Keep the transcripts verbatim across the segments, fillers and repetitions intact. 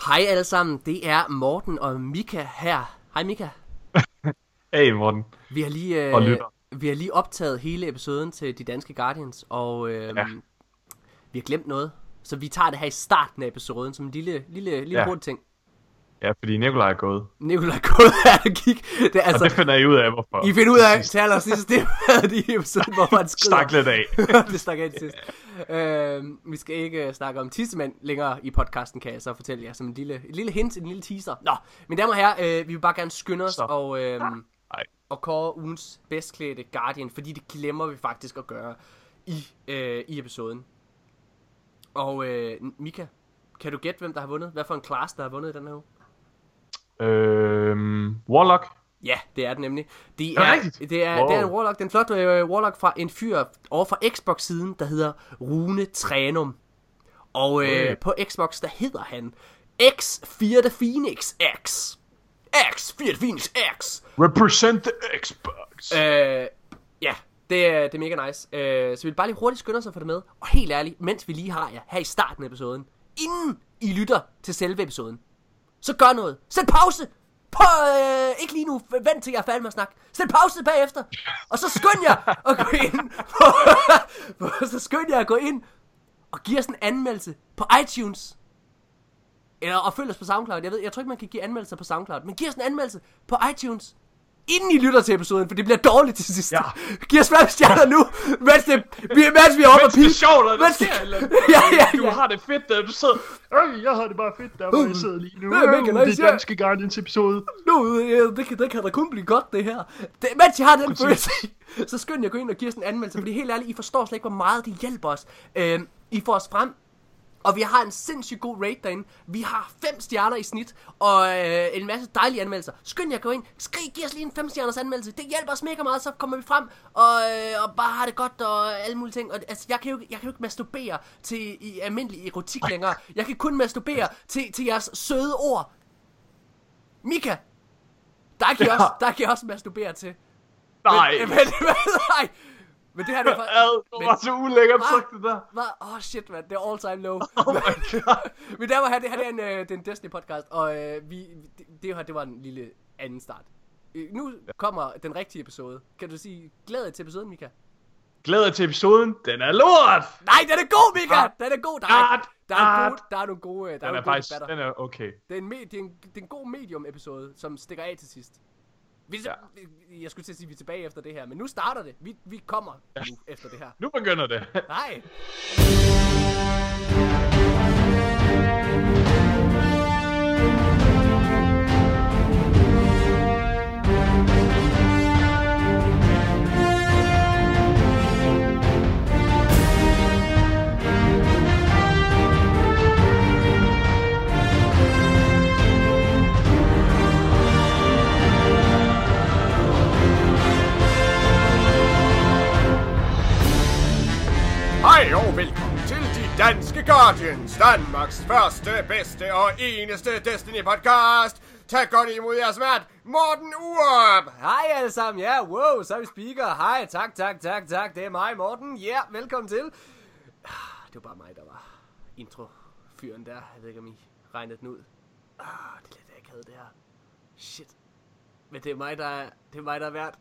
Hej alle sammen, det er Morten og Mika her. Hej Mika. Hey Morten. Vi har lige øh, vi har lige optaget hele episoden til De Danske Guardians, og øh, ja. vi har glemt noget, så vi tager det her i starten af episoden som en lille lille lille ja. hurtig ting. Ja, fordi Nikolaj er gået. Nikolaj er gået her, der gik. Det, er altså, og det finder I ud af, hvorfor. I finder ud af til allersidst, det er de episoden, hvor man skrider. Stak lidt af. Det stak af til sidst. Øh, vi skal ikke snakke om tissemænd længere i podcasten, kan jeg så fortælle jer, som en lille, et lille hint, en lille teaser. Nå, mine damer og herrer, øh, vi vil bare gerne skynde os og, øh, og kåre ugens bedstklædte Guardian, fordi det glemmer vi faktisk at gøre i, øh, i episoden. Og øh, Mika, kan du gætte, hvem der har vundet? Hvad for en class, der har vundet i den her uge? Øhm, Warlock. Ja, det er det nemlig. Det er, er, det er, wow. det er en Warlock, den flotte uh, Warlock fra en fyr over fra Xbox-siden, der hedder Rune Trænum. Og uh, okay. på Xbox, der hedder han X fire The Phoenix X. X fire The Phoenix X. Represent the Xbox. Uh, ja, det er, det er mega nice. Uh, så vi vil bare lige hurtigt skynde os at få det med. Og helt ærligt, mens vi lige har jer her i starten af episoden, inden I lytter til selve episoden, så gør noget. Sæt pause. På, øh, ikke lige nu. Vent til jeg er færdig med at snakke. Sæt pause bagefter. Og så skynd jer at gå ind. På, så skynd jer at gå ind og give os en anmeldelse på iTunes. Eller og følg os på SoundCloud. Jeg ved, jeg tror ikke man kan give anmeldelser på SoundCloud, men giv os en anmeldelse på iTunes, inden I lytter til episoden, for det bliver dårligt til sidst. Ja. Giv os fem stjerner nu, mens, det, mens vi er oppe og pige. Mens det er sjovt, og det sker eller ja, ja, ja. Du har det fedt, der du sidder. Øh, jeg har det bare fedt, der hvor jeg sidder lige nu. Det er mega nice, det er Danske Guardians episode. Nu, det kan, det kan da kun blive godt, det her. Det, mens jeg har den følelse, så skynd jeg gå ind og give os en anmeldelse, fordi helt ærligt, I forstår slet ikke, hvor meget det hjælper os. Øh, I får os frem. Og vi har en sindssygt god rate derinde. Vi har fem stjerner i snit, og øh, en masse dejlige anmeldelser. Skynd jer, gå ind, skrig, giv os lige en fem stjerners anmeldelse. Det hjælper os mega meget, så kommer vi frem, og, øh, og bare har det godt, og alle mulige ting. Og, altså, jeg kan jo jeg kan jo ikke masturbere til i almindelig erotik længere. Jeg kan kun masturbere til, til jeres søde ord. Mika, der kan jeg også, der kan jeg også masturbere til. Nej. Men, men, men, nej. Men det her det er faktisk... Ad, det var så ulækkert sagt det der. Hvad? Åh oh, shit, man. Det er all time low. Oh my god. Men der var her, det her det er en, øh, det er en Destiny podcast, og øh, vi, det, det her, det var en lille anden start. Øh, nu kommer den rigtige episode. Kan du sige glæd dig til episoden, Mika? Glæd dig til episoden. Den er lort. Nej, den er god, Mika. Den er god. Der er, der er, gode, der er nogle gode, der den er, er gode faktisk, debatter. den er okay. Det er en, med, det er en, det er en god medium episode, som stikker af til sidst. Vi, ja. Jeg skulle til at sige, at vi er tilbage efter det her, men nu starter det. Vi, vi kommer ja. nu efter det her. Nu begynder det. Nej. Hej og velkommen til De Danske Guardians, Danmarks første, bedste og eneste Destiny-podcast. Tag godt imod jeres vært, Morten Urup. Hej alle sammen, ja, wow, så er vi speaker. Hej, tak, tak, tak, tak, det er mig, Morten. Ja, yeah, velkommen til. Det var bare mig, der var intro-fyren der. Jeg ved ikke, om I regnede den ud. Ah, det er lidt akavet, det her. Shit. Men det er mig, der er, det er mig, der er vært.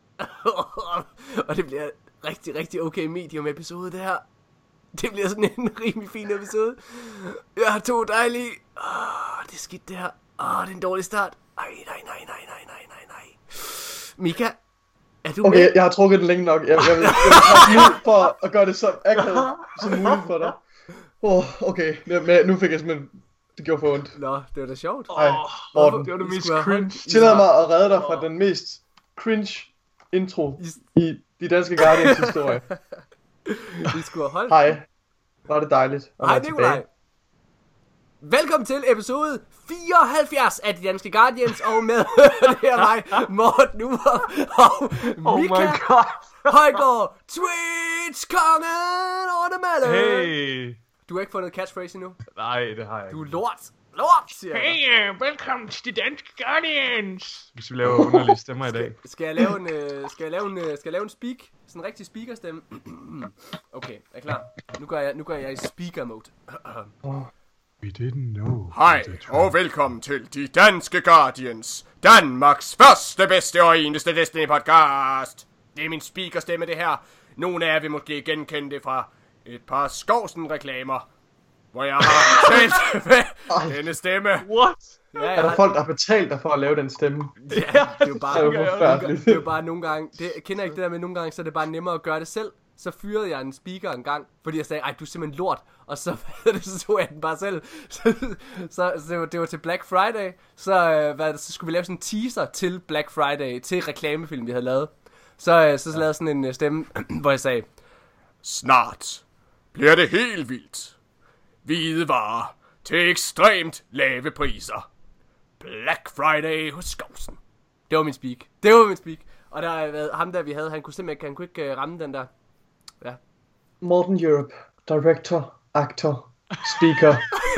Og det bliver rigtig, rigtig okay medium episode, det her. Det bliver sådan en rimelig fin episode. Jeg har to dejlige. Åh, det er skidt det her. Åh, det er en dårlig start. Ej, nej, nej, nej, nej, nej, nej, nej. Mika, er du okay, med? jeg har trukket den længe nok. Jeg, jeg, jeg, jeg vil trække for at gøre det så akavet som muligt for dig. Oh, okay, men nu fik jeg simpelthen... Det gjorde for ondt. Nå, det var da sjovt. Nej, Morten. Det var det mest cringe. Tillad mig at redde dig fra den mest cringe intro i De Danske Guardians historie. Vi skulle have holdt. Hej. Var det dejligt. Hej Nikolaj. Velkommen til episode fireoghalvfjerds af De Danske Guardians, og med det er mig, Morten Urup og Mika oh Højgaard, Twitch-kongen over det malle. Hey. Du har ikke fundet catchphrase endnu? Nej, det har jeg ikke. Du er lort. Lort, siger jeg. Hey, uh, velkommen til De Danske Guardians. Hvis vi laver underlige stemmer i dag. Skal jeg lave en, uh, skal jeg lave en, uh, skal jeg lave en speak? Sådan en rigtig speakerstemme. Okay, er klar? Nu går jeg, nu går jeg i speaker mode. We didn't know. Hej, og velkommen til De Danske Guardians, Danmarks første, bedste og eneste Destiny-podcast. Det er min speakerstemme, det her. Nogle af jer vil måske genkende det fra et par Skovsen-reklamer, hvor jeg har talt med denne stemme. What? Ja, Er der har... folk, der har betalt dig for at lave den stemme? Ja, det er jo bare, Det er jo nogle gange, forfærdeligt. det er jo bare nogle gange, det jeg kender ikke det der med nogle gange, så er det bare nemmere at gøre det selv. Så fyrede jeg en speaker en gang, fordi jeg sagde, ej, du er simpelthen lort. Og så, så tog jeg den bare selv. Så, så, så det, var, det var til Black Friday. Så, øh, hvad, så skulle vi lave sådan en teaser til Black Friday, til reklamefilm, vi havde lavet. Så, øh, så, så lavede jeg sådan en øh, stemme, hvor jeg sagde, Snart bliver det helt vildt. Hvide varer til ekstremt lave priser. Black Friday hos Skovsen. det var min speak. Det var min speak. Og der, øh, ham der vi havde, han kunne simpelthen han kunne ikke øh, ramme den der. Ja. Morten Europe, director, actor, speaker.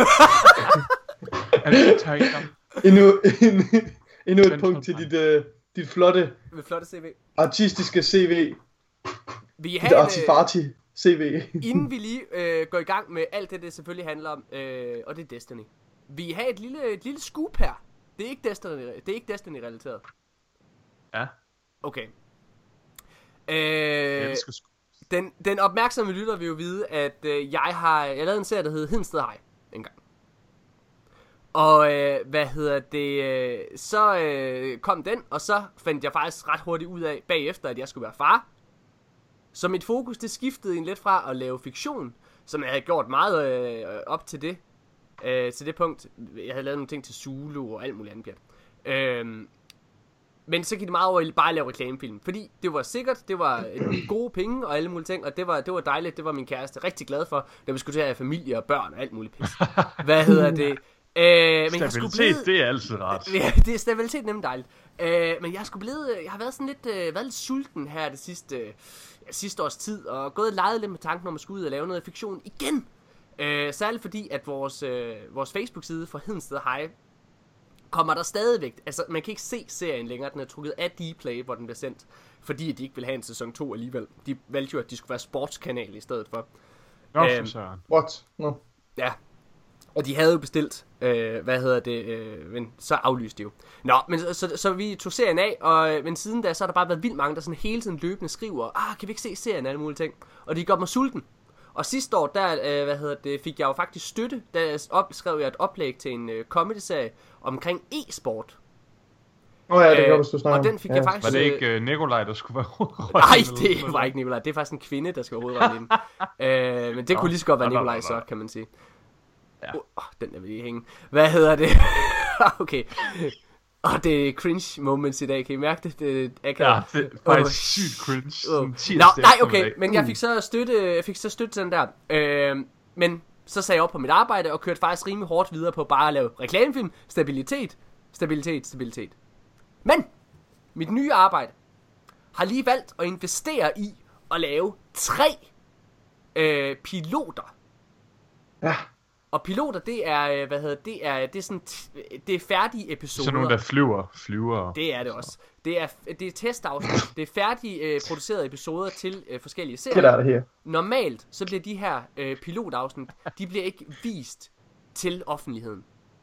Er det ikke tegner? Endnu, endnu, endnu et Vent punkt for til mig. dit, uh, dit flotte Med flotte C V. artistiske C V. Vi Dit havde, øh, artifati C V. inden vi lige øh, går i gang med alt det, det selvfølgelig handler om, øh, og det er Destiny. Vi har et lille, et lille scoop her. Det er ikke Destiny, det er ikke Destiny-relateret. Ja. Okay. Jeg Øh, elsker sgu. den, den opmærksomme lytter vil jo vide, at øh, jeg har jeg lavede en serie, der hed Hedensted High engang. Og øh, hvad hedder det, øh, så øh, kom den, og så fandt jeg faktisk ret hurtigt ud af bagefter, at jeg skulle være far. Så mit fokus, det skiftede en lidt fra at lave fiktion, som jeg havde gjort meget øh, op til det, øh, til det punkt. Jeg havde lavet nogle ting til Zulu og alt muligt andet pjat. Øh, men så gik det meget over i bare at lave reklamefilm, fordi det var sikkert, det var gode penge og alle mulige ting, og det var, det var dejligt, det var min kæreste rigtig glad for, da vi skulle til at have familie og børn og alt muligt pis. Hvad hedder det? Øh, men jeg skulle Stabilitet, blive... det er altid rart. Ja, det er stabilitet nemlig dejligt. Øh, men jeg skulle blive, jeg har været sådan lidt, øh, været lidt sulten her det sidste, øh, ja, sidste års tid, og gået og leget lidt med tanken om at skulle ud og lave noget fiktion igen. Øh, særligt fordi, at vores, øh, vores Facebook-side for Hedensted High kommer der stadigvæk, altså man kan ikke se serien længere, den er trukket af Dplay, hvor den bliver sendt, fordi de ikke vil have en sæson to alligevel. De valgte jo, at de skulle være sportskanal i stedet for. Nå, for Øhm, søren. What? No. Ja, og de havde jo bestilt, øh, hvad hedder det, øh, men så aflyste de jo. Nå, men så, så, så vi tog serien af, og men siden da, så har der bare været vildt mange, der sådan hele tiden løbende skriver, ah, kan vi ikke se serien og alle mulige ting, og de gør mig sulten. Og sidste år, der, øh, hvad hedder det, fik jeg jo faktisk støtte, der op, skrev jeg et oplæg til en øh, comedy-serie omkring e-sport. Åh oh, ja, det kan Øh, du snakke og om. den fik ja. jeg faktisk... Var det ikke uh, Nikolaj, der skulle være hovedrollen? Nej, det var ikke Nikolaj. Det er faktisk en kvinde, der skal være hovedrollen i den. øh, Men det Nå. kunne lige så godt være Nå, nå, Nikolaj nå, så, nå. kan man sige. Ja. Åh, oh, den der vil lige hænge. Hvad hedder det? Okay. Og oh, det er cringe moments i dag. Kan I mærke det? Det er akavet. Ja, det er faktisk sygt cringe. Sådan Nå, tirsdag nej, okay. eftermiddag. Men jeg fik så støtte, jeg fik så støtte til den der. Øh, men så sagde jeg op på mit arbejde og kørte faktisk rimelig hårdt videre på bare at lave reklamefilm. Stabilitet, stabilitet, stabilitet. Men mit nye arbejde har lige valgt at investere i at lave tre øh, piloter. Ja. Og piloter, det er, øh, hvad hedder det, er, det er sådan, t- det er færdige episoder. Sådan nogle, der flyver. Flyver. Det er det også. Det er, det er testafsnit. Det er færdige øh, producerede episoder til øh, forskellige Get serier. out of here. Normalt, så bliver de her øh, pilotafsnit, de bliver ikke vist til offentligheden.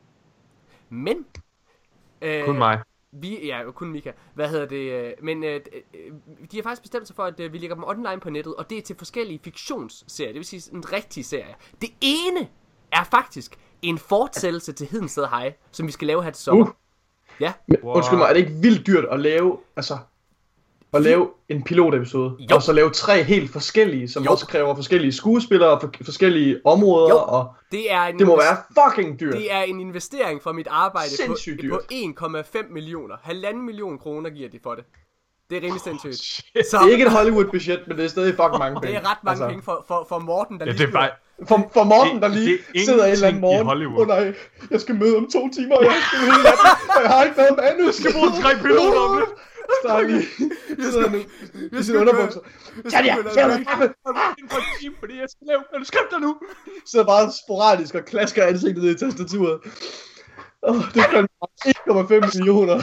Men... Øh, Kun mig. Vi, ja, kun Mika. Hvad hedder det? Øh, men øh, øh, de har faktisk bestemt sig for, at øh, vi lægger dem online på nettet, og det er til forskellige fiktionsserier. Det vil sige en rigtig serie. Det ene er faktisk en fortsættelse til Hedensted High, som vi skal lave her til sommer. Uh. Ja. Men, Wow. undskyld mig, er det ikke vildt dyrt at lave, altså, at lave en pilotepisode, Jo. og så lave tre helt forskellige, som Jo. også kræver forskellige skuespillere og for, forskellige områder, Jo. og Det er en det må være fucking dyrt. Det er en investering for mit arbejde på, Sindssygt dyrt. på en komma fem millioner. Halvanden million kroner giver de for det. Det er rimelig sindssygt. Shit. Så Det er ikke et Hollywood-budget, men det er stadig fucking mange penge. det er ret mange Altså, penge for, for, for Morten, der Ja, lige det er bare... For, for Morten, der Det- lige det er sidder en eller anden ingenting i morgen. Hollywood. Åh oh, nej, jeg skal møde om to timer, og jeg skal hele natten, og jeg har ikke noget manus. Jeg skal bruge tre piloter om lidt. Så er han lige, sidder nu i sine underbukser. Tanja, skal du have kaffe? For en time, fordi jeg skal lave manuskript der nu. Sidder bare sporadisk og klasker ansigtet ned i tastaturet. Åh, oh, det er en komma fem millioner.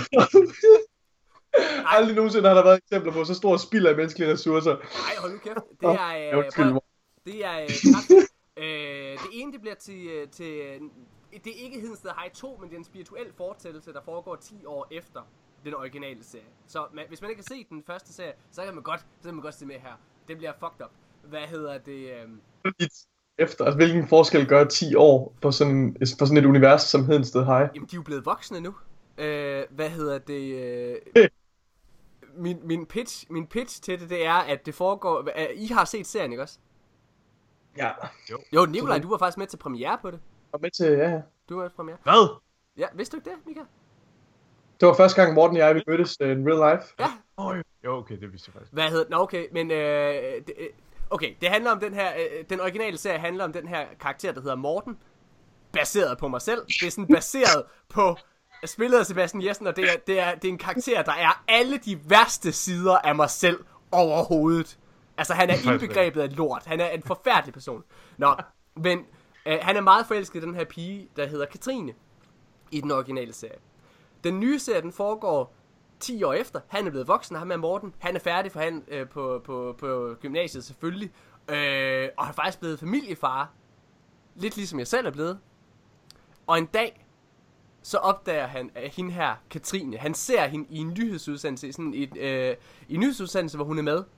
Aldrig nogensinde har der været eksempler på så stor spild af menneskelige ressourcer. Nej, hold nu kæft. Det er... Åh, Øh, undskyld, prøv- det er... Øh, ret- Øh, det ene, det bliver til, øh, til øh, det er ikke Hedensted High to, men det er en spirituel fortællelse, der foregår ti år efter den originale serie. Så man, hvis man ikke har set den første serie, så kan man godt, så kan man godt se med her. Det bliver fucked up. Hvad hedder det? Øh... Efter, altså hvilken forskel gør ti år på sådan, på sådan et univers som Hedensted High? Jamen, de er jo blevet voksne nu. Øh, hvad hedder det? Øh... min, min, pitch, min pitch til det, det er, at det foregår... I har set serien, ikke også? Ja. Jo. Jo, Nikolaj, du var faktisk med til premiere på det. Jeg var med til, ja, ja. Du var med til premiere. Hvad? Ja, vidste du ikke det, Mika? Det var første gang, Morten og jeg, vi mødtes uh, in real life. Ja. Oh, jo, okay, det vidste jeg faktisk. Hvad hedder... Nå, okay, men... Øh, det, okay, det handler om den her... Øh, den originale serie handler om den her karakter, der hedder Morten. Baseret på mig selv. Det er sådan baseret på... Spillet af Sebastian Jessen, og det er, det, er, det er en karakter, der er alle de værste sider af mig selv overhovedet. Altså, han er indbegrebet af lort. Han er en forfærdelig person. Nå, men øh, han er meget forelsket i den her pige, der hedder Katrine, i den originale serie. Den nye serie, den foregår ti år efter. Han er blevet voksen, ham er Morten. Han er færdig for han øh, på, på, på gymnasiet selvfølgelig. Øh, og han er faktisk blevet familiefar. Lidt ligesom jeg selv er blevet. Og en dag... så opdager han, at hende her, Katrine, han ser hende i en nyhedsudsendelse, sådan et, øh, i en nyhedsudsendelse, hvor hun er med.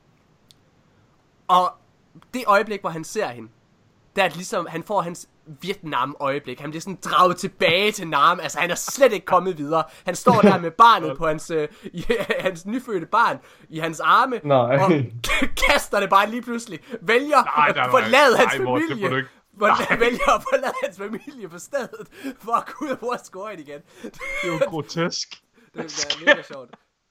Og det øjeblik, hvor han ser hende, der er det ligesom, han får hans Vietnam-øjeblik. Han bliver sådan draget tilbage til Nam. Altså, han er slet ikke kommet videre. Han står der med barnet på hans, øh, i, hans nyfødte barn i hans arme. Nej. Og kaster det bare lige pludselig. Vælger nej, nej, at forlade hans nej, Morten, familie. det Hvor vælger at forlade hans familie på stedet, for at gå ud og bruge scoret igen. Det er jo grotesk. Det er mega sjovt.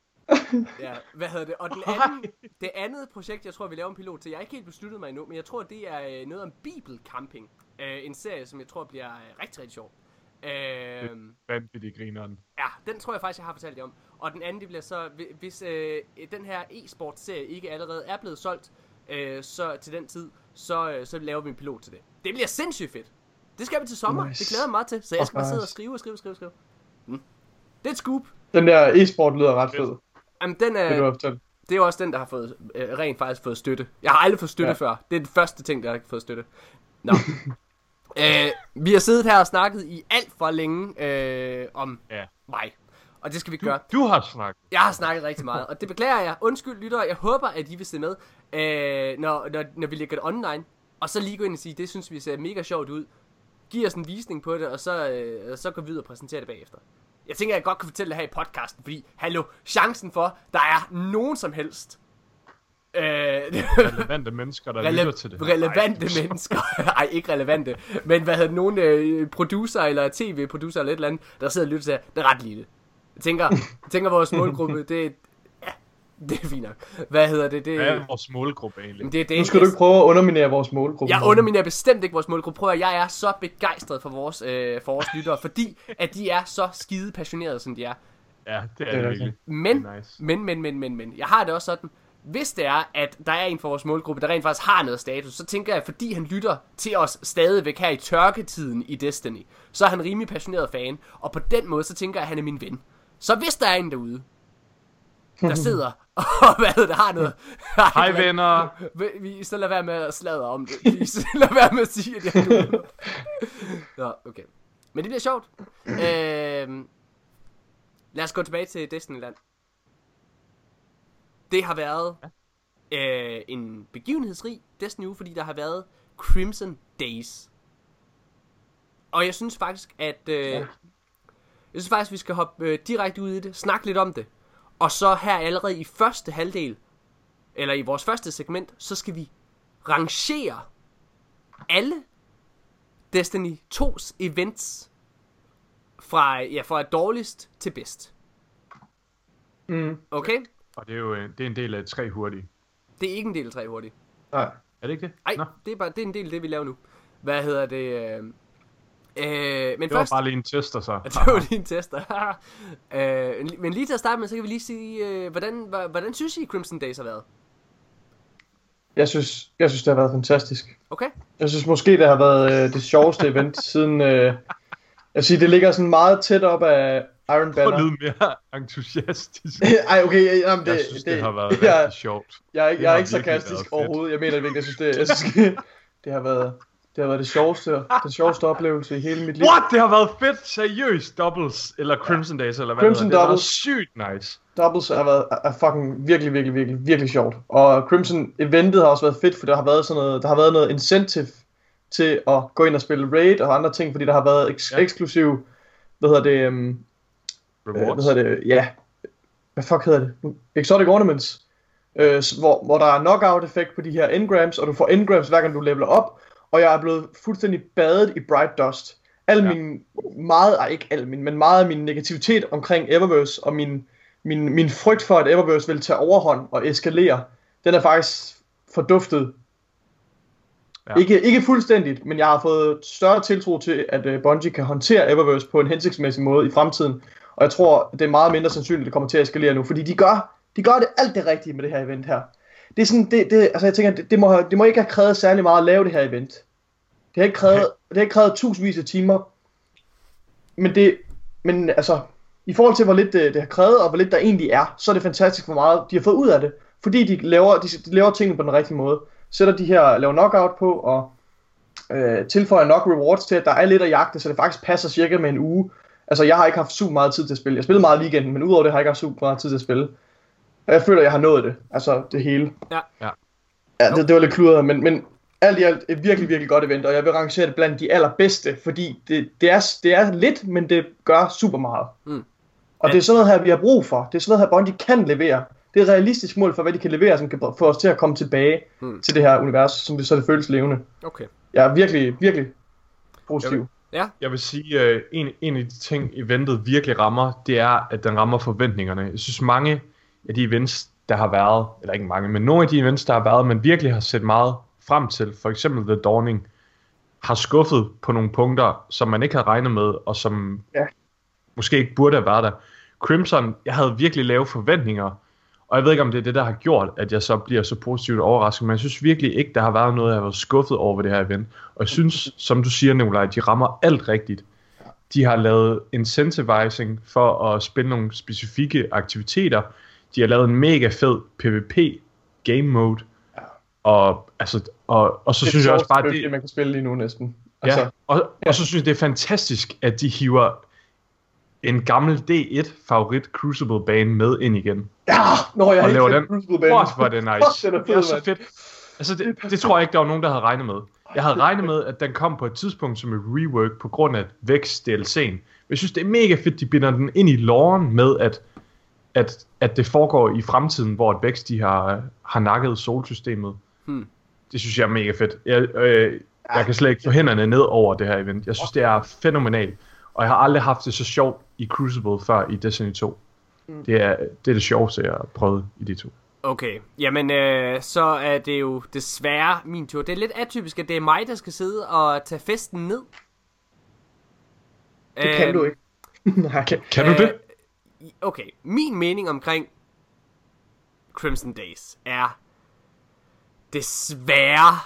Ja, hvad hedder det? Og den anden, det andet projekt, jeg tror, vi laver en pilot til, jeg har ikke helt besluttet mig endnu, men jeg tror, det er noget om bibelcamping. Uh, en serie, som jeg tror bliver uh, rigtig, rigtig sjov. Uh, Vanvittig grineren. ja, den tror jeg faktisk, jeg har fortalt jer om. Og den anden, det bliver så, hvis uh, den her e-sports-serie ikke allerede er blevet solgt, uh, så til den tid, så, uh, så laver vi en pilot til det. Det bliver sindssygt fedt. Det skal vi til sommer. Nice. Det glæder jeg mig meget til. Så jeg skal Oh, bare sidde og nice. skrive og skrive og skrive og skrive. Mm. Det er et scoop. Den der e-sport lyder ret fed. Jamen, den er, Det, du har fortalt. det er også den, der har fået, øh, rent faktisk fået støtte. Jeg har aldrig fået støtte Ja. før. Det er den første ting, der har fået støtte. Nå. øh, vi har siddet her og snakket i alt for længe øh, om Ja. mig. Og det skal vi Du, gøre. du har snakket. Jeg har snakket rigtig meget, og det beklager jeg. Undskyld, lyttere. Jeg håber, at I vil se med, øh, når, når, når vi lægger det online. Og så lige gå ind og sige, det synes vi ser mega sjovt ud. Giv os en visning på det, og så, øh, så går vi ud og præsenterer det bagefter. Jeg tænker, at jeg godt kan fortælle det her i podcasten, fordi, hallo, chancen for, der er nogen som helst øh, Relevante mennesker, der lytter til det. relevante Ej. mennesker, ej, ikke relevante, men hvad hedder det, nogle øh, producer eller tv-producer eller et eller andet, der sidder og lytter til det, det er ret lille. Jeg tænker, jeg tænker vores målgruppe, det, ja, det er fint nok. Hvad hedder det? det Hvad er vores målgruppe egentlig? det, det Nu skal du ikke prøve at underminere vores målgruppe. Jeg underminerer bestemt ikke vores målgruppe. Prøv at jeg er så begejstret for vores, øh, for vores lyttere, fordi at de er så skide passionerede, som de er. Ja, det er Det er det rigtigt. virkelig. Men, Det er nice. men, men, men, men, men, jeg har det også sådan, hvis det er, at der er en for vores målgruppe, der rent faktisk har noget status, så tænker jeg, fordi han lytter til os stadigvæk her i tørketiden i Destiny, så er han rimelig passioneret fan, og på den måde, så tænker jeg, at han er min ven. Så hvis der er en derude, der sidder og hvad hedder det, har noget... Hej venner. Vi, vi så lad være med at sladre om det. Please. Lad være med at sige, at jeg er nu. Nå, okay. Men det bliver sjovt. Øhm, lad os gå tilbage til Destinyland. Det har været øh, en begivenhedsrig Destiny uge, fordi der har været Crimson Days. Og jeg synes faktisk, at... Øh, jeg synes faktisk, vi skal hoppe øh, direkte ud i det. Snakke lidt om det. Og så her allerede i første halvdel, eller i vores første segment, så skal vi rangere alle Destiny to's events fra, ja, fra dårligst til bedst. Mm. Okay? Og det er jo det er en del af tre hurtige. Det er ikke en del af tre hurtigt. Nej. Er det ikke det? Nej, Nå, det er, bare, det er en del af det, vi laver nu. Hvad hedder det? Øh, øh, men det først... var bare lige en tester så. Det var lige en tester. øh, men lige til at starte med, så kan vi lige sige, øh, hvordan, hvordan synes I Crimson Days har været? Jeg synes, jeg synes, det har været fantastisk. Okay? Jeg synes måske, det har været øh, det sjoveste event siden... Øh, jeg siger, det ligger sådan meget tæt op af Iron Prøv at Banner. lyde mere entusiastisk. Ej, okay, jamen, det, Jeg synes, det, det har været jeg, rigtig sjovt. jeg, er ikke- Det jeg er har ikke virkelig været sarkastisk fedt. overhovedet. Jeg mener det virkelig. Jeg synes, det, jeg synes, det har været Det har været det sjoveste, den sjoveste oplevelse i hele mit liv. What? Det har været fedt, seriøst, doubles, eller Crimson Days, eller hvad Crimson det hedder. Det Doubles. har været sygt nice. Doubles har været er fucking virkelig, virkelig, virkelig, virkelig sjovt. Og Crimson eventet har også været fedt, for der har været sådan noget, der har været noget incentive til at gå ind og spille raid og andre ting, fordi der har været eks- Ja. eksklusiv, hvad hedder det, um, Rewards. hvad hedder det, ja, hvad fuck hedder det, exotic ornaments, øh, hvor, hvor der er knockout effekt på de her engrams, og du får engrams hver gang du leveler op, og jeg er blevet fuldstændig badet i bright dust. Al Ja. min, meget, ej ikke al min, men meget af min negativitet omkring Eververse, og min, min, min frygt for, at Eververse vil tage overhånd og eskalere, den er faktisk forduftet. Ja. Ikke, ikke fuldstændigt, men jeg har fået større tiltro til, at uh, Bungie kan håndtere Eververse på en hensigtsmæssig måde i fremtiden. Og jeg tror, det er meget mindre sandsynligt, at det kommer til at eskalere nu, fordi de gør, de gør det alt det rigtige med det her event her. Det er sådan, det, det, altså jeg tænker, det, det, må have, det må ikke have krævet særlig meget at lave det her event. Det har ikke krævet, okay. det har ikke krævet tusindvis af timer. Men det, men altså, i forhold til hvor lidt det, det har krævet, og hvor lidt der egentlig er, så er det fantastisk, hvor meget de har fået ud af det. Fordi de laver, de, de laver tingene på den rigtige måde. Sætter de her, laver knockout på, og øh, tilføjer nok rewards til, at der er lidt at jagte, så det faktisk passer cirka med en uge. Altså, jeg har ikke haft super meget tid til at spille. Jeg spillede meget i weekenden, men udover det har jeg ikke haft super meget tid til at spille. Og jeg føler, at jeg har nået det. Altså, det hele. Ja. Ja. Ja, det, det var lidt kludret, men, men alt i alt et virkelig, virkelig godt event, og jeg vil rangere det blandt de allerbedste, fordi det, det, er, det er lidt, men det gør super meget. Mm. Og det er sådan noget her, vi har brug for. Det er sådan noget her, Bungie kan levere. Det er et realistisk mål for, hvad de kan levere, som kan få os til at komme tilbage mm. til det her univers, som det så det føles levende. Okay. Jeg er virkelig, virkelig positiv. Ja. Jeg vil sige, uh, en, en af de ting, eventet virkelig rammer, det er, at den rammer forventningerne. Jeg synes, mange af de events, der har været, eller ikke mange, men nogle af de events, der har været, man virkelig har set meget frem til, for eksempel The Dawning, har skuffet på nogle punkter, som man ikke havde regnet med, og som ja. måske ikke burde have været der. Crimson, jeg havde virkelig lave forventninger, og jeg ved ikke, om det er det, der har gjort, at jeg så bliver så positivt overrasket, men jeg synes virkelig ikke, der har været noget, jeg har været skuffet over ved det her event. Og jeg synes, som du siger, Nikolaj, de rammer alt rigtigt. De har lavet incentivizing for at spille nogle specifikke aktiviteter. De har lavet en mega fed PvP game mode. Og, altså, og, og så det synes jeg også bare, det man kan spille lige nu næsten. Altså, ja, og, ja. og så synes jeg, det er fantastisk, at de hiver en gammel D et favorit Crucible-bane med ind igen. Ja, når jeg og ikke laver set den. Crucible-banen. Fuck, hvor er det nice. Fuck, den er fed, det er så man. fedt. Altså, det, det tror jeg ikke, der var nogen, der havde regnet med. Jeg havde regnet med, at den kom på et tidspunkt som et rework på grund af Vex D L C'en. Jeg synes, det er mega fedt, de binder den ind i loren med, at, at, at det foregår i fremtiden, hvor Vex de har, har nakket solsystemet. Hmm. Det synes jeg er mega fedt. Jeg, øh, jeg kan slet ikke få hænderne ned over det her event. Jeg synes, det er fænomenalt. Og jeg har aldrig haft det så sjovt i Crucible før i Destiny to. Mm. Det, er, det er det sjoveste, jeg har prøvet i de to. Okay, jamen øh, så er det jo desværre min tur. Det er lidt atypisk, at det er mig, der skal sidde og tage festen ned. Det kan øhm, du ikke. Nej. Kan, kan du det? Øh, okay, min mening omkring Crimson Days er desværre,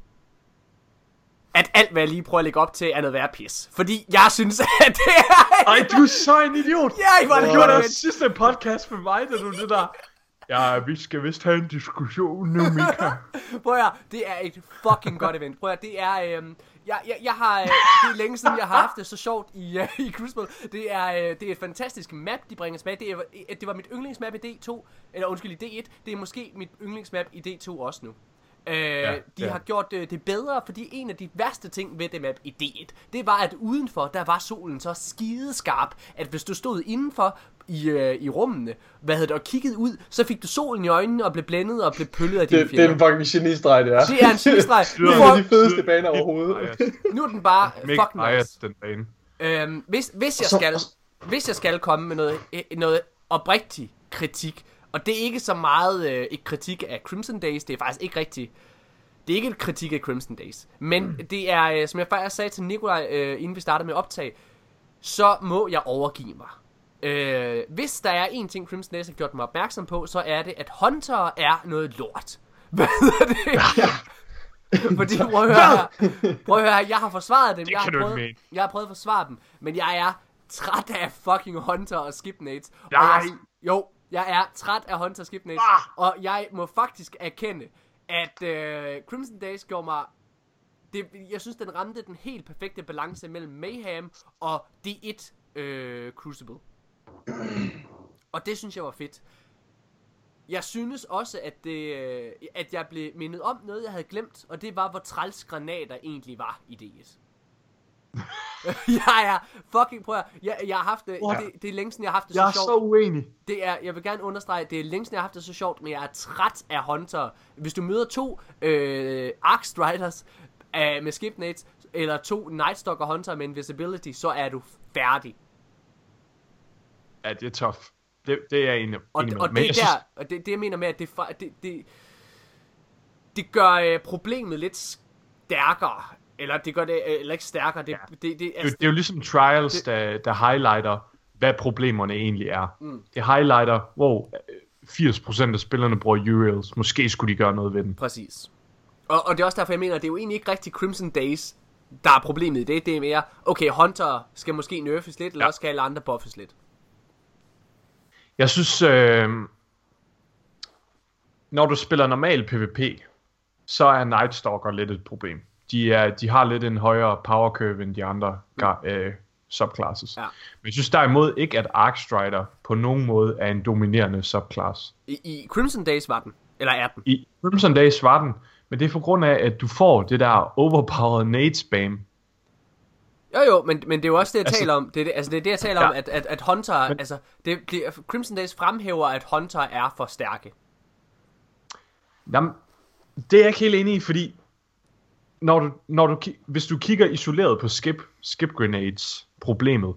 at alt, hvad jeg lige prøver at lægge op til, er noget værre pis. Fordi jeg synes, at det er... Ej, du er så en idiot! Jeg var Du det gjorde gjort det sidste podcast med mig, da du det der... Ja, vi skal vist have en diskussion nu, Mika. Prøv at høre, det er et fucking godt event. Prøv at høre, det er... Øhm, jeg, jeg, jeg har... Øh, det er længe siden, jeg har haft det så sjovt i, øh, i Crucible. Det er, øh, det er et fantastisk map, de bringer tilbage. Det, er, det var mit yndlingsmap i D to. Eller undskyld, i D et. Det er måske mit yndlingsmap i D to også nu. Øh, ja, de ja. har gjort øh, det bedre, fordi en af de værste ting ved det map i D et, det var, at udenfor, der var solen så skideskarp, at hvis du stod indenfor i, øh, i rummene, hvad havde du, og kiggede ud, så fik du solen i øjnene og blev blændet og blev pøllet af dine det, det er en fucking genistreg, det er. Det er en genistreg. Det er en af de fedeste baner overhovedet. Nu er den bare fucking nice. Den bane. Øhm, hvis, hvis, jeg skal, hvis jeg skal komme med noget, noget oprigtig kritik, og det er ikke så meget øh, et kritik af Crimson Days, det er faktisk ikke rigtigt. Det er ikke et kritik af Crimson Days. Men mm. det er, øh, som jeg faktisk sagde til Nikolaj, øh, inden vi startede med optag, så må jeg overgive mig. Øh, hvis der er en ting, Crimson Days har gjort mig opmærksom på, så er det, at Hunter er noget lort. Hvad er det? Fordi, prøv at høre her. Prøv at høre her, jeg har forsvaret dem. Jeg har, prøvet, jeg har prøvet at forsvare dem. Men jeg er træt af fucking Hunter og Skipnates. Nej. Og jeg, jo, jeg er træt af Hunter og Skipnates. Ah. Og jeg må faktisk erkende, at øh, Crimson Days gjorde mig det, jeg synes, den ramte den helt perfekte balance mellem Mayhem og D et øh, Crucible. Og det synes jeg var fedt. Jeg synes også, at, det, at jeg blev mindet om noget, jeg havde glemt, og det var, hvor træls granater egentlig var i D et. Jeg er fucking, prøv at, jeg, jeg har haft det, det, det er længe siden, jeg har haft det så jeg sjovt. Jeg er så uenig. Det er, jeg vil gerne understrege, det er længe siden, jeg har haft det så sjovt, men jeg er træt af Hunter. Hvis du møder to øh, Arc Striders øh, med Skip Nades, eller to Nightstalker Hunter med Invisibility, så er du færdig. Ja, det er tough. Det, det er en Og, en og, og det er der, synes... og det, det jeg mener med, at det, det, det, det gør øh, problemet lidt stærkere. Eller det gør det eller ikke stærkere. Det, ja. det, det, det, altså, det, det er jo ligesom Trials, det, der, der highlighter, hvad problemerne egentlig er. Mm. Det highlighter, wow, firs procent af spillerne bruger U Ls. Måske skulle de gøre noget ved den. Præcis. Og, og det er også derfor, jeg mener, at det er jo egentlig ikke rigtig Crimson Days, der er problemet i det. Det er mere, okay, Hunter skal måske nerfes lidt, eller ja. også skal alle andre buffes lidt. Jeg synes, øh, når du spiller normal PvP, så er Nightstalker lidt et problem. De, er, de har lidt en højere power curve end de andre mm. øh, subclasses. Ja. Men jeg synes derimod ikke, at Arcstrider på nogen måde er en dominerende subclass. I, I Crimson Days var den, eller er den? I Crimson Days var den, men det er for grund af, at du får det der overpowered nade spam. Jo jo, men, men det er jo også det, jeg altså, taler om. Det er det, altså det er det, jeg taler ja. om, at, at, at Hunter, men, altså, det, det, Crimson Days fremhæver, at Hunter er for stærke. Jamen, det er jeg ikke helt enig i, fordi når du, når du, hvis du kigger isoleret på skip, skip grenades problemet,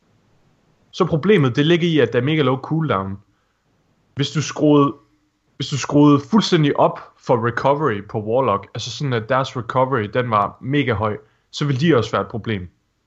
så problemet det ligger i, at der er mega low cooldown. Hvis du skruede, hvis du skruede fuldstændig op for recovery på Warlock, altså sådan at deres recovery, den var mega høj, så vil de også være et problem.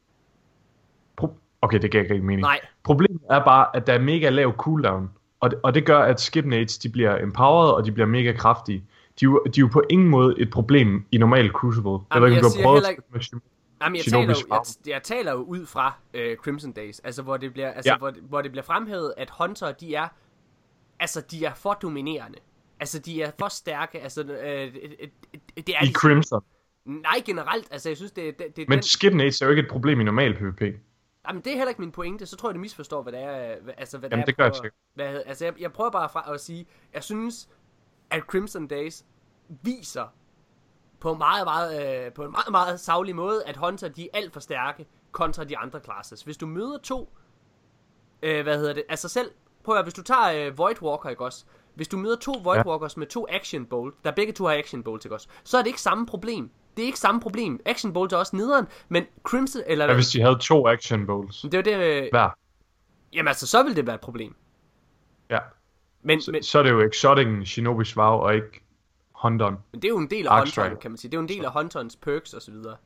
Pro- okay, det giver ikke mening. Nej. Problemet er bare, at der er mega lav cooldown, og det, og det gør, at skip nades, de bliver empowered, og de bliver mega kraftige. De er, jo, de er jo på ingen måde et problem i normal Crucible. Jamen, jeg ved ikke, jeg om du har prøvet ikke... med Jamen, jeg, taler jo, jeg, jeg taler jo ud fra øh, Crimson Days, altså hvor det bliver, altså, ja. hvor, hvor det bliver fremhævet, at Hunter, de er, altså de er for dominerende. Altså de er for stærke, altså øh, det, det er... I de, Crimson? Nej, generelt, altså jeg synes, det, det, det Men den... skip nades er jo ikke et problem i normal PvP. Jamen, det er heller ikke min pointe, så tror jeg, du misforstår, hvad det er, hvad, altså hvad Jamen, det, det gør jeg jeg prøver, hvad, altså jeg, jeg prøver bare fra at sige, jeg synes, at Crimson Days viser på meget, meget, øh, på en meget, meget saglig måde, at Hunter, de er alt for stærke kontra de andre classes. Hvis du møder to, øh, hvad hedder det, altså selv, prøv at hvis du tager øh, Void Walker, ikke også? Hvis du møder to Void ja. Walkers med to Action Bolt, der begge to har Action Bolt, ikke også? Så er det ikke samme problem. Det er ikke samme problem. Action Bolt er også nederen, men Crimson, eller... Hvad hvis de havde to Action Bolts? Det er jo det... Øh, Hver? Jamen altså, så vil det være et problem. Ja. Men, så, men, så er det jo Exotic'en, Shinobi's Vow, og ikke Hunteren. Men det er jo en del af Hunteren, kan man sige. Det er jo en del af Hunterens perks og så videre.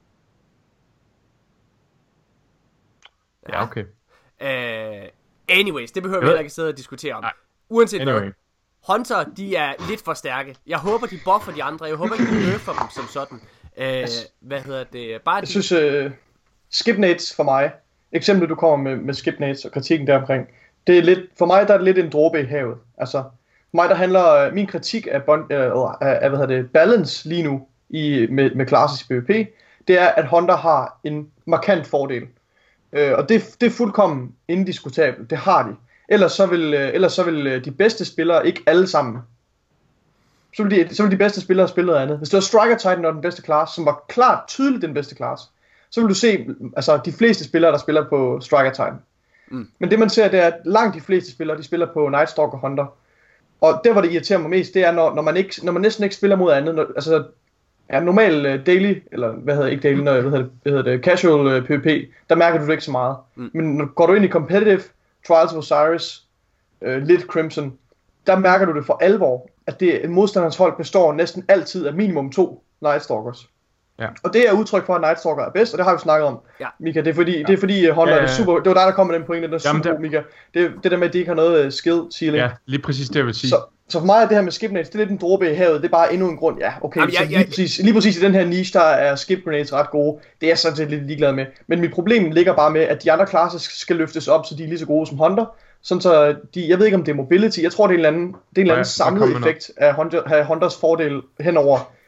Ja, ja okay. Uh, anyways, det behøver vi heller ikke sidde og diskutere om. Nej. Uanset anyway. hvad. Hunter, de er lidt for stærke. Jeg håber, de buffer de andre. Jeg håber ikke, de nerfer dem som sådan. Uh, yes. Hvad hedder det? Bare jeg de... synes, uh, skip nades for mig, eksemplet du kommer med, med skip nades og kritikken deromkring, det er lidt, for mig der er det lidt en dråbe i havet. Altså, for mig der handler uh, min kritik af, bond, uh, af hvad hedder det, balance lige nu i, med, med klassisk PvP, det er, at Hunter har en markant fordel. Uh, og det, det er fuldkommen indiskutabelt. Det har de. Ellers så vil, uh, ellers så vil uh, de bedste spillere ikke alle sammen. Så vil, de, så vil de bedste spillere spille noget andet. Hvis det var Striker Titan og den bedste class, som var klart tydeligt den bedste class, så vil du se altså, de fleste spillere, der spiller på Striker Titan. Mm. Men det man ser, det er, at langt de fleste spillere, de spiller på Nightstalker Hunter. Og der, hvor det irriterer mig mest, det er, når, når, man, ikke, når man næsten ikke spiller mod andet. Når, altså, ja, normal uh, daily, eller hvad hedder ikke daily, når, hvad hedder det, hvad hedder det casual uh, PvP, der mærker du det ikke så meget. Mm. Men når går du ind i competitive, Trials of Osiris, uh, lidt Crimson, der mærker du det for alvor, at det, modstanderens hold består næsten altid af minimum to Nightstalkers. Ja. Og det er udtryk for, at Nightstalker er bedst, og det har vi snakket om, ja. Mika. Det er fordi, ja. det er fordi Hunter ja, ja, ja. er super. Det var dig, der kom med den pointe, der er super god, Mika. Det, det der med, at de ikke har noget uh, skill ceiling. Ja, lige præcis det, jeg vil sige. Så, så for mig er det her med skip nades, det er lidt en dråbe i havet. Det er bare endnu en grund. Ja, okay. Jamen, ja, ja, lige, præcis, lige præcis i den her niche, der er skip grenades ret gode. Det er jeg sådan set lidt ligeglad med. Men mit problem ligger bare med, at de andre classes skal løftes op, så de er lige så gode som Hunter. Sådan så de, jeg ved ikke om det er mobility. Jeg tror, det er en eller anden, det er en eller anden ja, samlet effekt af, Hunter, af Hunters fordel henover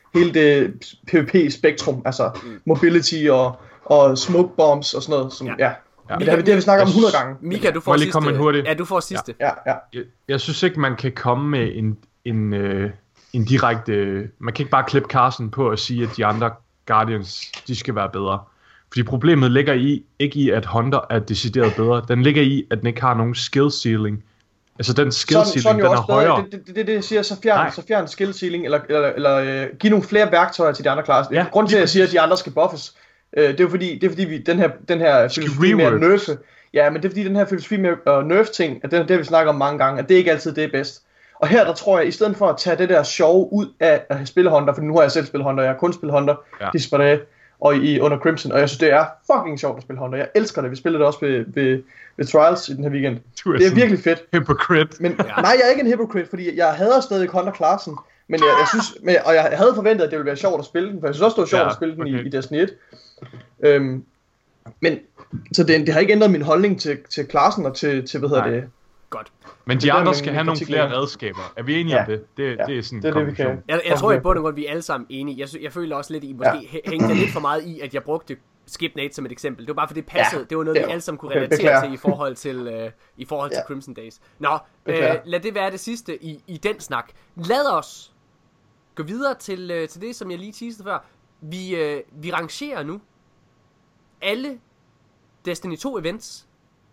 hele det PvP-spektrum, altså mm. mobility og, og smoke bombs og sådan noget, som, ja. ja. Ja. Det, har vi, det har vi snakket om hundrede gange. Mika, du får lige komme sidste. Ja, du får sidste. Ja, ja. Jeg, jeg synes ikke, man kan komme med en, en, øh, en direkte... Man kan ikke bare klippe Carson på og sige, at de andre Guardians, de skal være bedre. Fordi problemet ligger i, ikke i, at Hunter er decideret bedre. Den ligger i, at den ikke har nogen skill ceiling. Altså den skill ceiling, sådan, sådan den er højere. Det det, det, det siger, så fjern, så fjern skill ceiling, eller, eller, eller øh, give nogle flere værktøjer til de andre klasser. Ja, grunden til, at jeg siger, at de andre skal buffes, øh, det er jo fordi, det er fordi vi, den her, den her filosofi med at nerfe, ja, men det er fordi, den her filosofi med at nerfe ting, at det, det har vi snakket om mange gange, at det ikke altid det er bedst. Og her, der tror jeg, i stedet for at tage det der sjove ud af at spille Hunter, for nu har jeg selv spillet Hunter, jeg har kun spillet Hunter, ja. de par dage, og i under Crimson, og jeg synes, det er fucking sjovt at spille Hunter. Jeg elsker det. Vi spillede det også ved, ved, ved Trials i den her weekend. Er det er virkelig fedt. Hypocrite. Men, ja. Nej, jeg er ikke en hypocrite, fordi jeg hader stadig Hunter-klassen, men jeg, jeg synes, men, og jeg havde forventet, at det ville være sjovt at spille den, for jeg synes også, det var sjovt ja, at spille den okay. i, i Destiny et. Øhm, men, så det, det har ikke ændret min holdning til, til klassen og til, til hvad hedder nej. det... Godt. Men de andre skal have nogle flere redskaber. Er vi enige ja. om det? Det, ja. det er sådan en konklusion. Jeg, jeg tror i bund og grund, vi er alle sammen enige. Jeg, jeg føler også lidt i, måske ja. hængte lidt for meget i, at jeg brugte Skip Nate som et eksempel. Det var bare fordi det passede. Ja. Det var noget, det vi alle sammen kunne relatere okay, til i forhold til, uh, i forhold til ja. Crimson Days. Nå, uh, lad det være det sidste i, i den snak. Lad os gå videre til, uh, til det, som jeg lige teasede før. Vi, uh, vi rangerer nu alle Destiny to events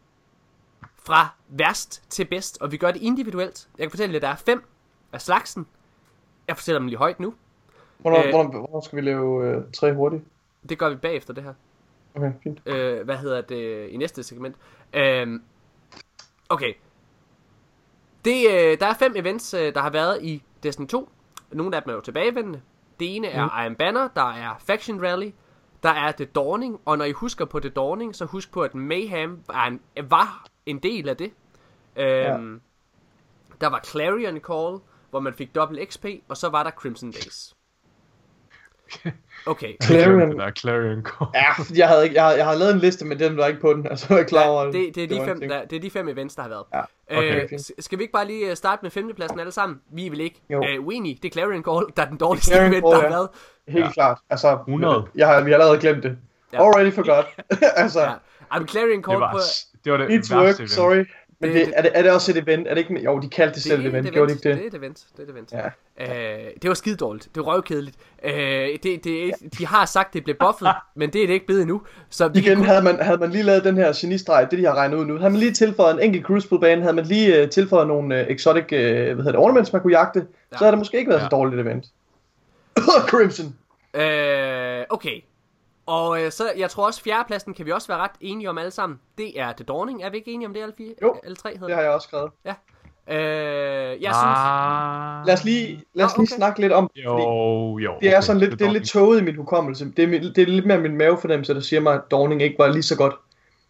fra værst til bedst, og vi gør det individuelt. Jeg kan fortælle jer, at der er fem af slagsen. Jeg fortæller dem lige højt nu. Hvornår, øh, hvornår, hvornår skal vi lave øh, tre hurtigt? Det gør vi bagefter det her. Okay, fint. Øh, hvad hedder det i næste segment? Øh, okay. Det, øh, der er fem events, øh, der har været i Destiny to. Nogle af dem er jo tilbagevendende. Det ene er mm. Iron Banner, der er Faction Rally, der er The Dawning, og når I husker på The Dawning, så husk på, at Mayhem var en, var en del af det. Øhm, ja. Der var Clarion Call, hvor man fik dobbelt X P, og så var der Crimson Days. Okay. Clarion, der Clarion Call. Ja, jeg havde ikke, jeg havde, jeg havde lavet en liste, men den var ikke på den. Altså, jeg er klar over, ja, det, det, er de fem, der, det er de fem events, der har været. Ja. Okay, øh, skal vi ikke bare lige starte med femtepladsen alle sammen? Vi er vel ikke øh, uenige. Det er Clarion Call, der er den dårligste Clarion event, Call, der har været. Helt ja. klart. Altså, hundrede. Jeg har, vi har allerede glemt det. Ja. Already forgot. altså. Ja. I'm Clarion Call det var, på... Det var det It's work, event. Sorry. Men det, det, er, det, er det også et event? Er det ikke, jo, de kaldte det selv et event, gjorde de ikke det? Det er et event, det er et event. Ja. Øh, det var skide dårligt, det var røvkedeligt. Øh, det, det, de har sagt, det blev buffet, men det er det ikke blevet endnu. Så igen, kunne... havde, man, havde man lige lavet den her genistreg, det de har regnet ud nu, havde man lige tilføjet en enkelt Crucible-bane, havde man lige uh, tilføjet nogle uh, exotic uh, hvad hedder det, ornaments, man kunne jagte, ja. så havde det måske ikke været ja. så dårligt et event. Crimson. Øh, okay. Og øh, så, jeg tror også, fjerdepladsen kan vi også være ret enige om alle sammen. Det er The Dawning. Er vi ikke enige om det, alle, fire, jo, alle tre hedder det har jeg også skrevet. Ja. Øh, jeg ah. synes... Lad os lige, lad os ah, okay. lige snakke lidt om det. Jo, jo. Det er sådan okay. lidt, det er lidt tåget i min hukommelse. Det er, det er lidt mere min mavefornemmelse, der siger mig, at Dawning ikke var lige så godt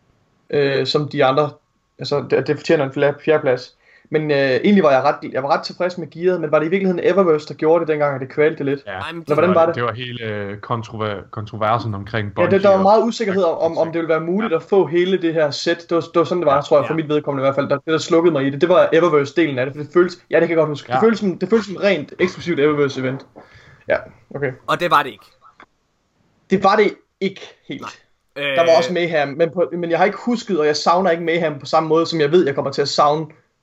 øh, som de andre. Altså, det, det fortjener en fjerdeplads. Men øh, egentlig var jeg ret, jeg var ret tilfreds med gearet, men var det i virkeligheden Eververse, der gjorde det dengang, at det kvalte lidt? Ja, Eller, hvordan var det? Det var hele kontrover- kontroversen omkring Bungie. Ja, det, der var meget usikkerhed om, om det ville være muligt ja. at få hele det her sæt. Det var, det var sådan, det var, tror jeg, for ja. mit vedkommende i hvert fald. Der, det, der slukkede mig i det, det var Eververse-delen af det, for det føltes, ja, det kan jeg godt huske. Ja. Det føltes som, det føltes som rent eksklusivt Eververse-event. Ja, okay. Og det var det ikke? Det var det ikke helt. Nej. Der var også Mayhem, men, på, men jeg har ikke husket, og jeg savner ikke Mayhem på samme måde, som jeg ved, jeg kommer til at savne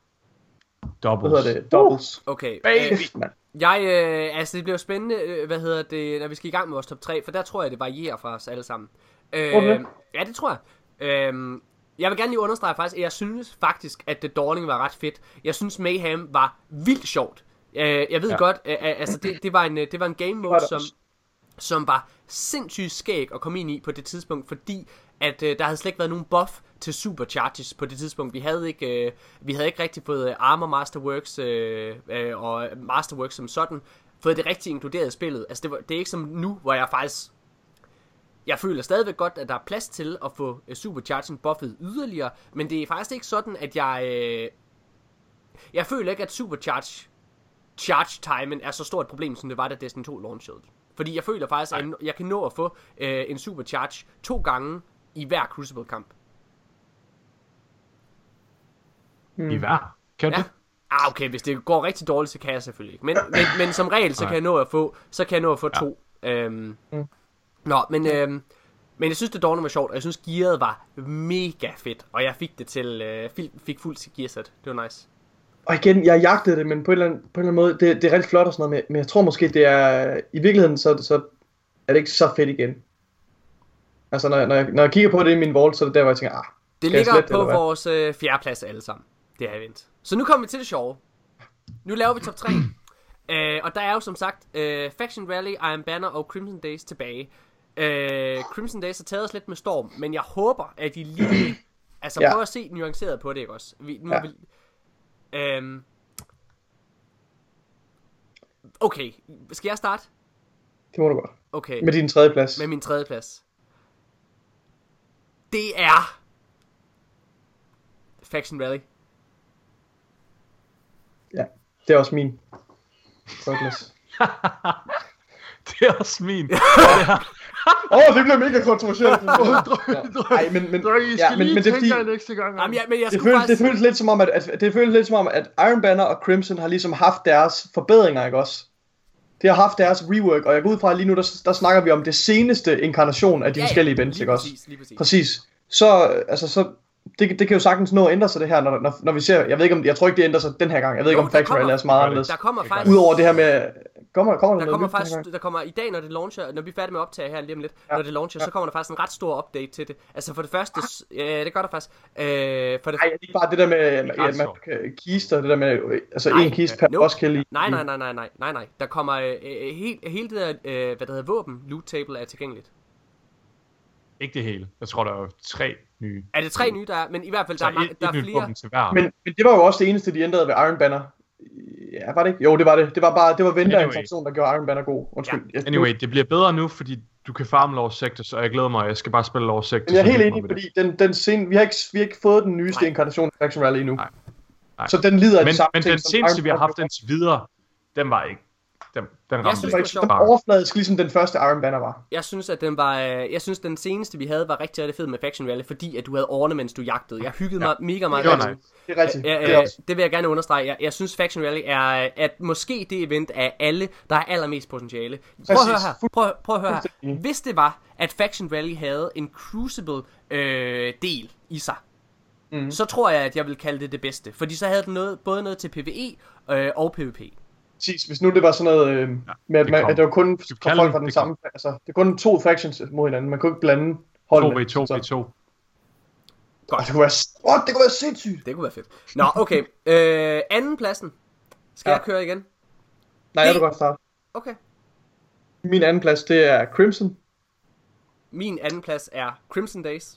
Doubles. Hvad hedder det? Doubles. Uh, okay. Øh, jeg, øh, altså det bliver spændende, øh, hvad hedder det, når vi skal i gang med vores top tre, for der tror jeg, det varierer for os alle sammen. Øh, okay. Ja, det tror jeg. Øh, jeg vil gerne lige understrege faktisk, at jeg synes faktisk, at The Dawning var ret fedt. Jeg synes Mayhem var vildt sjovt. Øh, jeg ved ja. godt, øh, altså det, det, var en, det var en game mode, som, som var sindssygt skæg at komme ind i på det tidspunkt, fordi at øh, der havde slet ikke været nogen buff til supercharges på det tidspunkt. Vi havde ikke, øh, vi havde ikke rigtig fået øh, Armor Masterworks øh, øh, og Masterworks som sådan, fået det rigtig inkluderet i spillet. Altså det, var, det er ikke som nu, hvor jeg faktisk, jeg føler stadigvæk godt, at der er plads til at få øh, superchargen buffet yderligere, men det er faktisk ikke sådan, at jeg, øh, jeg føler ikke, at supercharge charge timen er så stort et problem, som det var, da Destiny to launchede. Fordi jeg føler faktisk, at jeg kan nå at få øh, en supercharge to gange i hver Crucible-kamp. Hmm. I hver? Kan ja. det? Ah, okay, hvis det går rigtig dårligt, så kan jeg selvfølgelig ikke. Men, men, men som regel, så kan jeg nå at få, så kan jeg nå at få ja. to. Øhm, mm. Nå, men, øhm, men jeg synes, det Dawn var sjovt, og jeg synes, gearet var mega fedt. Og jeg fik det til, øh, fik, fik fuldt til gearset. Det var nice. Og igen, jeg jagtede det, men på en eller anden, på en eller anden måde, det, det er rigtig flot og sådan noget, men jeg tror måske, det er, i virkeligheden, så, så er det ikke så fedt igen. Altså, når jeg, når jeg, når jeg kigger på det i min vault, så er det der, hvor jeg tænker, ah, det ligger slet, på vores øh, fjerdeplads alle sammen, det her event. Så nu kommer vi til det sjove. Nu laver vi top tre. øh, og der er jo som sagt øh, Faction Rally, Iron Banner og Crimson Days tilbage. Øh, Crimson Days har taget os lidt med storm, men jeg håber, at I lige... altså, ja. prøv at se nuanceret på det, ikke også? Vi, nu ja. vi, øh, okay, skal jeg starte? Det må du godt. Okay. Med din tredje plads. Med min tredje plads. Det er... Faction Rally. Ja, det er også min. Douglas. Det er også min. Åh, oh, det bliver mega kontroversielt. Nej, men men ja, men, men det er fordi næste gang. Jamen, ja, men jeg det, føles, faktisk... det føles lidt som om at, at det føles lidt som om at Iron Banner og Crimson har ligesom haft deres forbedringer, ikke også? De har haft deres rework, og jeg går ud fra at lige nu der, der snakker vi om det seneste inkarnation af de ja, forskellige events, ikke også? Præcis, lige præcis. Præcis. Så altså så det, det kan jo sagtens nå at ændre sig det her, når, når, når vi ser, jeg ved ikke om, jeg tror ikke det ændrer sig den her gang, jeg ved jo, ikke om Faction Rally er så meget anderledes. Der kommer faktisk, udover det her med, kommer, kommer der, der kommer faktisk, der kommer i dag, når det launcher, når vi er færdige med at optage her lige om lidt, ja. når det launcher, ja. så kommer der faktisk en ret stor update til det. Altså for det første, ja, det gør der faktisk. Øh, for det, nej, det er bare det der med, at man kan kister, det der med, altså nej, en kiste per boss kill i. Nej, nej, nej, nej, nej, nej, nej, der kommer øh, hele, hele det der, øh, hvad der hedder våben, loot table er tilgængeligt. Ikke det hele. Jeg tror, der er tre nye. Er det tre nye, der er? Men i hvert fald, der, er, et, der et er flere. Men, men det var jo også det eneste, de ændrede ved Iron Banner. Ja, var det ikke? Jo, det var det. Det var bare, det var venderinteraktion, anyway. der gjorde Iron Banner god. Undskyld. Ja. Anyway, det bliver bedre nu, fordi du kan farme Lost Sectors, og jeg glæder mig, jeg skal bare spille Lost Sectors. Men jeg er helt enig, fordi den, den scene, vi har ikke, vi har ikke fået den nyeste Nej. inkarnation af Faction Rally endnu. Nej. Nej. Så den lider af men, de samme men ting, den seneste, vi har haft indtil videre, den var ikke. Den, den jeg synes, det var overfladisk, ligesom den første Iron Banner var. Jeg synes, at den var, jeg synes, den seneste vi havde var rigtig, rigtig fed med Faction Rally, fordi at du havde ornaments, du jagtede. Jeg hyggede ja. mig mega meget. Det er rigtigt. Det er rigtigt. Jeg, jeg, det, er det vil jeg gerne understrege. Jeg, jeg synes, Faction Rally er, at måske det event af alle, der har allermest potentiale. Prøv at høre her. Prøv, prøv at høre her. Hvis det var, at Faction Rally havde en Crucible øh, del i sig, mm. så tror jeg, at jeg vil kalde det det bedste. Fordi så havde den noget, både noget til PvE øh, og PvP. Præcis, hvis nu det var sådan noget øh, med, at, man, at det var kun for folk fra den samme, altså det er kun to factions mod hinanden, man kunne ikke blande holdene. to v to v to. Godt. Det kunne være, oh, det kunne være sindssygt. Det kunne være fedt. Nå, okay. Øh, anden pladsen. Skal ja. jeg køre igen? Nej, jeg vil godt starte. Okay. Min anden plads, det er Crimson. Min anden plads er Crimson Days.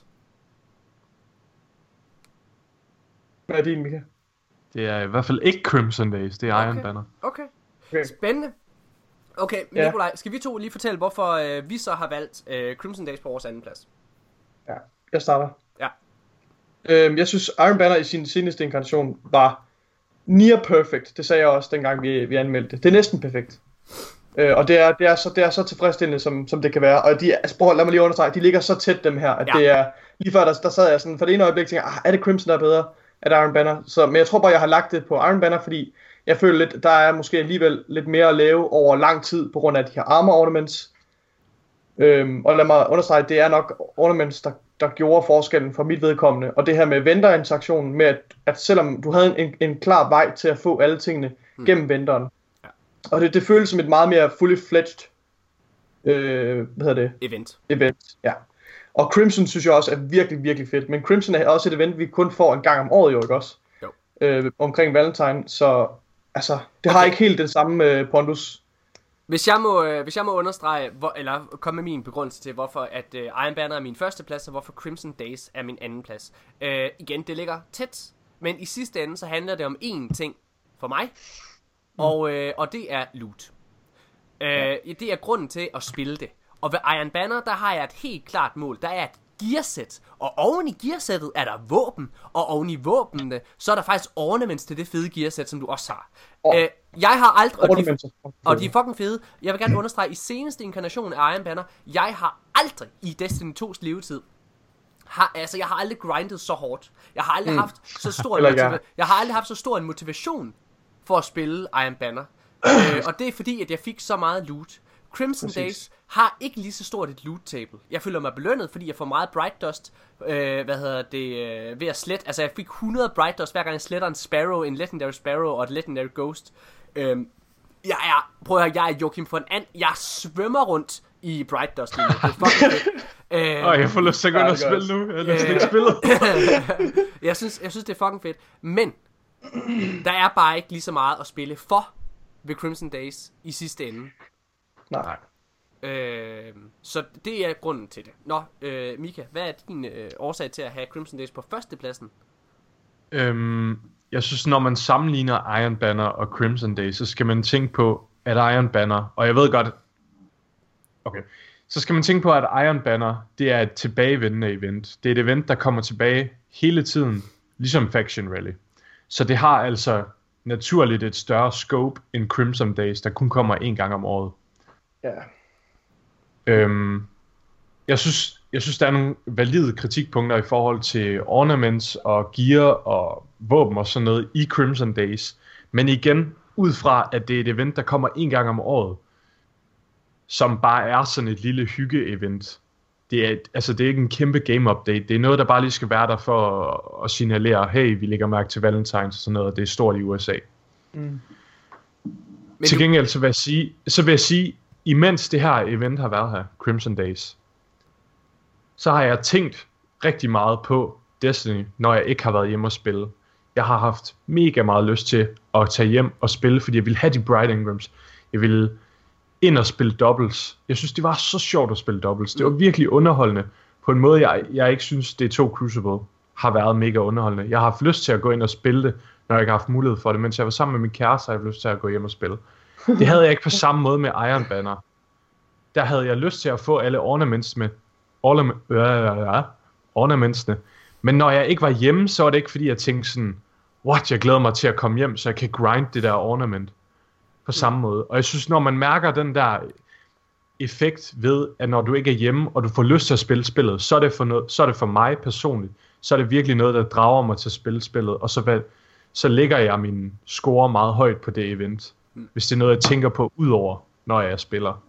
Hvad er din, Mika? Det er i hvert fald ikke Crimson Days, det er okay. Iron Banner. Okay. okay. Spændende. Okay, men ja. Nikolaj, skal vi to lige fortælle, hvorfor øh, vi så har valgt øh, Crimson Days på vores anden plads? Ja, jeg starter. Ja. Øhm, jeg synes, Iron Banner i sin seneste inkarnation var near perfect. Det sagde jeg også, dengang vi, vi anmeldte det. Det er næsten perfekt. Øh, og det er, det, er så, det er så tilfredsstillende, som, som det kan være. Og de, altså, prøv, lad mig lige understrege, de ligger så tæt dem her, at ja. det er, lige før der, der sad jeg sådan, for det ene øjeblik tænkte jeg, ah, er det Crimson, der er bedre? At Iron Banner. Så, men jeg tror bare, jeg har lagt det på Iron Banner, fordi jeg føler lidt, der er måske alligevel lidt mere at lave over lang tid, på grund af de her armor ornaments. Øhm, og lad mig understrege, det er nok ornaments, der, der gjorde forskellen for mit vedkommende. Og det her med venderinteraktionen, med at, at selvom du havde en, en klar vej til at få alle tingene hmm. gennem venderen. Ja. Og det, det føles som et meget mere fully fledged øh, hvad hedder det? Event. Event, ja. Og Crimson synes jeg også er virkelig, virkelig fedt. Men Crimson er også et event, vi kun får en gang om året jo, ikke også? Jo. Øh, omkring Valentine, så altså, det okay. har ikke helt den samme øh, pondus. Hvis jeg må, øh, hvis jeg må understrege, hvor, eller komme med min begrundelse til, hvorfor at øh, Iron Banner er min første plads, og hvorfor Crimson Days er min anden plads. Øh, igen, det ligger tæt, men i sidste ende, så handler det om én ting for mig, mm. og, øh, og det er loot. Øh, ja. Det er grunden til at spille det. Og ved Iron Banner, der har jeg et helt klart mål. Der er et gearsæt, og oven i gearsættet er der våben, og oven i våbnene, så er der faktisk ornaments til det fede gearsæt, som du også har. Oh. Øh, jeg har aldrig, og de, og de er fucking fede, jeg vil gerne understrege, i seneste inkarnation af Iron Banner, jeg har aldrig i Destiny to's levetid, har, altså jeg har aldrig grindet så hårdt. Jeg har aldrig mm. haft så stor en motiva- jeg har aldrig haft så stor en motivation for at spille Iron Banner. øh, og det er fordi, at jeg fik så meget loot. Crimson Præcis. Days har ikke lige så stort et loot table. Jeg føler mig belønnet, fordi jeg får meget Bright Dust, øh, hvad hedder det, øh, ved at slette. Altså jeg fik hundrede Bright Dust, hver gang jeg sletter en Sparrow, en Legendary Sparrow og et Legendary Ghost. Øh, jeg er, prøv at høre, jeg er Joachim von And. Jeg svømmer rundt i Bright Dust lige nu. Det er fucking fedt. Øh, Åh, jeg får lyst til at gå ind og spille nu. Jeg har lyst til ikke spillet. jeg, synes, jeg synes, det er fucking fedt. Men der er bare ikke lige så meget at spille for ved Crimson Days i sidste ende. Nej. Øh, så det er grunden til det. Nå, øh, Mika, hvad er din øh, årsag til at have Crimson Days på førstepladsen? Øhm, jeg synes, når man sammenligner Iron Banner og Crimson Days, så skal man tænke på, at Iron Banner, og jeg ved godt, okay, så skal man tænke på, at Iron Banner, det er et tilbagevendende event. Det er et event, der kommer tilbage hele tiden, ligesom Faction Rally. Så det har altså naturligt et større scope end Crimson Days, der kun kommer en gang om året. Ja. Øhm, jeg synes, jeg synes, der er nogle valide kritikpunkter i forhold til ornaments og gear og våben og sådan noget i Crimson Days. Men igen, ud fra, at det er et event, der kommer en gang om året, som bare er sådan et lille hygge-event. Det er, altså, det er ikke en kæmpe game-update. Det er noget, der bare lige skal være der for at, at signalere, hey, vi lægger mærke til Valentines og sådan noget, og det er stort i U S A. Mm. Til gengæld så vil jeg sige, så vil jeg sige, imens det her event har været her, Crimson Days, så har jeg tænkt rigtig meget på Destiny, når jeg ikke har været hjemme og spille. Jeg har haft mega meget lyst til at tage hjem og spille, fordi jeg ville have de Bright Engrams. Jeg ville ind og spille doubles. Jeg synes, det var så sjovt at spille doubles. Det var virkelig underholdende på en måde, jeg, jeg ikke synes, D to Crucible har været mega underholdende. Jeg har haft lyst til at gå ind og spille det, når jeg ikke har haft mulighed for det. Mens jeg var sammen med min kæreste, har jeg lyst til at gå hjem og spille. Det havde jeg ikke på samme måde med Iron Banner. Der havde jeg lyst til at få alle ornaments med ornament, øh, ornamentsene. Men når jeg ikke var hjemme, så var det ikke fordi jeg tænkte sådan, what, jeg glæder mig til at komme hjem, så jeg kan grind det der ornament på samme måde. Og jeg synes, når man mærker den der effekt ved, at når du ikke er hjemme, og du får lyst til at spille spillet, så er det for, noget, så er det for mig personligt, så er det virkelig noget, der drager mig til at spille spillet, og så, så lægger jeg min score meget højt på det event, hvis det er noget, jeg tænker på udover, når jeg spiller.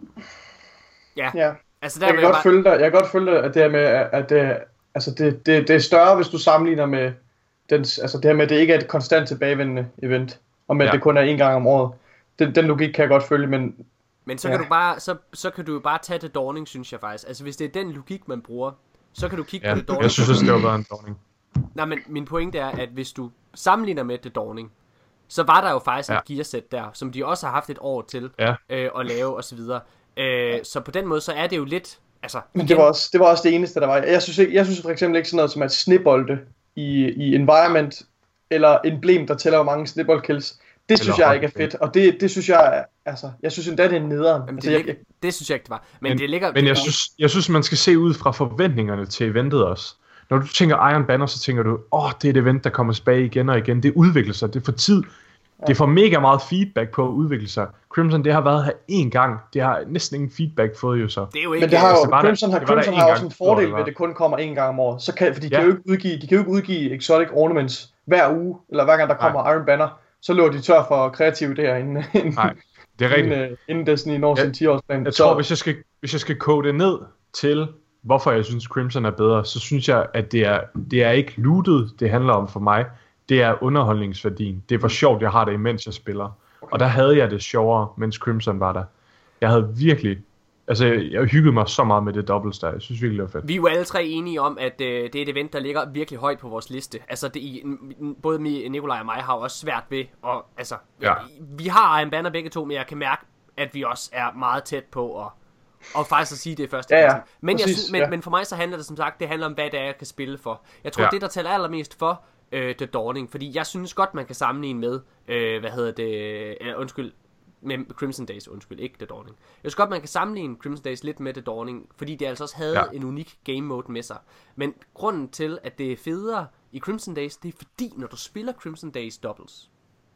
Ja, ja. Altså, der jeg, kan godt bare... følge dig, jeg kan godt følge dig, at det her med, at det, altså det, det, det er større, hvis du sammenligner med, den, altså det her med, at det ikke er et konstant tilbagevendende event, og med, ja. At det kun er en gang om året. Den, den logik kan jeg godt følge, men... Men så, ja. kan du bare, så, så kan du jo bare tage The Dawning, synes jeg faktisk. Altså hvis det er den logik, man bruger, så kan du kigge ja, på The Dawning. Jeg synes også, det var bare en Dawning. Nej, men min pointe er, at hvis du sammenligner med The Dawning, så var der jo faktisk ja. et gearsæt der, som de også har haft et år til ja. øh, at lave og så videre. Øh, så på den måde, så er det jo lidt... Altså, men det var, også, det var også det eneste, der var. Jeg synes, ikke, jeg synes for eksempel ikke sådan noget som at snibolde i, i environment, eller emblem, der tæller mange snibbold kills. Det synes jeg ikke er fedt, og det, det synes jeg, altså, jeg synes endda det er nederen. Jamen, altså, det, jeg, jeg, det synes jeg ikke, det var. Men, men det ligger... Men jeg synes, jeg synes, man skal se ud fra forventningerne til eventet også. Når du tænker Iron Banner, så tænker du, åh, oh, det er et event, der kommer tilbage igen og igen. Det udvikler sig, det får tid. Ja. Det får mega meget feedback på at udvikle sig. Crimson, det har været her én gang. Det har næsten ingen feedback fået jo så. Det er jo ikke... Men det har jo, altså, Crimson, har, Crimson har også en fordel ved, at det kun kommer én gang om året. Så kan, fordi de, ja. kan jo ikke udgive, de kan jo ikke udgive Exotic Ornaments hver uge, eller hver gang der kommer Nej. Iron Banner. Så lå de tør for kreative det her, inden, Nej, det er rigtigt. inden, inden Destiny når sin ti-årsplan. Jeg så... tror, hvis jeg, skal, hvis jeg skal kode det ned til, hvorfor jeg synes Crimson er bedre, så synes jeg, at det er, det er ikke lootet, det handler om for mig. Det er underholdningsværdien. Det er hvor sjovt, jeg har det, imens jeg spiller. Okay. Og der havde jeg det sjovere, mens Crimson var der. Jeg havde virkelig... Altså, jeg, jeg hyggede mig så meget med det doubles der. Jeg synes virkelig, det var fedt. Vi er jo alle tre enige om, at øh, det er et event, der ligger virkelig højt på vores liste. Altså, det, i, både Nikolaj og mig har også svært ved. Og, altså, ja. Vi har Iron Banner begge to, men jeg kan mærke, at vi også er meget tæt på at... Og faktisk at sige det første ja, ja. men, Præcis, jeg synes, men, ja. men for mig så handler det som sagt, det handler om, hvad det er, jeg kan spille for. Jeg tror, ja. det der tæller allermest for øh, The Dawning, fordi jeg synes godt, man kan sammenligne med, øh, hvad hedder det, øh, undskyld, med Crimson Days, undskyld, ikke The Dawning. Jeg synes godt, man kan sammenligne Crimson Days lidt med The Dawning, fordi det altså også havde ja. en unik game mode med sig. Men grunden til, at det er federe i Crimson Days, det er fordi, når du spiller Crimson Days doubles,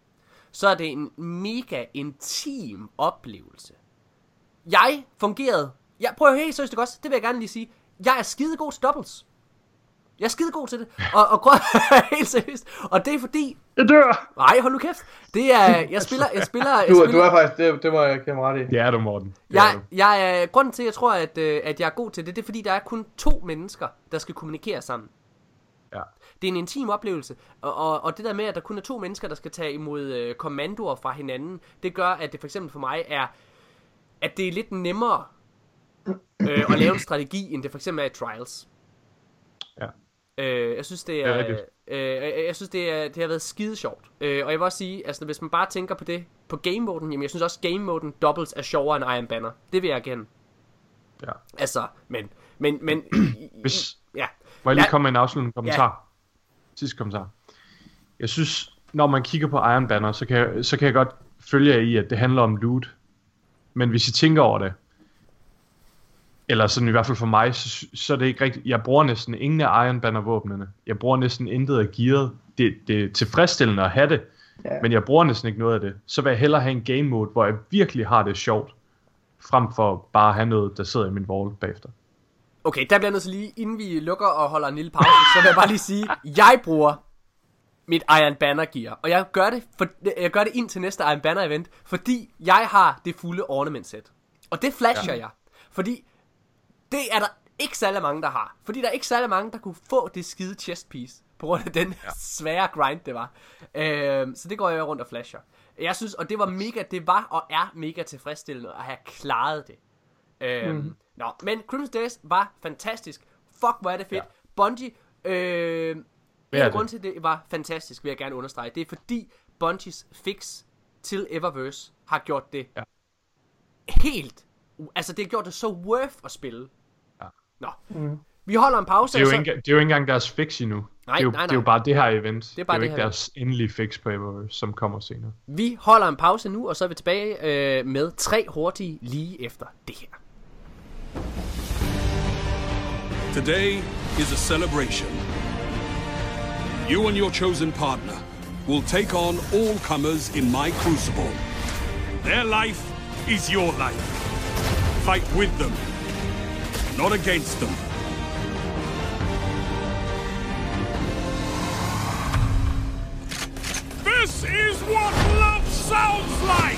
så er det en mega intim oplevelse. Jeg fungerede, jeg prøver helt seriøst også, det vil jeg gerne lige sige, jeg er skidegod til doubles. Jeg er skide god til det. Og, og grund, helt seriøst. Og det er fordi... Jeg dør! Nej, hold nu kæft. Det er... Jeg spiller... Jeg spiller, jeg Du, spiller du er faktisk, det, det var jeg kammerat i. Det er du, Morten. Det jeg, er du. jeg, jeg, grunden til, at jeg tror, at, øh, at jeg er god til det, det er fordi, der er kun to mennesker, der skal kommunikere sammen. Ja. Det er en intim oplevelse, og, og, og det der med, at der kun er to mennesker, der skal tage imod øh, kommandoer fra hinanden, det gør, at det for eksempel for mig er, at det er lidt nemmere øh, at lave en strategi, end det for eksempel er i Trials. Ja. Øh, jeg synes, det Det er er, rigtigt. øh, jeg synes, det, er, det har været skide sjovt. Øh, og jeg vil også sige, altså hvis man bare tænker på det, på game-moden, jamen jeg synes også, game-moden doubles er sjovere end Iron Banner. Det vil jeg igen. Ja. Altså, men, men, men, Hvis, ja. må jeg lige Ja. komme med en afsluttende kommentar? Ja. Sidste kommentar. Jeg synes, når man kigger på Iron Banner, så kan jeg, så kan jeg godt følge jer i, at det handler om loot. Men hvis I tænker over det, eller sådan i hvert fald for mig, så, så er det ikke rigtigt. Jeg bruger næsten ingen af Iron Banner våbnene. Jeg bruger næsten intet af gearet. Det, det er tilfredsstillende at have det, Ja. men jeg bruger næsten ikke noget af det. Så vil jeg hellere have en game mode, hvor jeg virkelig har det sjovt, frem for bare at have noget, der sidder i min wall bagefter. Okay, der bliver jeg nødt til lige, inden vi lukker og holder en lille pause, så vil jeg bare lige sige, jeg bruger mit Iron Banner gear, og jeg gør det, for, jeg gør det ind til næste Iron Banner event, fordi jeg har det fulde ornament set. Og det flasher ja. jeg, fordi det er der ikke særlig mange, der har. Fordi der er ikke særlig mange, der kunne få det skide chest piece, på grund af den ja. svære grind, det var. Øhm, så det går jeg rundt og flasher. Jeg synes, og det var mega, det var og er mega tilfredsstillende at have klaret det. Øhm, mm. Nå, men Crimson Days var fantastisk. Fuck, hvor er det fedt. Ja. Bungie, øh, en af grunden til, at det var fantastisk, vil jeg gerne understrege. Det er fordi Bungies fix til Eververse har gjort det ja. helt, altså det har gjort det så worth at spille. Ja. Nå, mm. vi holder en pause. Det er, jo så... ikke, det er jo ikke engang deres fix endnu. Nej, det, er jo, nej, nej. det er jo bare det her event. Det er, bare det er jo det ikke deres endelige fix på Eververse, som kommer senere. Vi holder en pause nu, og så er vi tilbage øh, med tre hurtige lige efter det her. Today is a celebration. You and your chosen partner will take on all comers in my crucible. Their life is your life. Fight with them, not against them. This is what love sounds like!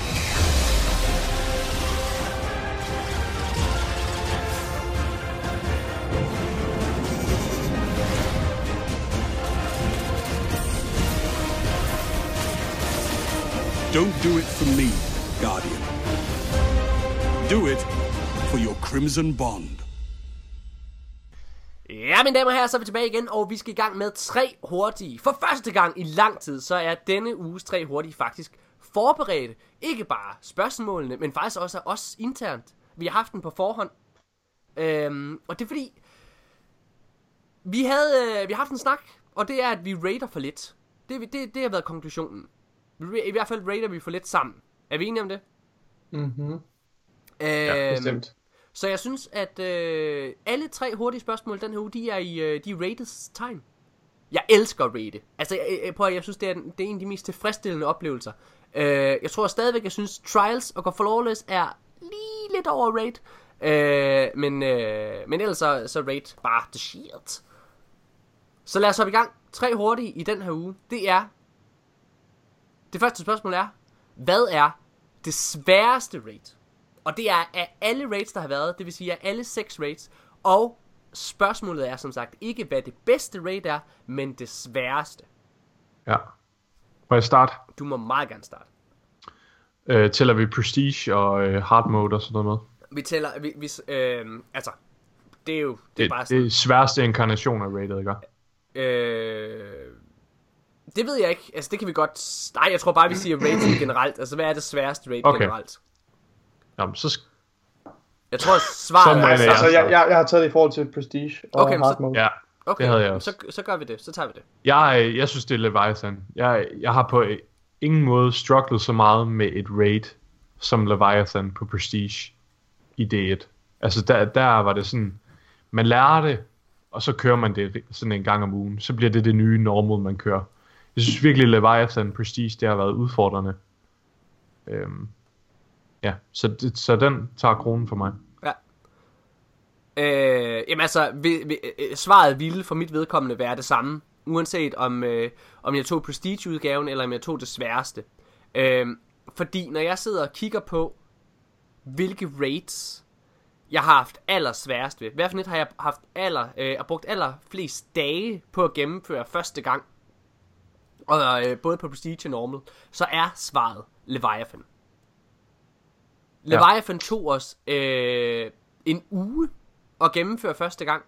Don't do it for me, Guardian. Do it for your Crimson Bond. Ja, mine damer og herrer, så er vi tilbage igen, og vi skal i gang med tre hurtige. For første gang i lang tid, så er denne uges tre hurtige faktisk forberedt. Ikke bare spørgsmålene, men faktisk også os internt. Vi har haft den på forhånd. Øhm, og det er fordi, vi, havde, øh, vi har haft en snak, og det er, at vi rater for lidt. Det, det, det har været konklusionen. I hvert fald rater vi for lidt sammen. Er vi enige om det? Mhm. Øhm, Ja, bestemt. Så jeg synes, at øh, alle tre hurtige spørgsmål den her uge, de er i øh, de rateds tegn. Jeg elsker at rate. Altså, jeg, jeg, prøver, jeg synes, det er, det er en af de mest tilfredsstillende oplevelser. Øh, jeg tror stadigvæk, jeg synes, Trials og Go Flawless er lige lidt over rate. Øh, men, øh, men ellers så, så rate bare the shit. Så lad os hoppe i gang. Tre hurtige i den her uge. Det er... Det første spørgsmål er, hvad er det sværeste rate? Og det er af alle rates, der har været, det vil sige af alle seks rates. Og spørgsmålet er som sagt ikke, hvad det bedste rate er, men det sværeste. Ja. Må jeg starte? Du må meget gerne starte. Øh, tæller vi Prestige og øh, Hard Mode og sådan noget med? Vi tæller, vi, vi, øh, altså, det er jo det, Det, er bare det sådan, er sværeste inkarnation af rated, ikke? øh, det ved jeg ikke, altså det kan vi godt, nej, jeg tror bare, vi siger rating generelt. Altså, hvad er det sværeste rate Okay. generelt? Nå, så sk- Jeg tror, svaret Sådan er... er det, ja. Altså, jeg, jeg, jeg har taget det i forhold til Prestige og Okay, men Hard så- Mode. ja, Okay, det havde jeg også. så, så gør vi det, så tager vi det. Jeg, øh, jeg synes, det er Leviathan. Jeg, jeg har på øh, ingen måde strugglet så meget med et raid som Leviathan på Prestige i D et. Altså, der, der var det sådan, man lærer det, og så kører man det sådan en gang om ugen. Så bliver det det nye normal, man kører. Jeg synes virkelig, Leviathan Prestige, det har været udfordrende. Øhm, ja, så, det, så den tager kronen for mig. Ja. Øh, jamen altså, vi, vi, svaret ville for mit vedkommende være det samme, uanset om, øh, om jeg tog Prestige-udgaven, eller om jeg tog det sværeste. Øh, fordi når jeg sidder og kigger på, hvilke raids jeg har haft allersværest ved, hvad for net har jeg haft aller, øh, og brugt allerflest dage på at gennemføre første gang, og øh, både på Prestige og Normal, så er svaret Leviathan. Leviathan ja. tog os øh, en uge at gennemføre første gang.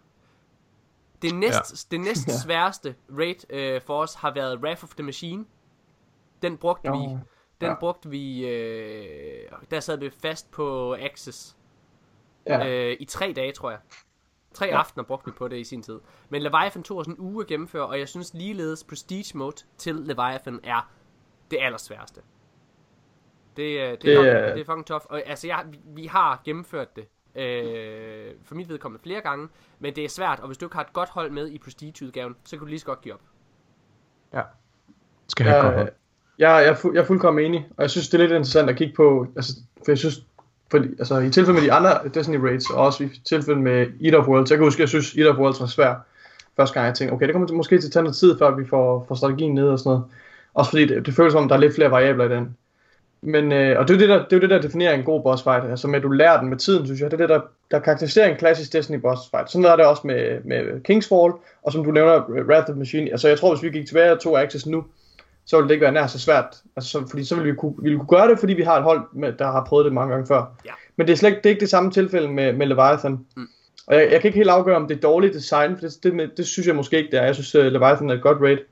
Det næst, ja. det næst ja. sværeste raid øh, for os har været Wrath of the Machine. Den brugte oh. vi, den ja. brugte vi, øh, der sad vi fast på Access ja. øh, i tre dage, tror jeg. Tre ja. aftener brugte vi på det i sin tid. Men Leviathan tog os en uge at gennemføre, og jeg synes ligeledes Prestige Mode til Leviathan er det allersværeste. Det, det, det, er, fucking, det er fucking tough. Og, altså, jeg, vi, vi har gennemført det øh, for mit vedkommende flere gange, men det er svært, og hvis du ikke har et godt hold med i Prestige-udgaven, så kan du lige så godt give op. Ja. Skal have jeg, godt hold. Jeg, jeg, er fu- jeg er fuldkommen enig, og jeg synes, det er lidt interessant at kigge på, altså, for jeg synes, for, altså, i tilfælde med de andre Destiny raids, og også i tilfælde med Eat of Worlds, jeg kan huske, at jeg synes, Eat of Worlds var svær første gang, jeg tænkte, okay, det kommer måske til at tage noget tid, før vi får, får strategien ned og sådan noget. Også fordi det, det føles som, der er lidt flere variabler i den. Men, øh, og det er, det, der, det er jo det, der definerer en god boss fight. Altså med, at du lærer den med tiden, synes jeg. Det er det, der, der karakteriserer en klassisk Destiny boss fight. Sådan er det også med, med Kingsfall, og som du nævner, Wrath of the Machine. Altså jeg tror, hvis vi gik tilbage og tog Access nu, så ville det ikke være nær så svært. Altså, så, fordi så ville vi, kunne, vi ville kunne gøre det, fordi vi har et hold, med, der har prøvet det mange gange før. Ja. Men det er slet ikke, det er ikke det samme tilfælde med, med Leviathan. Mm. Og jeg, jeg kan ikke helt afgøre, om det er dårligt design, for det, det, det synes jeg måske ikke, det er. Jeg synes, uh, Leviathan er et godt raid.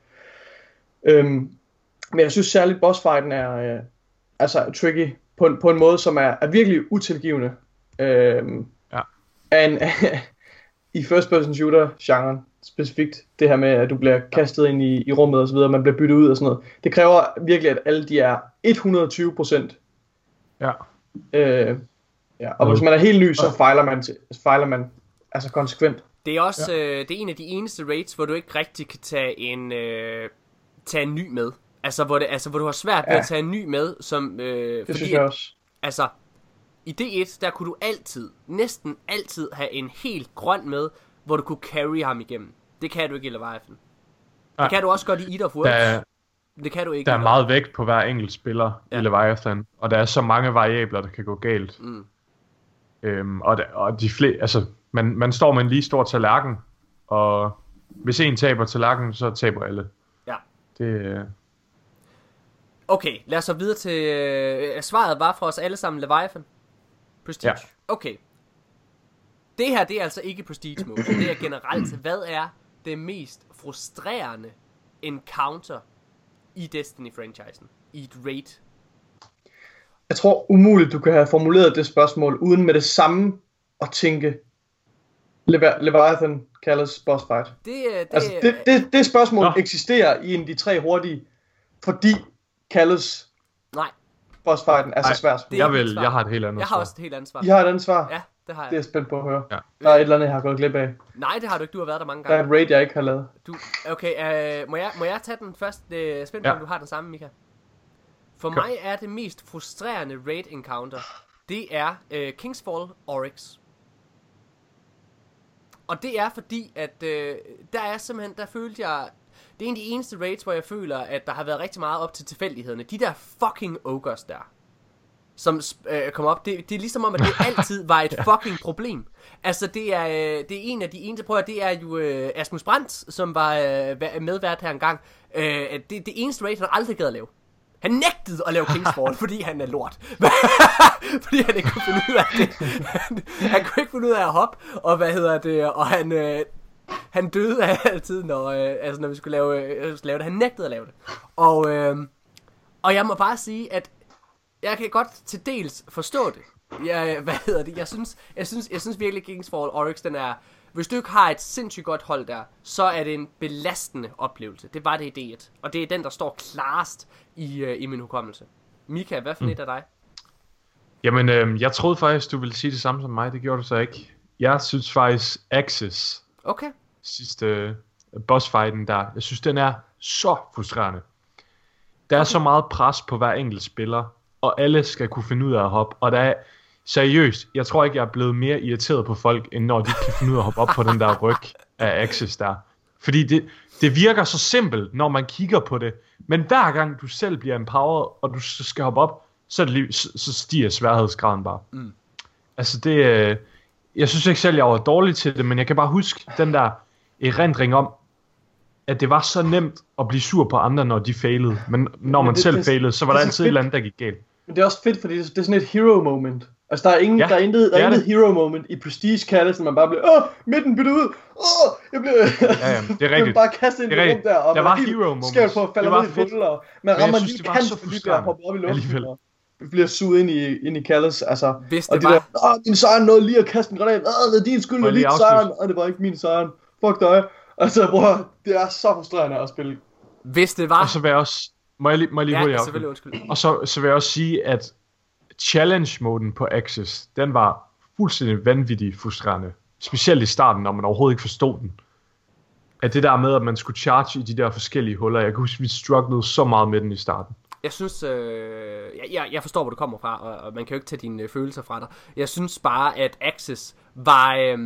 Øhm, men jeg synes særligt, bossfighten er... Uh, altså tricky, på en, på en måde, som er, er virkelig utilgivende. Øhm, ja. En, i first person shooter genren specifikt, det her med, at du bliver kastet ind i, i rummet og så videre, man bliver byttet ud og sådan noget. Det kræver virkelig, at alle de er hundrede og tyve procent. Ja. Øh, ja. Og hvis man er helt ny, så fejler man, til, fejler man altså konsekvent. Det er også ja. øh, det er en af de eneste raids, hvor du ikke rigtig kan tage en, øh, tage en ny med. Altså hvor, det, altså, hvor du har svært ved ja. at tage en ny med, som... Øh, det fordi, synes jeg også. Altså, i D et, der kunne du altid, næsten altid have en helt grøn med, hvor du kunne carry ham igennem. Det kan du ikke i Leviathan. Ja. Det kan du også godt i Eat of Worlds. Der, det kan du ikke. Der er meget vægt på hver enkelt spiller ja. i Leviathan, og der er så mange variabler, der kan gå galt. Mm. Øhm, og, der, og de flere, altså, man, man står med en lige stor tallerken, og hvis en taber tallerken, så taber alle. Ja. Det... Okay, lad os så videre til... Øh, svaret var for os alle sammen Leviathan. Prestige. Ja. Okay. Det her, det er altså ikke Prestige mode. Det er generelt, hvad er det mest frustrerende encounter i Destiny-franchisen? I et raid? Jeg tror umuligt, du kan have formuleret det spørgsmål, uden med det samme at tænke Levi- Leviathan kaldes boss fight. Det, det, altså, det, det, det spørgsmål Nå. eksisterer i en af de tre hurtige, fordi kaldes Nej. bossfighten er så svært. Jeg vil, jeg har et helt andet Jeg har også et helt andet svar. I har et andet svar? Ja, det har jeg. Det er jeg spændt på at høre. Ja. Der er et eller andet, jeg har gået glip af. Nej, det har du ikke. Du har været der mange gange. Der er et raid, jeg ikke har lavet. Du, okay, øh, må, jeg, må jeg tage den først? Det er spændt på, ja. om du har den samme, Mika. For Kom. mig er det mest frustrerende raid encounter, det er øh, Kingsfall Oryx. Og det er fordi, at øh, der er simpelthen, der følte jeg... Det er en af de eneste raids, hvor jeg føler, at der har været rigtig meget op til tilfældighederne. De der fucking ogres der, som øh, kommer op, det, det er ligesom om, at det altid var et fucking problem. Altså, det er, øh, det er en af de eneste, prøv at det er jo øh, Asmus Brandt, som var øh, medvært her engang. Øh, det, det eneste raid, han aldrig gad at lave. Han nægtede at lave Kingsfall, fordi han er lort. Fordi han ikke kunne finde ud af det. Han, han kunne ikke finde ud af at hoppe, og hvad hedder det, og han... Øh, Han døde altid, når, øh, altså, når vi skulle lave, øh, skulle lave det. Han nægtede at lave det. Og, øh, og jeg må bare sige, at jeg kan godt til dels forstå det. Jeg, hvad hedder det? Jeg synes, jeg synes, jeg synes virkelig, at Kingsfall Oryx, den er... Hvis du ikke har et sindssygt godt hold der, så er det en belastende oplevelse. Det var det i D et. Og det er den, der står klarest i, øh, i min hukommelse. Mika, hvad for mm. et af dig? Jamen, øh, jeg troede faktisk, du ville sige det samme som mig. Det gjorde du så ikke. Jeg synes faktisk, Access... Okay. Sidste uh, bossfighten der, jeg synes den er så frustrerende. Der er okay. så meget pres på hver enkelt spiller, og alle skal kunne finde ud af at hoppe, og der er, seriøst, jeg tror ikke, jeg er blevet mere irriteret på folk, end når de kan finde ud af at hoppe op på den der ryg af Axis der. Fordi det, det virker så simpelt, når man kigger på det. Men hver gang du selv bliver empowered, og du skal hoppe op, så, er det lige, så, så stiger sværhedsgraden bare. Mm. Altså det... Øh, jeg synes ikke selv, jeg var dårlig til det, men jeg kan bare huske den der erindring om, at det var så nemt at blive sur på andre, når de failede. Men når man det, selv det, failede, så var der det altid et eller andet, der gik galt. Men det er også fedt, fordi det er sådan et hero moment. Altså, der er, ingen, Ja, der er intet, der er det er intet hero moment i Prestige Callis, når man bare bliver, åh, midten bytter ud, åh, jeg bliver... Ja, ja, det er rigtigt. bare kastet ind i det rum der, og der man var er helt hero moments. skævt på at falde Det var ned i fedt. huller. Man Men rammer jeg synes, lige det var kant, så fordi der frustrerende. hopper op i luften. Alligevel. Og vi bliver suget ind i, ind i Callis, altså. Hvis og det det var- der, åh, din sejren nåede lige at kaste en granat, åh, det er din skyld, Må det jeg er lige din sejren, afslutte? og det var ikke min sejren. Fuck dig. Altså, bror, det er så frustrerende at spille. Hvis det var... Og så vil jeg også... Må jeg lige, må jeg lige Ja, hurtigt selvfølgelig, afslutte? undskyld. Og så, så vil jeg også sige, at challenge-moden på Axis, den var fuldstændig vanvittigt frustrerende. Specielt i starten, når man overhovedet ikke forstod den. At det der med, at man skulle charge i de der forskellige huller, jeg kan huske, vi strugglede så meget med den i starten. Jeg synes, øh, jeg, jeg, jeg forstår, hvor du kommer fra, og, og man kan jo ikke tage dine øh, følelser fra dig. Jeg synes bare, at Axis var... Øh,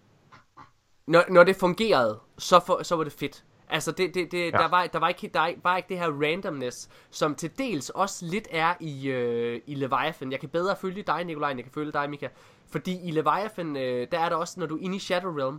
når, når det fungerede, så, for, så var det fedt. Altså, det, det, det, ja. der, var, der, var ikke, der var ikke det her randomness, som til dels også lidt er i, øh, i Leviathan. Jeg kan bedre følge dig, Nikolaj, end jeg kan følge dig, Mika. Fordi i Leviathan, øh, der er der også, når du er inde i Shadow Realm,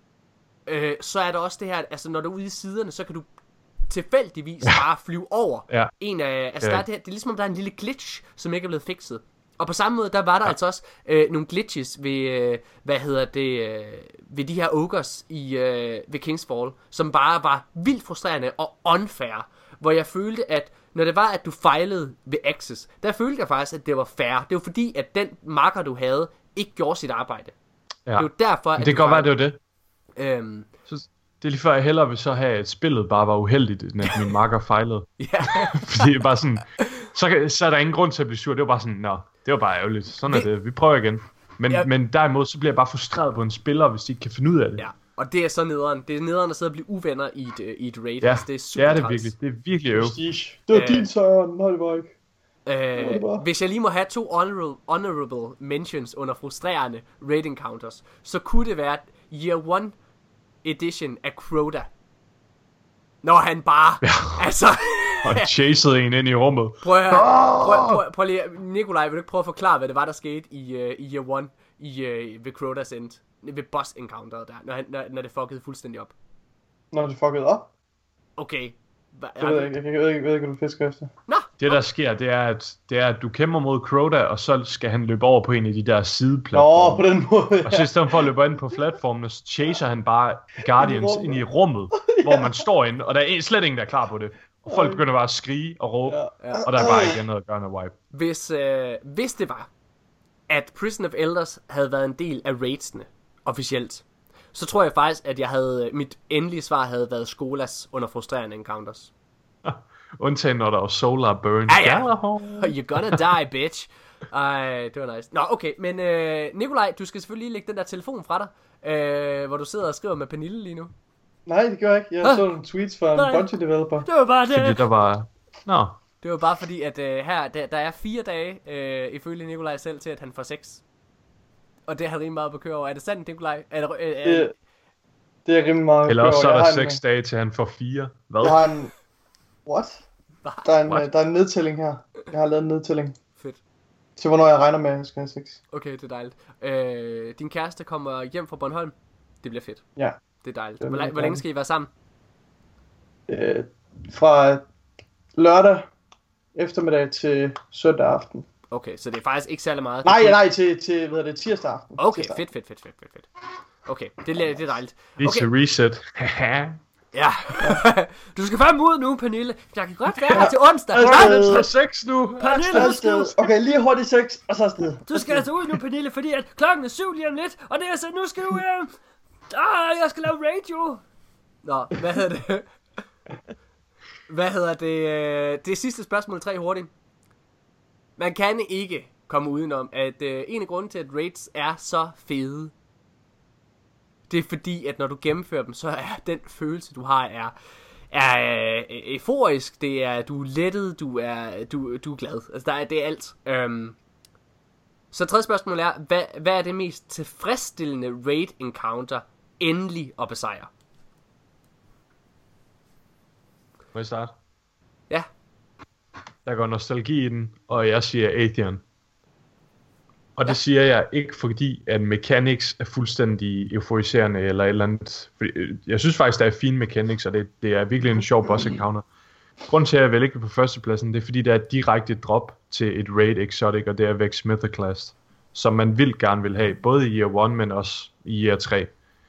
øh, så er der også det her, altså når du er ude i siderne, så kan du tilfældigvis bare flyve over Ja. en af, altså Ja. der er det, her, det er ligesom om der er en lille glitch, som ikke er blevet fikset. Og på samme måde, der var der ja. altså også øh, nogle glitches ved, øh, hvad hedder det, øh, ved de her ogres i, øh, ved Kingsfall, som bare var vildt frustrerende og unfair. Hvor jeg følte, at når det var, at du fejlede ved Axis, der følte jeg faktisk, at det var fair. Det var fordi, at den marker, du havde, ikke gjorde sit arbejde. Ja. Det var derfor, at Men det du kan godt være, fejlede. det var det. Øhm, Så det er lige før, jeg hellere vil så have, at spillet bare var uheldigt, end at min makker fejlede. ja. Fordi det er bare sådan, så, kan, så er der ingen grund til at blive sur. Det var bare sådan, nå, det var bare ærgerligt. Sådan er Vi- det. Vi prøver igen. Men, Ja. men derimod, så bliver jeg bare frustreret på en spiller, hvis de ikke kan finde ud af det. Ja, og det er så nederen. Det er nederen at sidde og blive uvenner i et, øh, i et raid. Ja, Altså, det er super det er det træls. virkelig. Det er virkelig øv. Prestige. Det var Øh. din sejr, nej det var ikke. Øh, det bare- hvis jeg lige må have to honorable, honorable mentions under frustrerende raid encounters, så kunne det være Year one edition af Crota. Når han bare, ja. altså, Og chasede en ind i rummet. prøv at høre, prøv, prøv, prøv lige, Nikolaj, vil du ikke prøve at forklare, hvad det var, der skete i, uh, i Year one, i, uh, ved Crotas end, ved boss encounteret der, når, han, når, når det fuckede fuldstændig op. Når det fuckede op. Okay. Hva, Det ved jeg ikke, jeg ved ikke, jeg ved ikke, hvad du fisker efter. Nå, Det der sker, det er, at, det er, at du kæmper mod Crota, og så skal han løbe over på en af de der sideplatforme. Nå, på den måde, Og så i stedet for at løbe ind på platformen, så chaser han bare Guardians ind i rummet, hvor man står inde, og der er slet ingen, der er klar på det. Og folk begynder bare at skrige og råbe, Ja. og der er bare ikke andet at gøre end at wipe. Hvis, øh, hvis det var, at Prison of Elders havde været en del af raidsene, officielt, så tror jeg faktisk, at jeg havde, mit endelige svar havde været Skolas under frustrerende encounters. Undtagen når der er Solar Burn. Ja, ja. Gjallarhorn. You're gonna die, bitch. Ej, det var nice. Nå, okay, men øh, Nikolaj, du skal selvfølgelig lige lægge den der telefon fra dig, øh, hvor du sidder og skriver med Pernille lige nu. Nej, det gør jeg ikke. Jeg Ah. så nogle tweets fra en Nej. Bungie developer. Det var bare det. Fordi der var... Nå, Det var bare fordi, at øh, her, der, der er fire dage, øh, ifølge Nikolaj selv, til at han får sex. Og det er han rimelig meget på køre over. Er det sandt, Nikolaj? Er det, øh, er, Det, det er rimelig meget. eller også så er Jeg der har en- seks dage til han får fire. Hvad? Jeg har en... What? Der er en, What? der er en nedtælling her. Jeg har lavet en nedtælling Fedt. til, hvornår jeg regner med, at jeg skal have sex. Okay, det er dejligt. Øh, din kæreste kommer hjem fra Bornholm. Det bliver fedt. Ja. Det er dejligt. Det er Hvor, la- meget hvor længe dejligt. skal I være sammen? Øh, fra lørdag eftermiddag til søndag aften. Okay, så det er faktisk ikke særlig meget. Nej, Det er- nej, til, til hvad hedder det, tirsdag aften. Okay, Tirsdag fedt, fedt, fedt, fedt, fedt, fedt. Okay, det er, det er dejligt. Lige Okay, til reset. ja. Du skal fandme ud nu, Pernille. Jeg kan godt være her til onsdag. Altså, Nej, øh, For seks nu. Pernille, du skal, aften. Okay, lige hurtigt sex, og så afsted. du skal altså ud nu, Pernille, fordi at klokken er syv lige om lidt, og det er så, nu skal du, øh, ah, jeg skal lave radio. Nå, hvad hedder det? Hvad hedder det? øh, Det sidste spørgsmål, tre hurtigt. Man kan ikke komme udenom, at øh, en af grunden til, at raids er så fede, det er fordi, at når du gennemfører dem, så er den følelse, du har, er, er øh, euforisk. Det er, du er lettet, du er, du, du er glad. Altså, der er, det er alt. Øhm, Så tredje spørgsmål er, hvad, hvad er det mest tilfredsstillende raid encounter endelig at besejre? Må jeg starte? Ja. Der går nostalgi i den, og jeg siger Atheon. Og det Ja. siger jeg ikke fordi, at mechanics er fuldstændig euforiserende eller et eller andet. Fordi, øh, jeg synes faktisk, der er fine mechanics, og det, det er virkelig en sjov boss encounter. Grunden til, at jeg vil ikke på førstepladsen, det er fordi, der er et direkte drop til et raid exotic, og det er Vex Mythoclast, som man vil gerne vil have, både i year et, men også i year tre.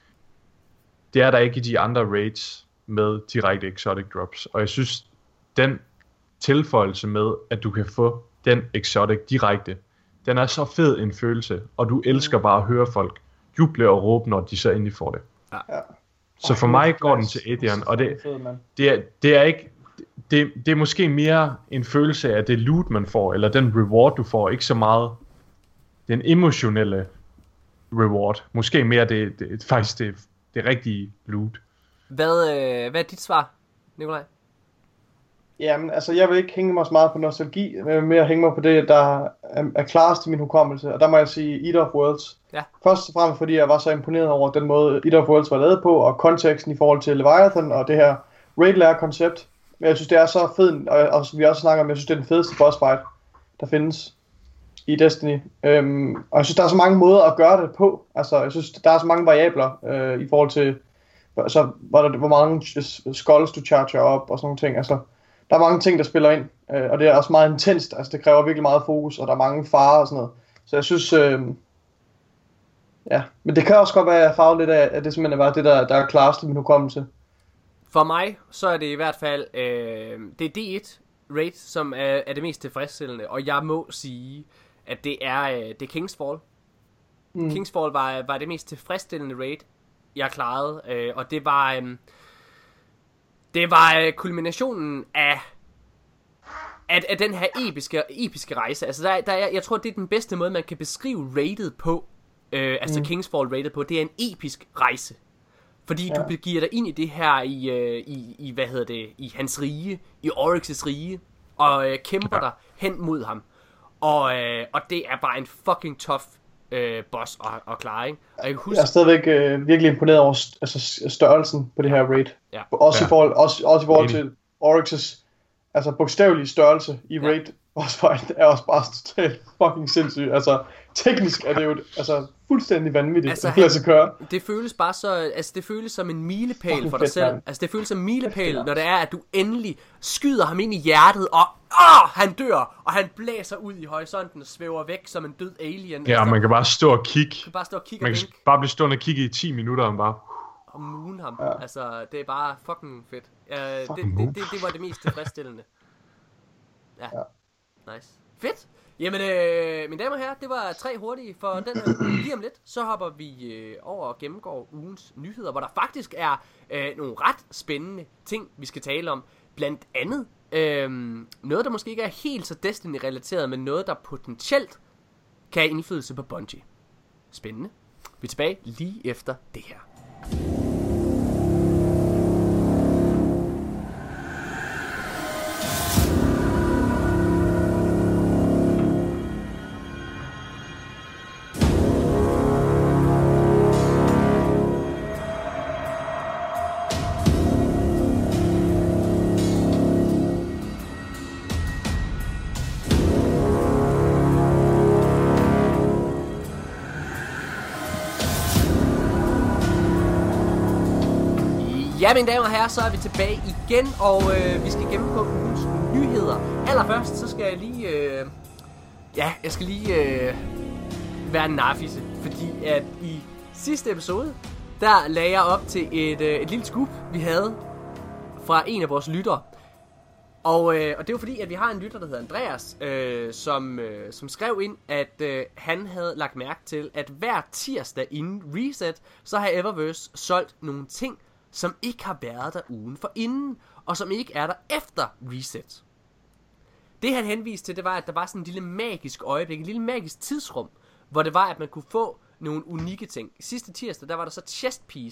Det er der ikke i de andre raids med direkte exotic drops, og jeg synes, den tilføjelse med, at du kan få den exotic direkte, den er så fed en følelse, og du elsker bare at høre folk juble og råbe, når de så endelig får det. Ja. Så for mig går den til Atheon, og det, det, er, det er ikke, det, det er måske mere en følelse af det loot, man får, eller den reward, du får, ikke så meget den emotionelle reward. Måske mere det, det faktisk det, det rigtige loot. Hvad, øh, hvad er dit svar, Nikolaj? Jamen, altså, jeg vil ikke hænge mig så meget på nostalgi, men jeg vil mere hænge mig på det, der er, er klarest i min hukommelse, og der må jeg sige Eater of Worlds. Ja. Først og fremmest, fordi jeg var så imponeret over den måde, Eater of Worlds var lavet på, og konteksten i forhold til Leviathan, og det her raid lair koncept. Men jeg synes, det er så fedt, og, og som vi også snakker om, jeg synes, det er den fedeste boss fight, der findes i Destiny. Øhm, og jeg synes, der er så mange måder at gøre det på. Altså, jeg synes, der er så mange variabler øh, i forhold til, så, hvor, der, hvor mange skulls du charger op, og sådan nogle ting. Altså, der er mange ting, der spiller ind, øh, og det er også meget intenst. Altså, det kræver virkelig meget fokus, og der er mange farer og sådan noget. Så jeg synes, øh, ja, men det kan også godt være, at jeg farver lidt af, at det simpelthen er det, der, der er klarest i min hukommelse. For mig, så er det i hvert fald, øh, det er D et raid, som er, er det mest tilfredsstillende, og jeg må sige, at det er, øh, det er Kingsfall. Mm. Kingsfall var, var det mest tilfredsstillende raid, jeg klarede, øh, og det var, øh, det var øh, kulminationen af, af, af den her episke, episke rejse. Altså, der, der er, jeg tror, det er den bedste måde, man kan beskrive raidet på, øh, altså mm. Kingsfall raidet på, det er en episk rejse. Fordi ja. du begiver dig ind i det her, i, øh, i, i, hvad hedder det, i hans rige, i Oryx's rige, og øh, kæmper ja. dig hen mod ham. Og, øh, og det er bare en fucking tough øh, boss at, at klare, ikke? Og jeg, kan huske... jeg er stadigvæk øh, virkelig imponeret over st- altså, størrelsen på det her raid. Ja. Også, Ja. i forhold, også, også i forhold til Oryx's altså bogstavelige størrelse i raid ja. boss fight er også bare totalt fucking sindssygt. Altså teknisk er det jo altså, fuldstændig vanvittigt altså, at lade sig køre. Det føles bare så, altså det føles som en milepæl Fucking for dig fedt, selv. man. Altså det føles som en milepæl, Fedt, når det er, at du endelig skyder ham ind i hjertet, og åh, han dør, og han blæser ud i horisonten og svæver væk som en død alien. Ja, altså, man kan bare stå og kigge. kan bare stå og kigge Man og kan vinke bare blive stående og kigge i ti minutter, og bare... og moon ham. Ja. Altså det er bare fucking fedt. Uh, det, Fucking det, move. det, det var det mest tilfredsstillende. Ja, Ja. nice. Fedt. Jamen, øh, mine damer og herrer, det var tre hurtige for den her. Lige om lidt, så hopper vi øh, over og gennemgår ugens nyheder, hvor der faktisk er øh, nogle ret spændende ting, vi skal tale om. Blandt andet øh, noget, der måske ikke er helt så Destiny-relateret, men noget, der potentielt kan have indflydelse på Bungie. Spændende. Vi er tilbage lige efter det her. Ja, mine damer og herrer, så er vi tilbage igen, og øh, vi skal gennemgå ugens nyheder. Allerførst, så skal jeg lige, øh, ja, jeg skal lige øh, være en narfisse, fordi at i sidste episode, der lagde jeg op til et, øh, et lille scoop, vi havde fra en af vores lyttere. Og, øh, og det var fordi, at vi har en lytter, der hedder Andreas, øh, som, øh, som skrev ind, at øh, han havde lagt mærke til, at hver tirsdag inden reset, så har Eververse solgt nogle ting, som ikke har været der ugen for inden, og som ikke er der efter reset. Det han henviste til, det var, at der var sådan en lille magisk øjeblik, en lille magisk tidsrum, hvor det var, at man kunne få nogle unikke ting. Sidste tirsdag, der var der så chest piece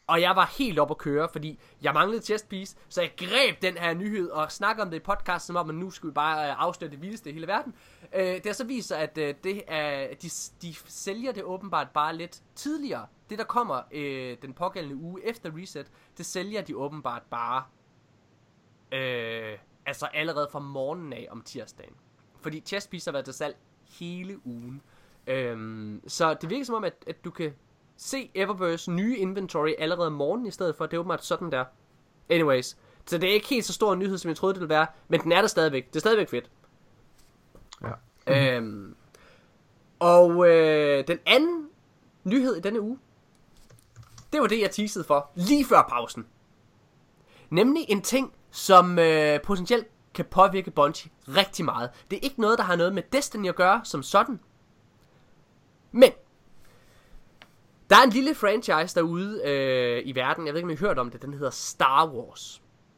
Og jeg var helt op at køre, fordi jeg manglede chest piece, så jeg greb den her nyhed og snakkede om det i podcast, som om, at nu skulle vi bare øh, afsløre det vildeste i hele verden. Øh, det har så vist sig, at øh, det er, de, de sælger det åbenbart bare lidt tidligere. Det, der kommer øh, den pågældende uge efter reset, det sælger de åbenbart bare øh, altså allerede fra morgenen af om tirsdagen. Fordi chest piece har været til salg hele ugen. Øh, så det virker som om, at, at du kan se Eververse nye inventory allerede om morgenen i stedet for. Det er åbenbart sådan der. Anyways. Så det er ikke helt så stor en nyhed, som jeg troede, det ville være. Men den er der stadigvæk. Det er stadigvæk fedt. Ja. Øhm, og øh, den anden nyhed i denne uge, det var det, jeg teasede for lige før pausen. Nemlig en ting, som øh, potentielt kan påvirke Bungie rigtig meget. Det er ikke noget, der har noget med Destiny at gøre som sådan. Men der er en lille franchise derude øh, i verden, jeg ved ikke, om I har hørt om det, den hedder Star Wars.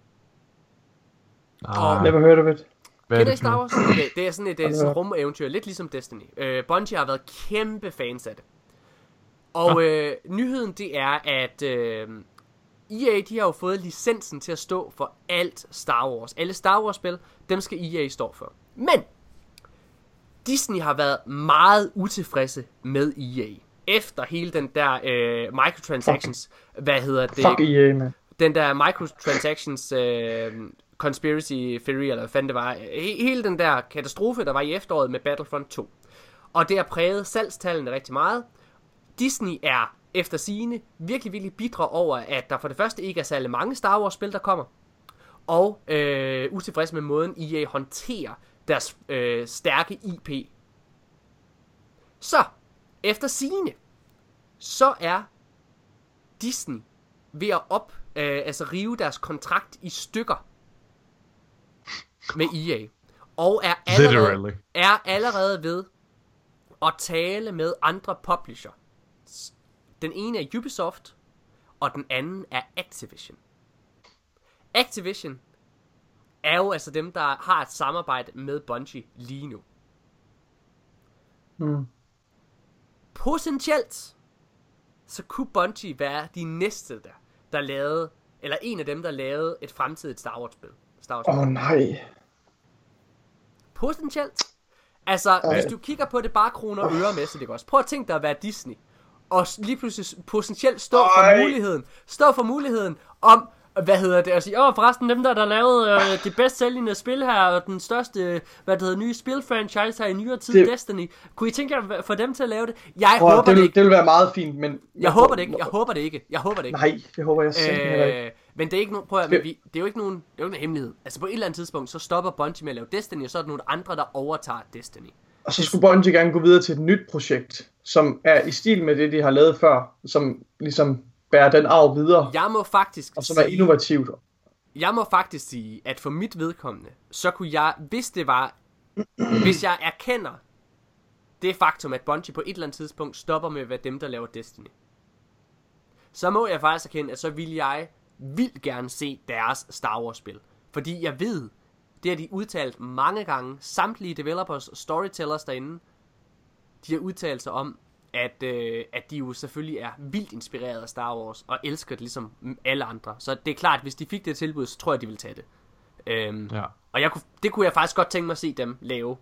Ah, Never heard of it. hvad er Kender I det for Star noget? Wars? Okay, det er sådan et, et sådan rumeventyr, lidt ligesom Destiny. Øh, Bungie har været kæmpe fans af det. Og øh, nyheden det er, at øh, E A de har jo fået licensen til at stå for alt Star Wars. Alle Star Wars spil, dem skal E A stå for. Men Disney har været meget utilfredse med E A. Efter hele den der øh, microtransactions, Fuck. hvad hedder det? Fuck E A, man. Den der microtransactions øh, conspiracy theory, eller hvad fanden det var. He- hele den der katastrofe, der var i efteråret med Battlefront to. Og det har præget salgstallene rigtig meget. Disney er efter sigende virkelig, virkelig bitre over, at der for det første ikke er særlig mange Star Wars spil, der kommer. Og øh, utilfreds med måden E A håndterer deres øh, stærke I P. Så, efter sigende, så er Disney ved at op, øh, altså rive deres kontrakt i stykker med E A. Og er allerede, Literally. er allerede ved at tale med andre publisher. Den ene er Ubisoft, og den anden er Activision. Activision er jo altså dem, der har et samarbejde med Bungie lige nu. Mm. Potentielt, så kunne Bungie være de næste der, der lavede, eller en af dem, der lavede et fremtidigt Star Wars-spil. Star Wars-spil. Åh oh, nej. Potentielt. Altså, Ej. hvis du kigger på det bare kroner og øremæssigt, ikke også? Prøv at tænke dig at være Disney, og lige pludselig potentielt stå Ej. for muligheden, stå for muligheden om, hvad hedder det, og sige, åh, forresten, dem der, der lavede øh, det bedst sælgende spil her, og den største, hvad det hedder, nye spilfranchise her i nyere tid, det... Destiny. Kunne I tænke jer for dem til at lave det? Jeg Prøv, håber det, det vil, ikke. det vil være meget fint, men... Jeg håber det ikke, jeg håber det ikke, jeg håber det ikke. Nej, det håber jeg simpelthen øh, ikke. Men det er ikke nogen, prøv at, men vi, det er jo ikke nogen, det er jo ikke nogen hemmelighed. Altså på et eller andet tidspunkt, så stopper Bungie med at lave Destiny, og så er der nogle andre, der overtager Destiny. Og så skulle Bungie gerne gå videre til et nyt projekt, som er i stil med det, de har lavet før, som ligesom bærer den arv videre, Jeg må faktisk og som er innovativt. Jeg må faktisk sige, at for mit vedkommende, så kunne jeg, hvis det var, hvis jeg erkender det faktum, at Bungie på et eller andet tidspunkt stopper med at være dem, der laver Destiny, så må jeg faktisk erkende, at så vil jeg vildt gerne se deres Star Wars spil. Fordi jeg ved, det har de udtalt mange gange, samtlige developers og storytellers derinde, de har udtalt sig om, at, øh, at de jo selvfølgelig er vildt inspireret af Star Wars, og elsker det ligesom alle andre. Så det er klart, at hvis de fik det tilbud, så tror jeg, de ville tage det. Øhm, Ja. Og jeg kunne, det kunne jeg faktisk godt tænke mig at se dem lave.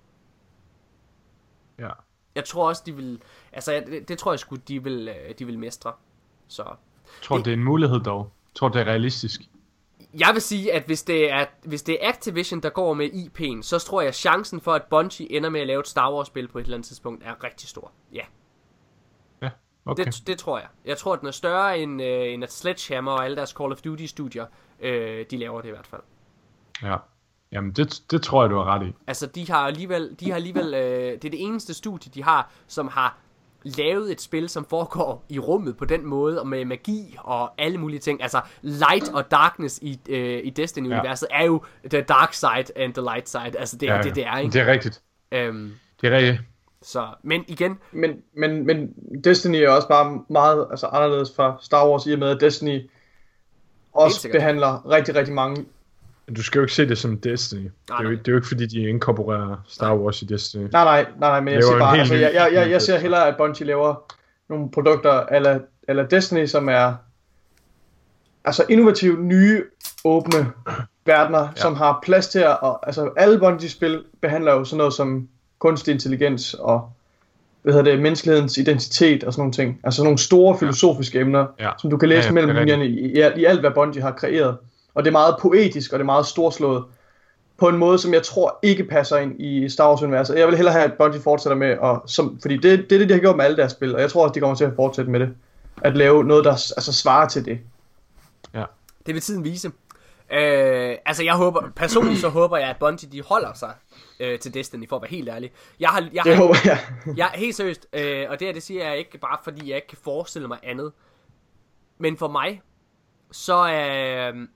Ja. Jeg tror også, de vil, altså det, det tror jeg sgu, de vil, øh, de vil mestre. Så Tror Det- det... det er en mulighed dog? Tror det er realistisk? jeg vil sige, at hvis det er, hvis det er Activision, der går med I P'en, så tror jeg, at chancen for, at Bungie ender med at lave et Star Wars-spil på et eller andet tidspunkt, er rigtig stor. Ja. Ja, okay. Det, det tror jeg. Jeg tror, at den er større end, øh, end at Sledgehammer og alle deres Call of Duty-studier, øh, de laver det i hvert fald. Ja. Jamen, det, det tror jeg, du har ret i. Altså, de har alligevel, de har alligevel øh, det er det eneste studie, de har, som har lavet et spil, som foregår i rummet på den måde, og med magi og alle mulige ting. Altså, light og darkness i, øh, i Destiny-universet ja. er jo the dark side and the light side. Altså, det er ja, det, det er, ikke? Det er rigtigt. Øhm, Det er rigtigt. så, men igen, Men, men, men Destiny er også bare meget altså, anderledes fra Star Wars, i og med at Destiny også sikkert. behandler rigtig, rigtig mange. Du skal jo ikke se det som Destiny. Det er, jo, nej. det er jo ikke fordi, de inkorporerer Star Wars i Destiny. Nej, nej, nej, nej, men jeg Det var siger en bare, helt altså, ny- jeg, jeg, jeg, jeg ser hellere, at Bungie laver nogle produkter eller eller Destiny, som er altså innovative, nye, åbne verdener, ja. som har plads til at, og, altså alle Bungie-spil behandler jo sådan noget som kunstig intelligens og hvad hedder det, menneskelighedens identitet og sådan nogle ting. Altså nogle store filosofiske ja. emner, ja. som du kan læse ja, ja, mellem linjerne i, i, i alt, hvad Bungie har kreeret. Og det er meget poetisk, og det er meget storslået. På en måde, som jeg tror ikke passer ind i Star Wars-universet. Jeg vil hellere have, at Bungie fortsætter med, og som, fordi det, det er det, de har gjort med alle deres spil, og jeg tror også, de kommer til at fortsætte med det. At lave noget, der altså, svarer til det. Ja. Det vil tiden vise. Øh, altså jeg håber, personligt så håber jeg, at Bungie de holder sig øh, til Destiny, for at være helt ærlig. Jeg har, jeg har, det håber jeg. jeg helt seriøst, øh, og det her, det siger jeg ikke bare, fordi jeg ikke kan forestille mig andet. Men for mig, så øh,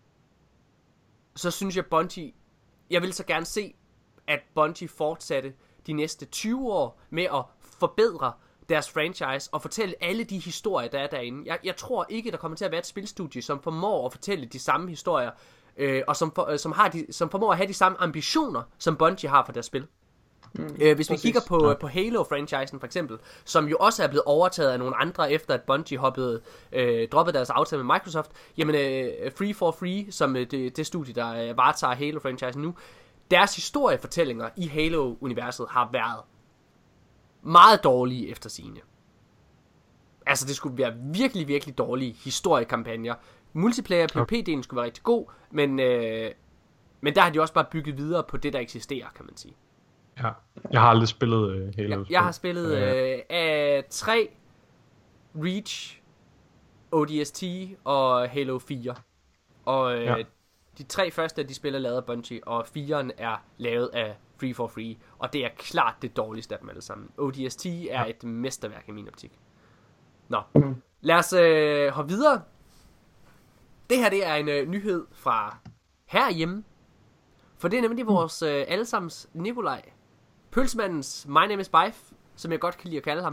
så synes jeg, Bungie, jeg vil så gerne se, at Bungie fortsatte de næste tyve år med at forbedre deres franchise og fortælle alle de historier, der er derinde. Jeg, jeg tror ikke, der kommer til at være et spilstudie, som formår at fortælle de samme historier, øh, og som, for, øh, som, har de, som formår at have de samme ambitioner, som Bungie har for deres spil. Mm, øh, hvis præcis. vi kigger på, ja. på Halo-franchisen for eksempel, som jo også er blevet overtaget af nogle andre, efter at Bungie hoppede, øh, droppede deres aftale med Microsoft, jamen øh, Free for Free, som øh, det, det studie, der øh, varetager Halo-franchisen nu, deres historiefortællinger i Halo-universet har været meget dårlige efter sigende. Altså det skulle være virkelig, virkelig dårlige historiekampagner. Multiplayer P V P-delen skulle være rigtig god, men, øh, men der har de også bare bygget videre på det, der eksisterer, kan man sige. Ja, jeg har aldrig spillet uh, Halo. Jeg, jeg har spillet øh, af tre, Reach, O D S T og Halo fire. Og øh, ja. de tre første af de spil er lavet af Bungie, og firen er lavet af Free for Free, og det er klart det dårligste af dem alle sammen. O D S T er ja. et mesterværk i min optik. Nå, mm. lad os øh, hoppe videre. Det her, det er en øh, nyhed fra herhjemme, for det er nemlig vores øh, allesammens Nikolaj, pølsemandens My Name is Bife, som jeg godt kan lide at kalde ham.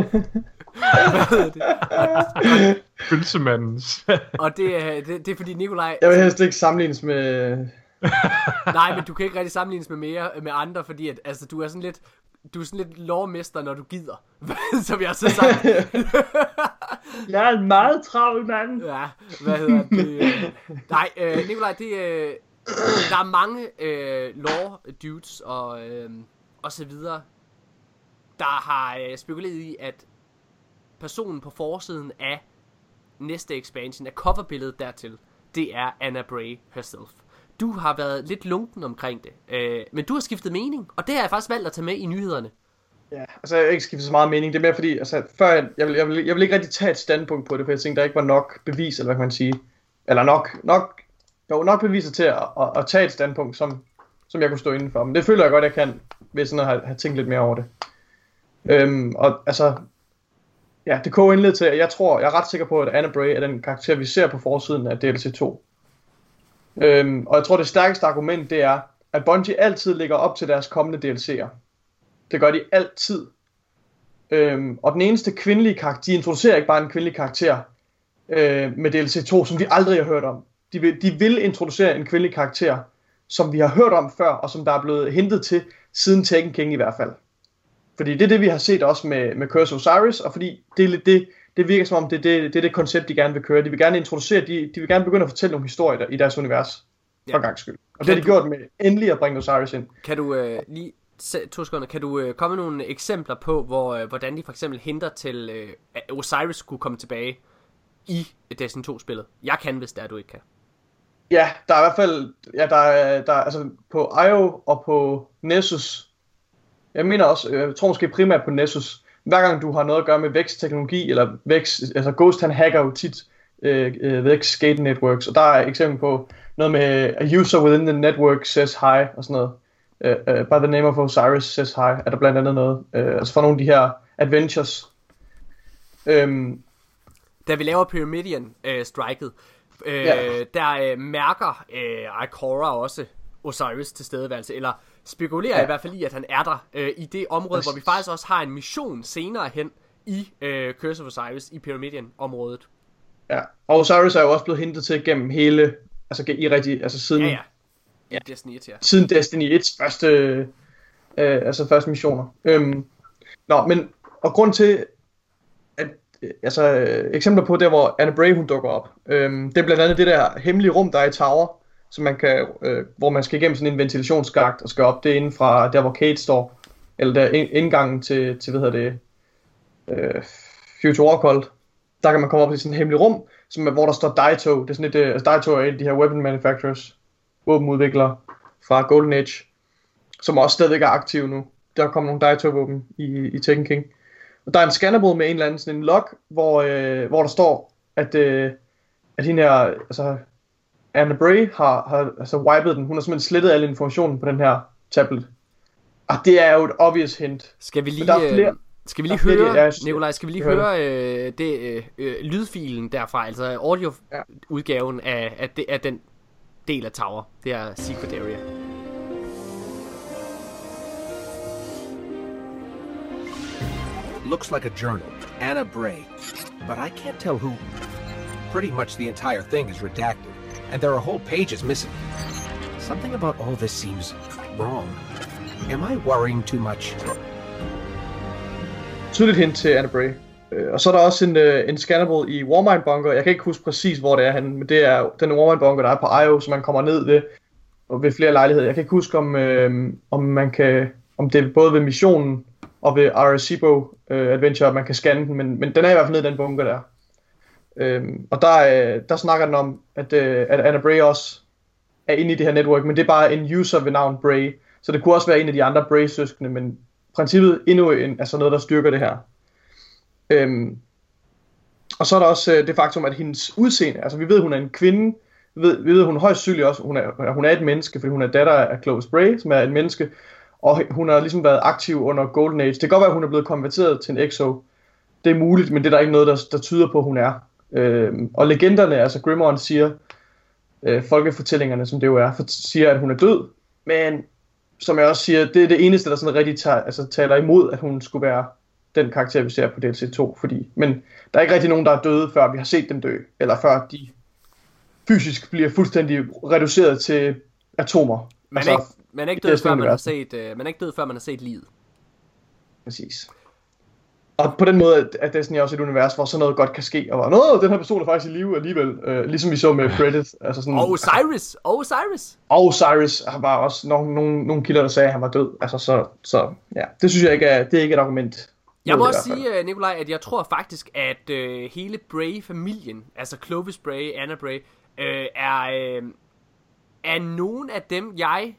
Hvad hedder det? Pølsemandens. Og det, øh, det, det er fordi Nikolaj... Jeg vil helst ikke sammenlignes med... Nej, men du kan ikke rigtig sammenlignes med mere med andre, fordi at, altså, du er sådan lidt... Du er sådan lidt lovmester, når du gider. Som jeg så sagt. Jeg er en meget travl mand. Ja, hvad hedder det? Nej, øh, Nikolaj, det, øh, der er mange øh, lore dudes og, øh, og så videre, der har øh, spekuleret i, at personen på forsiden af næste expansion, af coverbilledet dertil, det er Anna Bray herself. Du har været lidt lunken omkring det, øh, men du har skiftet mening, og det har jeg faktisk valgt at tage med i nyhederne. Ja, altså jeg har ikke skiftet så meget mening. Det er mere fordi, altså før jeg, jeg, vil, jeg, vil, jeg vil ikke rigtig tage et standpunkt på det, for jeg tænkte, der ikke var nok bevis, eller hvad kan man sige. Eller nok, nok, jo, nok beviser til at, at, at tage et standpunkt, som, som jeg kunne stå indenfor. Men det føler jeg godt, jeg kan, hvis sådan at have, have tænkt lidt mere over det. Øhm, og altså, ja, det koger indledt til, at jeg tror, jeg er ret sikker på, at Anna Bray er den karakter, vi ser på forsiden af D L C to. Øhm, og jeg tror, det stærkeste argument, det er, at Bungie altid lægger op til deres kommende D L C'er. Det gør de altid. Øhm, og den eneste kvindelige karakter, de introducerer ikke bare en kvindelig karakter øh, med D L C to, som vi aldrig har hørt om. De vil, de vil introducere en kvindelig karakter, som vi har hørt om før, og som der er blevet hentet til siden Taken King i hvert fald. Fordi det er det, vi har set også med, med Curse of Osiris, og fordi det er lidt det, det virker som om, det er det, det, er det koncept, de gerne vil køre. De vil gerne introducere, de, de vil gerne begynde at fortælle nogle historier der, i deres univers, ja. For en gangs skyld. Og kan det har de du, gjort med endelig at bringe Osiris ind. Kan du øh, lige, to sekunder, kan du øh, komme med nogle eksempler på, hvor, øh, hvordan de for eksempel henter til, øh, at Osiris skulle komme tilbage i Destiny to-spillet? Jeg kan, hvis det er, du ikke kan. Ja, der er i hvert fald, ja, der er, der er, altså på I O og på Nessus, jeg mener også, jeg tror måske primært på Nessus, hver gang du har noget at gøre med vækstteknologi, eller vækst, altså Ghost han hacker jo tit øh, øh, vækst-skate networks, og der er eksempel på noget med a user within the network says hi, og sådan noget. Uh, uh, by the name of Osiris says hi, er der blandt andet noget, uh, altså fra nogle af de her adventures. Um, da vi laver Pyramidian øh, striket, øh, ja. der øh, mærker øh, Ikora også Osiris tilstedeværelse, eller spekulerer ja. i hvert fald i, at han er der øh, i det område, hvor vi faktisk også har en mission senere hen i øh, Curse of Osiris i Pyramidian-området. Ja, og Osiris er jo også blevet hentet til gennem hele, altså i rigtig, altså siden, ja, ja. Ja. Destiny et, ja. Siden Destiny ets første, øh, altså første missioner. Øhm, nå, men, og grund til, at altså, øh, eksempler på der, hvor Anna Bray hun dukker op. Øhm, det er blandt andet det der hemmelige rum, der er i Tower, som man kan, øh, hvor man skal igennem sådan en ventilationsskakt og skal op det inden fra der, hvor Kate står. Eller der indgangen til, til hvad hedder det, øh, Future Warcult. Der kan man komme op til sådan et hemmeligt rum, som, hvor der står Daito. Det er sådan et, altså Daito er en af de her weapon manufacturers, våbenudviklere fra Golden Age, som også stadigvæk er aktive nu. Der kommer nogle Daito-våben i, i Tekken King. Og der er en scannable med en eller anden sådan en log, hvor, øh, hvor der står, at, øh, at hende her, altså Anna Bray har, har altså wiped den. Hun har simpelthen slettet al informationen på den her tablet. Og det er jo et obvious hint. Skal vi lige, flere, skal vi lige høre, flere, Nikolaj, skal vi lige høre øh, det, øh, øh, lydfilen derfra, altså audio-udgaven ja. af, af, de, af den del af Tower. Det er Secret Area. Looks like a journal. Anna Bray. But I can't tell who. Pretty much the entire thing is redacted, and there are whole pages missing. Something about all this seems wrong. Am I worrying too much? Tydeligt hint til Anna Bray. Uh, og så er der også en, uh, en scannable i Warmind Bunker. Jeg kan ikke huske præcis, hvor det er henne, men det er den Warmind Bunker, der er på I O, så man kommer ned ved, ved flere lejligheder. Jeg kan ikke huske, om, uh, om, man kan, om det er både ved missionen og ved Arecibo uh, Adventure, man kan scanne den, men, men den er i hvert fald nede i den bunker der. Uh, og der, uh, der snakker den om, at, uh, at Anna Bray også er inde i det her netværk, men det er bare en user ved navn Bray. Så det kunne også være en af de andre Bray-søskende, men princippet endnu en, altså noget, der styrker det her. Øhm, og så er der også øh, det faktum, at hendes udseende, altså vi ved, hun er en kvinde, vi ved, vi ved hun er højst sandsynligt også, hun er, hun er et menneske, fordi hun er datter af Clovis Bray, som er et menneske, og hun har ligesom været aktiv under Golden Age. Det kan godt være, at hun er blevet konverteret til en Exo. Det er muligt, men det er der ikke noget, der, der tyder på, at hun er. Øhm, og legenderne, altså Grimoire siger, øh, folkefortællingerne, som det jo er, for, siger, at hun er død, men som jeg også siger, det er det eneste, der sådan rigtig tager, altså, taler imod, at hun skulle være den karakter, vi ser på D L C to. Fordi, men der er ikke rigtig nogen, der er døde, før vi har set dem dø. Eller før de fysisk bliver fuldstændig reduceret til atomer. Man altså, er ikke, man er ikke død, før man har set, uh, man er ikke død, før man har set livet. Præcis. Og på den måde er Destiny også et univers, hvor sådan noget godt kan ske. Og nå, den her person er faktisk i live alligevel. Øh, ligesom vi så med Predator. Altså sådan, og Osiris. Og Osiris. Og Osiris har bare også nogle, nogle, nogle kilder, der sagde, at han var død. Altså så, så ja, det synes jeg ikke er, det er ikke et argument. Jeg må også sige, Nikolaj, at jeg tror faktisk, at øh, hele Bray-familien, altså Clovis Bray, Anna Bray, øh, er, øh, er nogen af dem, jeg...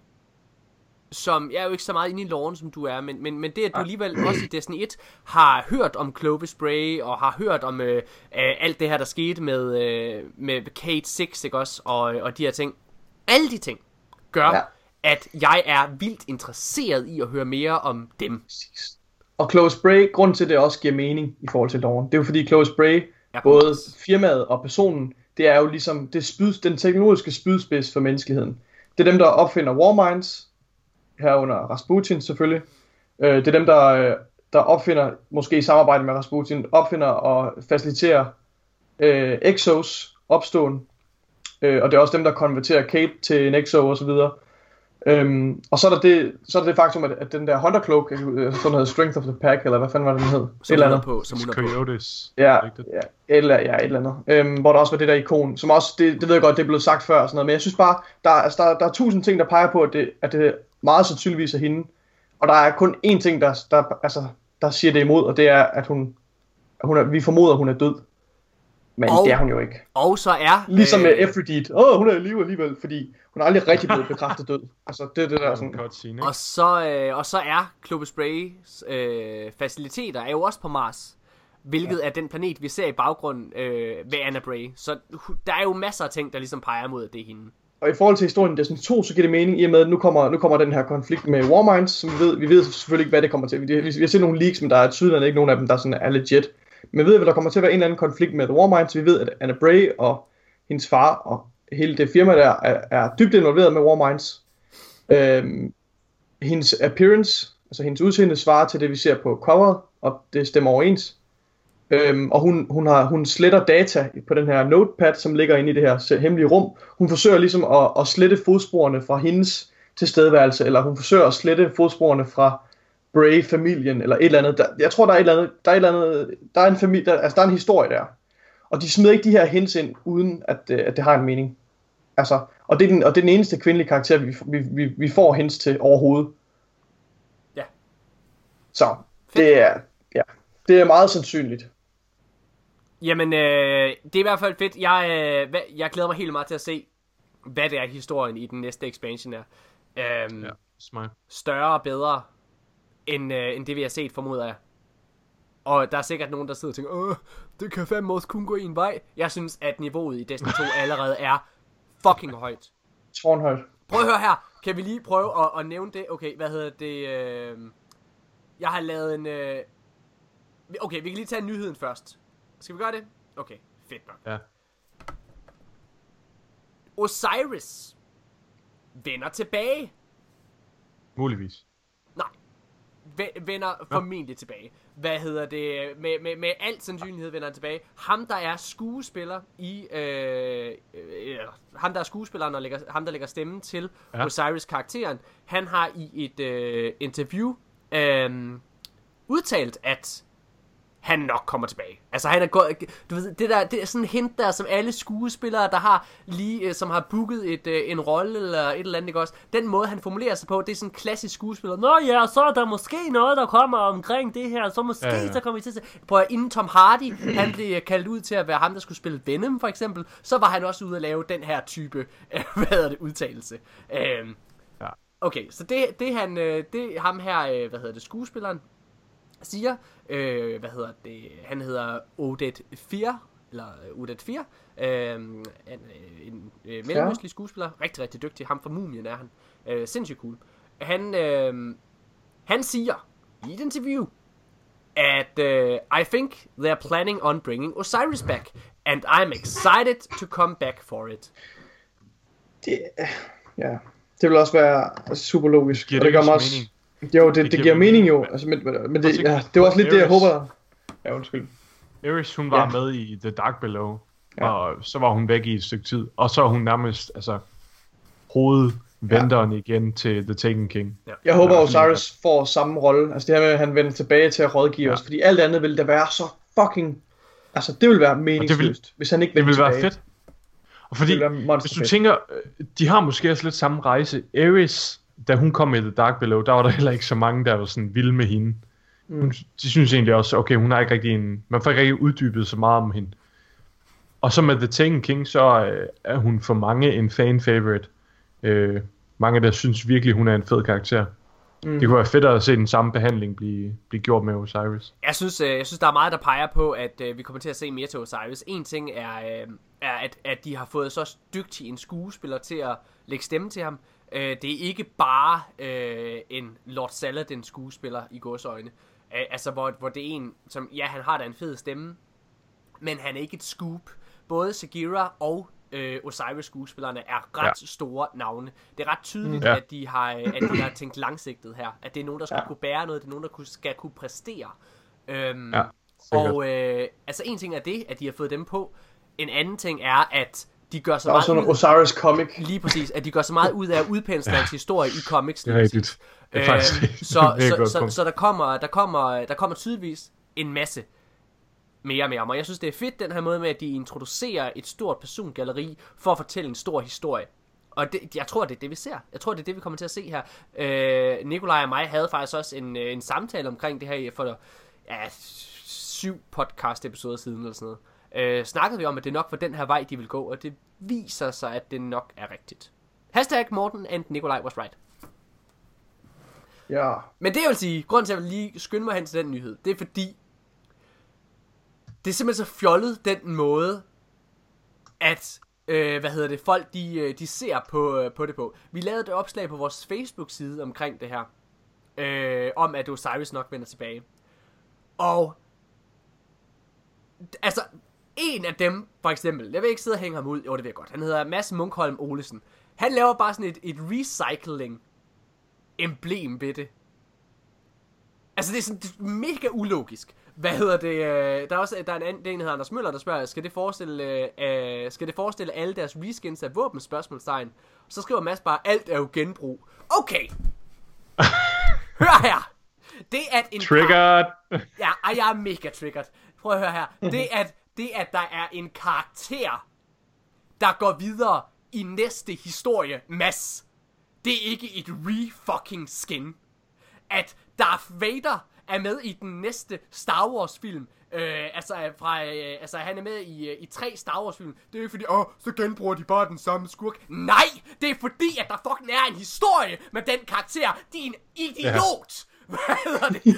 som jeg er jo ikke så meget inde i loven, som du er, men, men, men det, at du alligevel også i Destiny et har hørt om Clovis Bray, og har hørt om øh, øh, alt det her, der skete med, øh, med Kate seks, ikke også, og, og de her ting. Alle de ting gør, ja. at jeg er vildt interesseret i at høre mere om dem. Og Clovis Bray, grund til, at det også giver mening i forhold til loven, det er jo fordi Clovis Bray, ja, både firmaet og personen, det er jo ligesom det spyd, den teknologiske spydspids for menneskeligheden. Det er dem, der opfinder Warminds, herunder Rasputin selvfølgelig. Øh, det er dem, der, der opfinder, måske i samarbejde med Rasputin, opfinder og faciliterer øh, Exos opståen. Øh, og det er også dem, der konverterer Kate til en Exo osv. Øhm, og så er der det, så er der det faktum, at, at den der Hunter Cloak, sådan noget hedder Strength of the Pack, eller hvad fanden var det, den hed? Et eller andet. På, som Coyotes. Ja, ja, eller, ja, et eller andet. Øhm, hvor der også var det der ikon, som også, det, det ved jeg godt, det er blevet sagt før og sådan noget, men jeg synes bare, der, altså, der, der er tusind ting, der peger på, at det, at det meget sandsynligvis er hende. Og der er kun én ting, der, der, altså, der siger det imod, og det er, at hun, at hun er, vi formoder, at hun er død. Men og, det er hun jo ikke. Og så er... Ligesom med øh, Aphrodite. Åh, oh, hun er i live alligevel, fordi hun er aldrig rigtig blevet bekræftet død. Altså, det er det der sådan... Og så, øh, og så er Clovis Brays øh, faciliteter er jo også på Mars. Hvilket ja. er den planet, vi ser i baggrunden øh, ved Anna Bray. Så der er jo masser af ting, der ligesom peger mod, at det er hende. Og i forhold til historien Destiny to, så giver det mening i og med, at nu kommer, nu kommer den her konflikt med Warminds, som vi ved, vi ved selvfølgelig ikke, hvad det kommer til. Vi, vi har set nogle leaks, men der er tydeligvis ikke nogen af dem, der sådan er legit. Men vi ved, at der kommer til at være en eller anden konflikt med The Warminds. Vi ved, at Anna Bray og hendes far og hele det firma der er, er dybt involveret med Warminds. Øhm, hendes appearance, altså hendes udseende, svarer til det, vi ser på coveret, og det stemmer overens. Øhm, og hun, hun, har, hun sletter data på den her notepad, som ligger inde i det her hemmelige rum. Hun forsøger ligesom at, at slette fodsporene fra hendes tilstedeværelse, eller hun forsøger at slette fodsporene fra, Bray-familien, eller et eller andet. Der, jeg tror, der er et eller andet, der er et eller andet, der er en familie, der, altså der er en historie der. Og de smider ikke de her hints ind, uden at, at det har en mening. Altså, og det er den, og det er den eneste kvindelige karakter, vi, vi, vi, vi får hints til overhovedet. Ja. Så, det er, ja, det er meget sandsynligt. Jamen, øh, det er i hvert fald fedt. Jeg, øh, jeg glæder mig helt meget til at se, hvad det er historien i den næste expansion er. Øhm, Ja, smart. Større og bedre, end, øh, end det vi har set, formoder jeg. Og der er sikkert nogen, der sidder og tænker, åh, det kan fandme også kun gå en vej. Jeg synes, at niveauet i Destiny to allerede er fucking højt. Tårnhøjt. Prøv at høre her. Kan vi lige prøve at, at nævne det? Okay, hvad hedder det? Øh... Jeg har lavet en... Øh... Okay, vi kan lige tage nyheden først. Skal vi gøre det? Okay, fedt nok. Ja. Osiris vender tilbage. Muligvis. Nej. V- vender formentlig tilbage. Hvad hedder det? Med, med, med al sandsynlighed vender han tilbage. Ham, der er skuespiller i... Øh, øh, ham, der er skuespilleren og lægger, ham, der lægger stemmen til ja. Osiris-karakteren, han har i et øh, interview øh, udtalt, at han nok kommer tilbage. Altså han er gået, du ved, det der, det er sådan en hint der, som alle skuespillere, der har lige, som har booket et, en rolle eller et eller andet, ikke også? Den måde han formulerer sig på, det er sådan en klassisk skuespiller. Nå ja, så er der måske noget, der kommer omkring det her, så måske, ja, ja. så kommer vi til at se. Prøv at, inden Tom Hardy, han blev kaldt ud til at være ham, der skulle spille Venom, for eksempel, så var han også ude at lave den her type, hvad hedder det, udtalelse. Øhm, ja. Okay, så det, det han, det ham her, hvad hedder det, skuespilleren, siger, øh, hvad hedder det, han hedder Oded Fehr, eller Oded Fehr, øh, en, en øh, mellemøstlig skuespiller, rigtig, rigtig dygtig, ham fra Mumien er han, øh, sindssygt cool. Han, øh, han siger i et interview, at uh, I think they're planning on bringing Osiris back, and I'm excited to come back for it. Det, ja, det vil også være super logisk. Giver det, det ikke også mening? Jo, det, det, det giver mening jo, altså, men, men det, ja, det var også lidt det, jeg håber. Ja, undskyld. Eris, hun var ja. med i The Dark Below, ja. og så var hun væk i et stykke tid, og så er hun nærmest, altså, hovedventeren ja. igen til The Taken King. Ja. Jeg håber, Osiris får samme rolle, altså det her med, at han vender tilbage til at rådgive ja. os, fordi alt andet ville da være så fucking, altså det vil være meningsløst, vil, hvis han ikke vender tilbage. Det vil være fedt. Og fordi, hvis du tænker, de har måske også lidt samme rejse. Eris, da hun kom med The Dark Below, der var der heller ikke så mange, der var sådan vilde med hende. Hun, de synes egentlig også, okay, hun har ikke rigtig en, man får ikke rigtig uddybet så meget om hende. Og så med The Taken King, så øh, er hun for mange en fan favorite. Øh, mange der synes virkelig, hun er en fed karakter. Mm. Det kunne være fedt at se den samme behandling blive, blive gjort med Osiris. Jeg synes, øh, jeg synes, der er meget, der peger på, at øh, vi kommer til at se mere til Osiris. En ting er, øh, er at, at de har fået så dygtig en skuespiller til at lægge stemme til ham. Øh, det er ikke bare øh, en Lord Saladin skuespiller i gåseøjne. Øh, altså, hvor, hvor det er en, som, ja, han har da en fed stemme, men han er ikke et scoop. Både Sagira og øh, Osiris skuespillerne er ret ja. store navne. Det er ret tydeligt, ja. at, de har, at de har tænkt langsigtet her. At det er nogen, der skal ja. kunne bære noget, det er nogen, der kunne, skal kunne præstere. Øhm, ja, og øh, altså en ting er det, at de har fået dem på. En anden ting er, at de gør så der meget er ud... Osiris comic. Lige præcis, at de gør så meget ud af at udpensle hans historie i comics. Det er rigtigt. Det er faktisk øh, så, så, så, så der kommer, der kommer, der kommer tydeligvis en masse mere og mere. Og jeg synes, det er fedt den her måde med, at de introducerer et stort persongalleri for at fortælle en stor historie. Og det, jeg tror, det er det, vi ser. Jeg tror, det er det, vi kommer til at se her. Øh, Nikolaj og mig havde faktisk også en, en samtale omkring det her for ja, syv podcast-episoder siden eller sådan noget. Øh, snakkede vi om, at det nok var den her vej, de vil gå, og det viser sig, at det nok er rigtigt. Hashtag Morten and Nikolaj was right. Ja. Men det jeg vil sige, grunden til at jeg vil lige skynde mig hen til den nyhed, det er fordi, det er simpelthen så fjollet den måde, at, øh, hvad hedder det, folk de, de ser på, øh, på det på. Vi lavede et opslag på vores Facebook-side omkring det her, øh, om at Osiris nok vender tilbage. Og, altså, en af dem, for eksempel, jeg vil ikke sidde og hænge ham ud, jo det ved jeg godt, han hedder Mads Munkholm Olesen. Han laver bare sådan et, et recycling emblem ved det. Altså det er sådan det er mega ulogisk. Hvad hedder det? Der er også der er en anden, en hedder Anders Møller, der spørger, skal det forestille, uh, skal det forestille alle deres reskins af våben? Spørgsmålstegn. Så skriver Mads bare, alt er jo genbrug. Okay. Hør her. det at en Triggered! Ja, ej, jeg er mega triggered. Prøv at høre her. Det at, det at der er en karakter, der går videre i næste historie, Mads. Det er ikke et re-fucking skin. At Darth Vader er med i den næste Star Wars film. Øh, altså, fra, øh, altså han er med i, i tre Star Wars film. Det er ikke fordi, åh, så genbruger de bare den samme skurk. Nej, det er fordi, at der fucking er en historie med den karakter. Din idiot! Hvad hedder det?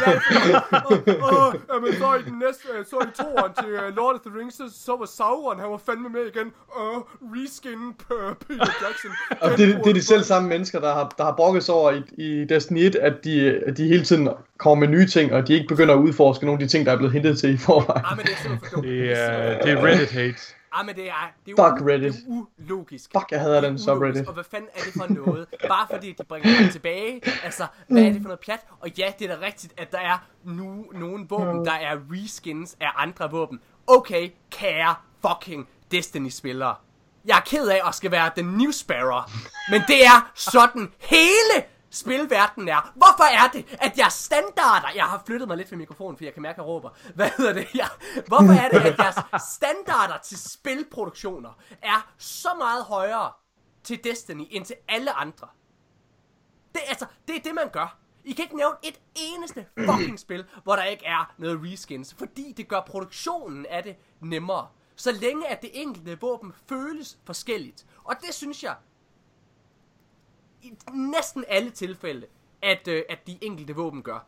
Jamen så i den næste, så i toeren til uh, Lord of the Rings, så, så var Sauron, han var fandme med igen. Uh, reskin uh, Peter Jackson. Og det, det er de selv samme mennesker, der har, der har brokket sig over i, i Destiny et, at de, at de hele tiden kommer med nye ting, og de ikke begynder at udforske nogle af de ting, der er blevet hentet til i forvejen. Ah, men det er simpelthen for dumt. Det er, det er Reddit hate. Ah, men det er, det er Fuck u- Reddit. Det er ulogisk. Fuck, jeg hader den subreddit. Og hvad fanden er det for noget? Bare fordi de bringer dem tilbage. Altså, hvad er det for noget pjat? Og ja, det er da rigtigt, at der er nu nogle våben, der er reskins af andre våben. Okay, kære fucking Destiny-spillere. Jeg er ked af at skal være den newsbearer. Men det er sådan hele spilverdenen er. Hvorfor er det, at jeres standarder... Jeg har flyttet mig lidt fra mikrofonen, for jeg kan mærke, at jeg råber. Hvad hedder det? Jeg, hvorfor er det, at jeres standarder til spilproduktioner er så meget højere til Destiny, end til alle andre? Det, altså, det er det, man gør. I kan ikke nævne et eneste fucking spil, hvor der ikke er noget reskins, fordi det gør produktionen af det nemmere. Så længe at det enkelte våben føles forskelligt. Og det synes jeg... i næsten alle tilfælde, at, øh, at de enkelte våben gør.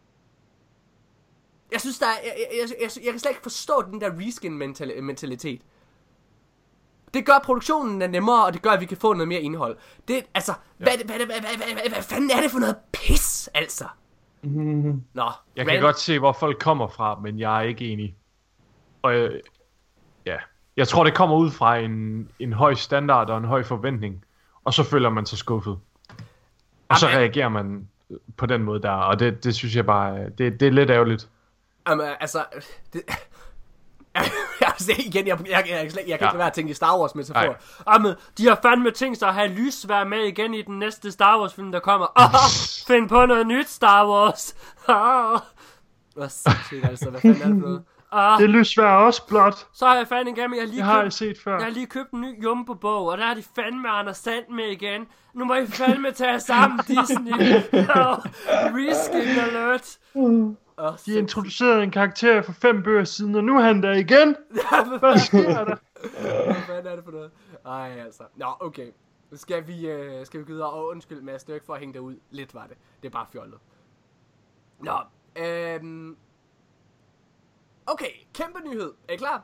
Jeg synes, der er, jeg, jeg, jeg, jeg kan slet ikke forstå den der reskin-mentalitet. Det gør produktionen er nemmere, og det gør, at vi kan få noget mere indhold. Det, altså, ja. hvad, hvad, hvad, hvad, hvad, hvad, hvad fanden er det for noget pis, altså? Mm. Nå, jeg kan godt se, hvor folk kommer fra, men jeg er ikke enig. Og øh, ja, jeg tror, det kommer ud fra en, en høj standard og en høj forventning. Og så føler man sig skuffet. Og så reagerer man på den måde der. Og det, det synes jeg bare, det, det er lidt ærgerligt. Jamen, altså... Det, altså, igen, jeg, jeg, jeg, jeg, jeg kan ikke ja. være at tænke i Star Wars metafor. Jamen, de har fandme tænkt sig at have lysvær med igen i den næste Star Wars film, der kommer. Oh, find på noget nyt Star Wars. Oh. Hvad sindssygt, altså. Hvad fanden er det for noget? Ah, det lysvær også blot. Så har jeg fandme igen, jeg har lige det har købt, jeg set før. Jeg har lige købt en ny Jumbo-bog, og der har de fandme Anders Sand med igen. Nu må I fandme tage sammen, Disney. Oh, reskin alert. Mm. Oh, de introducerede en karakter for fem bøger siden, og nu er han der igen. Hvad sker der? Hvad fanden er det for noget? Ej, altså. Nå, okay. Skal vi, uh, skal vi gå videre? Og undskyld, Mads, det er ikke for at hænge dig ud. Lidt var det. Det er bare fjollet. Nå, øhm... okay, kæmpe nyhed. Er I klar?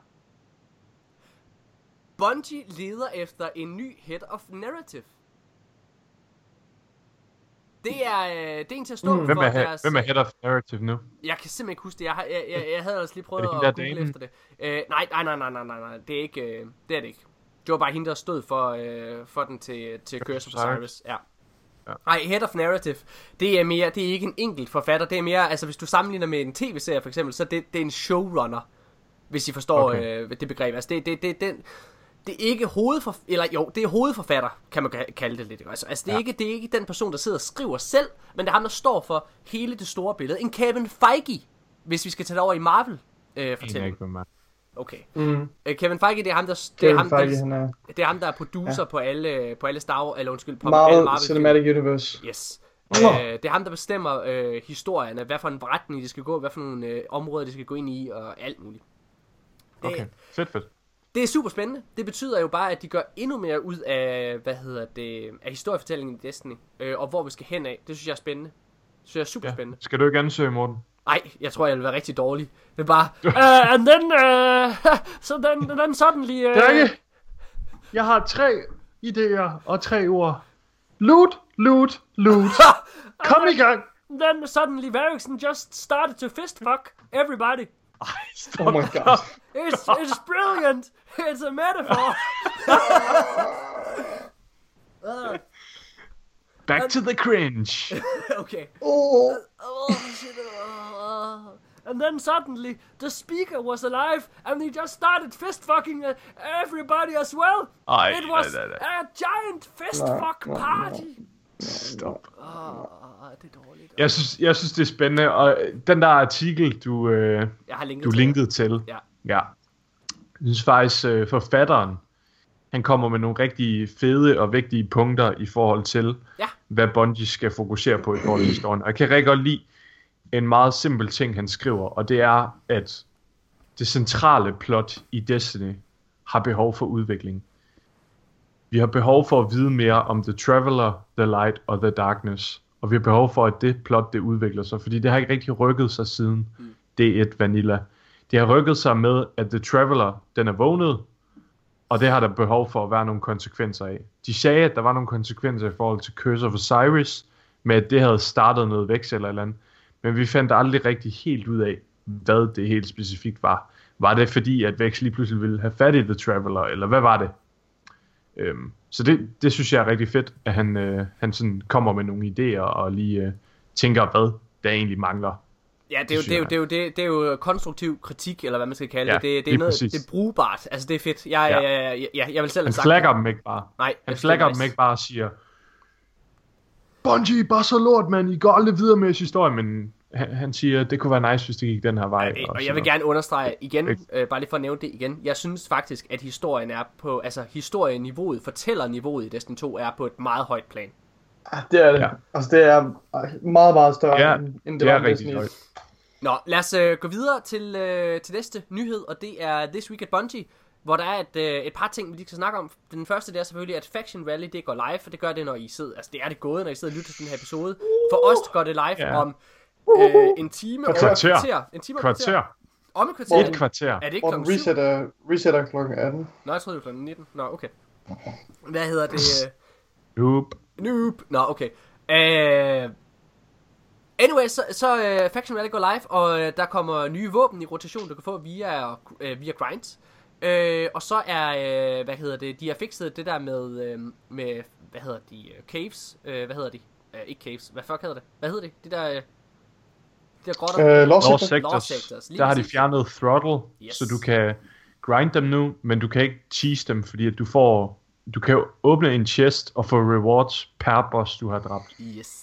Bungie leder efter en ny Head of Narrative. Det er, øh, det er en til at stå mm. for hvem er, deres... Hvem er Head of Narrative nu? Jeg kan simpelthen ikke huske det. Jeg, har, jeg, jeg, jeg havde altså lige prøvet at google damen? efter det. Uh, nej, nej, nej, nej, nej, nej, nej. Det er ikke, uh, det er det ikke. Det var bare hende, der stod for, uh, for den til, til Curse of Osiris. Ja. Ja. Nej, Head of Narrative, det er mere, det er ikke en enkelt forfatter, det er mere, altså hvis du sammenligner med en tv-serie for eksempel, så det, det er en showrunner, hvis I forstår okay. øh, det begreb. Altså det, det, det, det, det er ikke hovedforfatter, eller jo, det er hovedforfatter, kan man kalde det lidt. Altså, altså det, er ja. ikke, det er ikke den person, der sidder og skriver selv, men det er ham, der står for hele det store billede. En Kevin Feige, hvis vi skal tage det over i Marvel øh, fortællingen. Okay. Mm. Uh, Kevin Feige, det er ham, der det er ham, Feige, der, er... det er ham, der er producer ja. på alle på alle Star Wars, eller undskyld, på Marvel, alle Marvel Cinematic film. Universe. Yes. Uh, det er ham, der bestemmer uh, historierne, hvad for en retning de skal gå, hvad for nogle uh, områder de skal gå ind i og alt muligt. Det, okay. Fedt, fedt. Det er super spændende. Det betyder jo bare, at de gør endnu mere ud af, hvad hedder det, af historiefortællingen i Destiny, uh, og hvor vi skal hen af. Det synes jeg er spændende. Det synes jeg er super ja. spændende. Skal du ikke ansøge, Morten? Nej, jeg tror, jeg vil være rigtig dårlig. Det er bare... Uh, and then... Uh, so then, then suddenly... Uh... Drenge, jeg har tre idéer og tre ord. Loot, loot, loot. Kom i gang. Then suddenly Varrixen just started to fist fuck everybody. Oh my god. It's, it's brilliant. It's a metaphor. uh. Back and, to the cringe. Okay. Oh. Uh, oh shit. Uh, and then suddenly the speaker was alive, and he just started fist fucking uh, everybody as well. Ej, it was nej, nej, nej. a giant fist nej, fuck nej, party. Nej. Stop. Uh, det er dårligt. Jeg synes, jeg synes, det er spændende, og den der artikel, du, øh, Jeg har linket du til linkede til, Ja. ja. Jeg synes faktisk, øh, forfatteren, han kommer med nogle rigtig fede og vigtige punkter i forhold til, Ja. hvad Bungie skal fokusere på i forhold til historien. Og jeg kan rigtig godt lide en meget simpel ting, han skriver, og det er, at det centrale plot i Destiny har behov for udvikling. Vi har behov for at vide mere om The Traveler, The Light og The Darkness. Og vi har behov for, at det plot, det udvikler sig. Fordi det har ikke rigtig rykket sig siden mm. D et Vanilla. Det har rykket sig med, at The Traveler, den er vågnet. Og det har der behov for at være nogle konsekvenser af. De sagde, at der var nogle konsekvenser i forhold til Curse of Osiris. Med at det havde startet noget vækst eller eller andet. Men vi fandt aldrig rigtig helt ud af, hvad det helt specifikt var. Var det fordi, at Vex lige pludselig ville have fat i The Traveler, eller hvad var det? Øhm, så det, det synes jeg er rigtig fedt, at han, øh, han sådan kommer med nogle idéer, og lige øh, tænker, hvad der egentlig mangler. Ja, det er, jo, det, er jo, det, er jo, det, det er jo konstruktiv kritik, eller hvad man skal kalde Ja, det. Det, det er lige noget, præcis. det er brugbart. Altså, det er fedt. Jeg, Ja. jeg, jeg, jeg, jeg vil selv have Han sagt flagger det. dem ikke bare. Nej, Han jeg synes, flagger det er dem nice. ikke bare og siger, Bungie, bare så lort, man. I går aldrig videre med jeres historie, men han, han siger, det kunne være nice, hvis det gik den her vej. Og sådan jeg vil noget. gerne understrege igen, Ikke? øh, bare lige for at nævne det igen. Jeg synes faktisk, at historien er på, altså historieniveauet, fortællerniveauet i Destiny to er på et meget højt plan. Ja, det er det. Ja. Ja. Altså, det er meget, meget større, Ja, end, end det, det var er med rigtig Destiny. højt. Nå, lad os øh, gå videre til, øh, til næste nyhed, og det er This Week at Bungie, hvor der er et, øh, et par ting, vi lige skal snakke om. Den første, det er selvfølgelig, at Faction Rally, det går live, og det gør det, når I sidder, altså det er det gået, når I sidder og lytter til den her episode. For os går det live Ja. om øh, en time og et Kvarter. kvarter. En time og et kvarter. Kvarter. Om et kvarter. Et kvarter. Er det ikke Hvor den klokken syv? resetter, resetter klokken atten. Nå, jeg troede, det var klokken nitten. Nå, okay. Hvad hedder det? Nope. Noob. Nå, okay. Uh, anyway, så, så uh, Faction Rally går live, og uh, der kommer nye våben i rotation, du kan få via, uh, via grinds. Uh, og så er, uh, hvad hedder det, de har fikset det der med, uh, med hvad hedder de, uh, caves, uh, hvad hedder de, uh, ikke caves, hvad fuck hedder det, hvad hedder det, de der, uh, de der grotter, Øh, Lost Lost Sector. Sectors. Lost Sectors, lige Der har de præcis. fjernet throttle, Yes. så du kan grind dem nu, men du kan ikke cheese dem, fordi at du får, du kan jo åbne en chest og få rewards per boss, du har dræbt. Yes.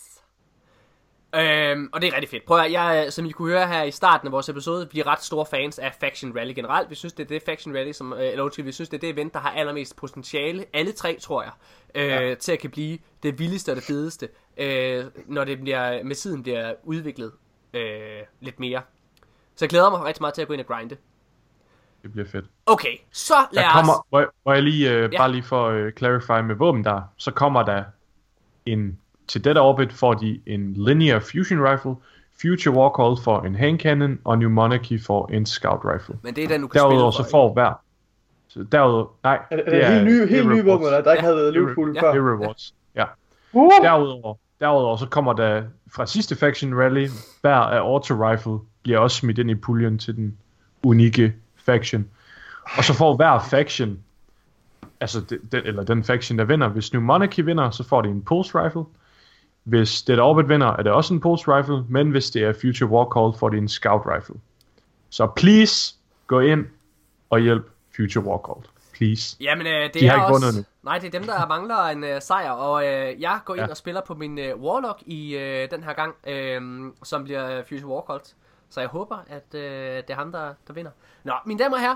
Øhm, og det er rigtig fedt. Prøv at, jeg, som I kunne høre her i starten af vores episode, bliver ret store fans af Faction Rally generelt. Vi synes, det er det Faction Rally, som, øh, eller undskyld, vi synes, det er det event, der har allermest potentiale. Alle tre, tror jeg, øh, ja. til at kan blive det vildeste og det fedeste, øh, når det bliver, med tiden bliver udviklet øh, lidt mere. Så jeg glæder mig rigtig meget til at gå ind og grinde. Det bliver fedt. Okay, så lad Der os... kommer, må jeg, må jeg lige, øh, Ja. bare lige for at øh, clarify med våben der, så kommer der en, til Dead Orbit får de en Linear Fusion Rifle, Future Warcall for en Hand Cannon, og New Monarchy for en Scout Rifle. Men det er den, du kan Derudover spille så får hver, så derudover, nej, Er det, er det helt nye, det er helt nye rewards. våben, der, der ikke Ja. havde Liverpool Ja. før? Det er rewards, ja. Uh! Derudover, derudover så kommer der fra sidste Faction Rally, hver af Auto Rifle bliver også smidt ind i puljen til den unikke faction. Og så får hver faction, altså den, den, eller den faction der vinder, hvis New Monarchy vinder, så får de en Pulse Rifle. Hvis Dead Orbit vinder, er det også en Pulse Rifle, men hvis det er Future Warcall, får de en Scout Rifle. Så please, gå ind og hjælp Future Warcall. Please. Jamen, øh, det De er har ikke også... vundet nu. Nej, det er dem, der mangler en øh, sejr, og øh, jeg går ind Ja. og spiller på min øh, Warlock i øh, den her gang, øh, som bliver Future Warcall. Så jeg håber, at øh, det er ham, der, der vinder. Nå, mine damer og herrer,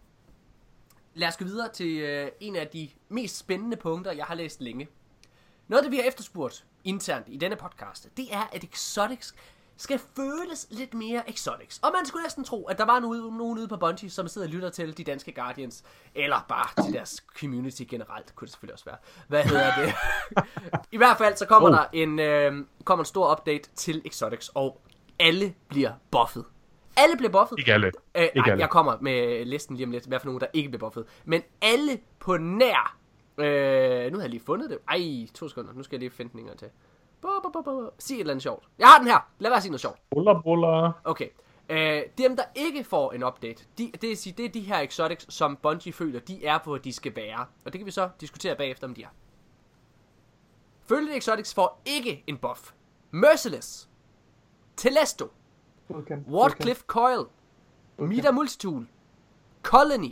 lad os gå videre til øh, en af de mest spændende punkter, jeg har læst længe. Noget af det, vi har efterspurgt internt i denne podcast, det er, at Exotics skal føles lidt mere Exotics. Og man skulle næsten tro, at der var nogen, nogen ude på Bungie, som sidder og lytter til de danske Guardians, eller bare til deres community generelt, kunne det selvfølgelig også være. Hvad hedder det? I hvert fald så kommer oh. der en, øh, kommer en stor update til Exotics, og alle bliver buffet. Alle bliver buffet. Ikke alle. Øh, Ikke nej, alle. jeg kommer med listen lige om lidt, hvad for nogen, der ikke bliver buffet. Men alle på nær... Øh, nu har jeg lige fundet det. Ej, to sekunder. Nu skal jeg lige finde den en gang til. Bo, bo, bo, bo. Sig et eller andet sjovt. Jeg har den her. Lad være at sige noget sjovt. Buller, buller. Okay. Øh, dem, der ikke får en update, de, det, vil sige, det er de her Exotics, som Bungie føler, de er, hvor de skal være. Og det kan vi så diskutere bagefter, om de er. Følgende Exotics får ikke en buff. Merciless. Telesto. Okay. Wardcliff Coil. Okay. Mida Multitool. Colony.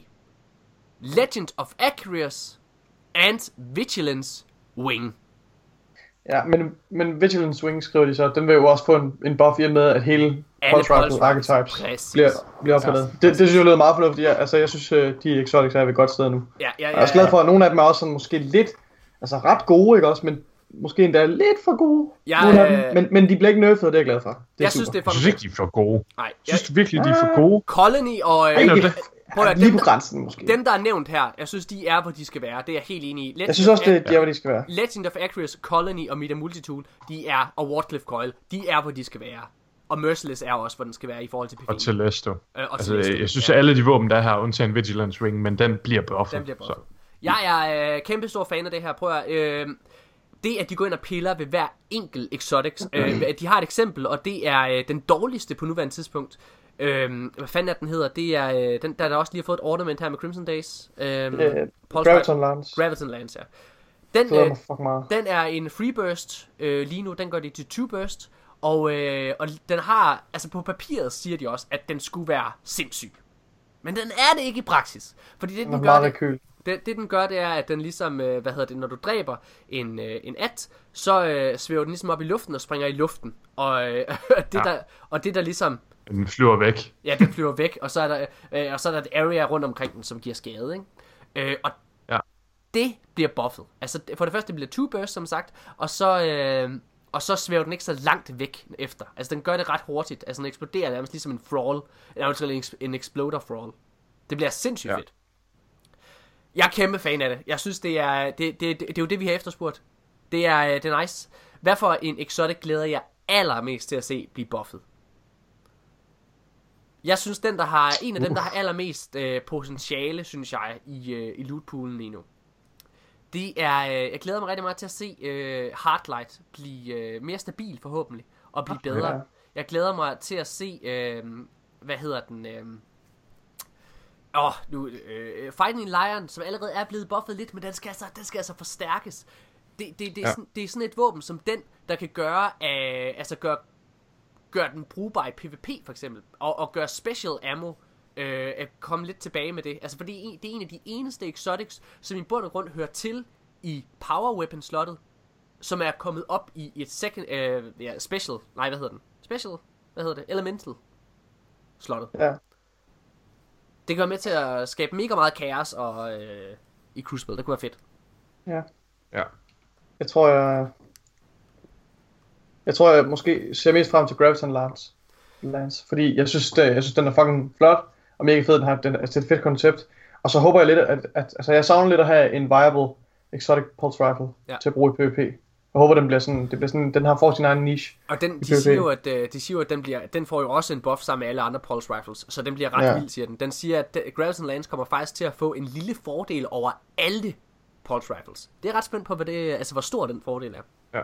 Legend of Acreus. And Vigilance Wing. Ja, men, men Vigilance Wing skriver de så, den vil jo også få en, en buff i og med, at hele Pulse Rifle Archetypes bliver, bliver opgraderet. Det, det synes jeg lyder meget fornuftigt. Ja, altså, jeg synes, de exotics er ved et godt sted nu. Ja, ja, ja, jeg er også glad for, at nogle af dem er også sådan, måske lidt, altså ret gode, ikke også, men måske endda lidt for gode. Ja, øh... men, men de bliver ikke nerfed, det er jeg glad for. Det er jeg super. synes, det er for... Jeg synes ikke, de er for gode. Nej. Jeg synes virkelig, de er for gode. Colony og... Øh... Ej, det... Prøv at, lige på grænsen måske. Dem, der er nævnt her, jeg synes, de er, hvor de skal være. Det er jeg helt enig i. Legend jeg synes også, det er, hvor de skal være. Legend of Acreus, Colony og Mida Multitool, de er, og Wardcliff Coil, de er, hvor de skal være. Og Merciless er også, hvor den skal være i forhold til P V E. Og Telesto. Øh, og altså, Telesto, jeg synes, ja. at alle de våben, der er her, undtagen Vigilance Ring, men den bliver buffet. Den bliver buffet. Jeg er øh, kæmpe stor fan af det her. Prøv at... Øh, det, at de går ind og piller ved hver enkelt exotics. Øh, de har et eksempel, og det er øh, den dårligste på nuværende tidspunkt. Øhm, hvad fanden er den hedder? Det er øh, den der der også lige har fået et ornament her med Crimson Days. Øhm, øh, Graviton Lance. Graviton Lance, ja. Den, øh, den er en free burst øh, lige nu. Den går de til two burst, og øh, og den har altså på papiret siger de også, at den skulle være sindssyg. Men den er det ikke i praksis, fordi det den, den gør det, det, det den gør det er at den ligesom øh, hvad hedder det, når du dræber en øh, en at, så øh, svæver den ligesom op i luften og springer i luften, og øh, det ja. der og det der ligesom den flyver væk. Ja, den flyver væk, og så er der, øh, og så er der et area rundt omkring den, som giver skade, ikke? Øh, og ja. det bliver buffet. Altså, for det første, det bliver two burst, som sagt, og så, øh, og så svæver den ikke så langt væk efter. Altså, den gør det ret hurtigt. Altså, den eksploderer nærmest ligesom en Thrall. Eller en Exploder Thrall. Det bliver sindssygt ja. fedt. Jeg er kæmpe fan af det. Jeg synes, det er, det, det, det, det er jo det, vi har efterspurgt. Det er, det er nice. Hvad for en exotic glæder jeg allermest til at se blive buffet? Jeg synes, den der har en af dem, der har allermest øh, potentiale, synes jeg, i, øh, i lootpoolen lige nu. Det er, øh, jeg glæder mig rigtig meget til at se øh, Hardlight blive øh, mere stabil forhåbentlig, og blive bedre. Jeg glæder mig til at se, øh, hvad hedder den, øh, åh, nu, øh, Fighting Lion, som allerede er blevet buffet lidt, men den skal altså, den skal altså forstærkes. Det, det, det, er ja. sådan, det er sådan et våben som den, der kan gøre, øh, altså gøre, gør den brugbar i PvP for eksempel, og, og gør special ammo, øh, at komme lidt tilbage med det. Altså fordi det er en af de eneste exotics, som i bund og grund hører til i power weapon slottet, som er kommet op i, i et second, øh, ja, special, nej hvad hedder den? Special, hvad hedder det? Elemental slottet. Ja. Det gør med til at skabe mega meget kaos og øh, i Crucible, det kunne være fedt. Ja. Ja. Jeg tror jeg Jeg tror, jeg måske ser mest frem til Graviton Lance. Lance fordi jeg synes, det, jeg synes, den er fucking flot, og mega fed, den har, den, altså, det er et fedt koncept. Og så håber jeg lidt, at, at altså, jeg savner lidt at have en viable exotic pulse rifle ja. til at bruge i PvP. Jeg håber, den bliver sådan, det bliver sådan, den har får sin egen niche. Og den, de, siger jo, at, de siger jo, at den, bliver, den får jo også en buff sammen med alle andre pulse rifles, så den bliver ret ja. vild, siger den. Den siger, at Graviton Lance kommer faktisk til at få en lille fordel over alle pulse rifles. Det er ret spændt på, hvad det, altså, hvor stor den fordel er. Ja.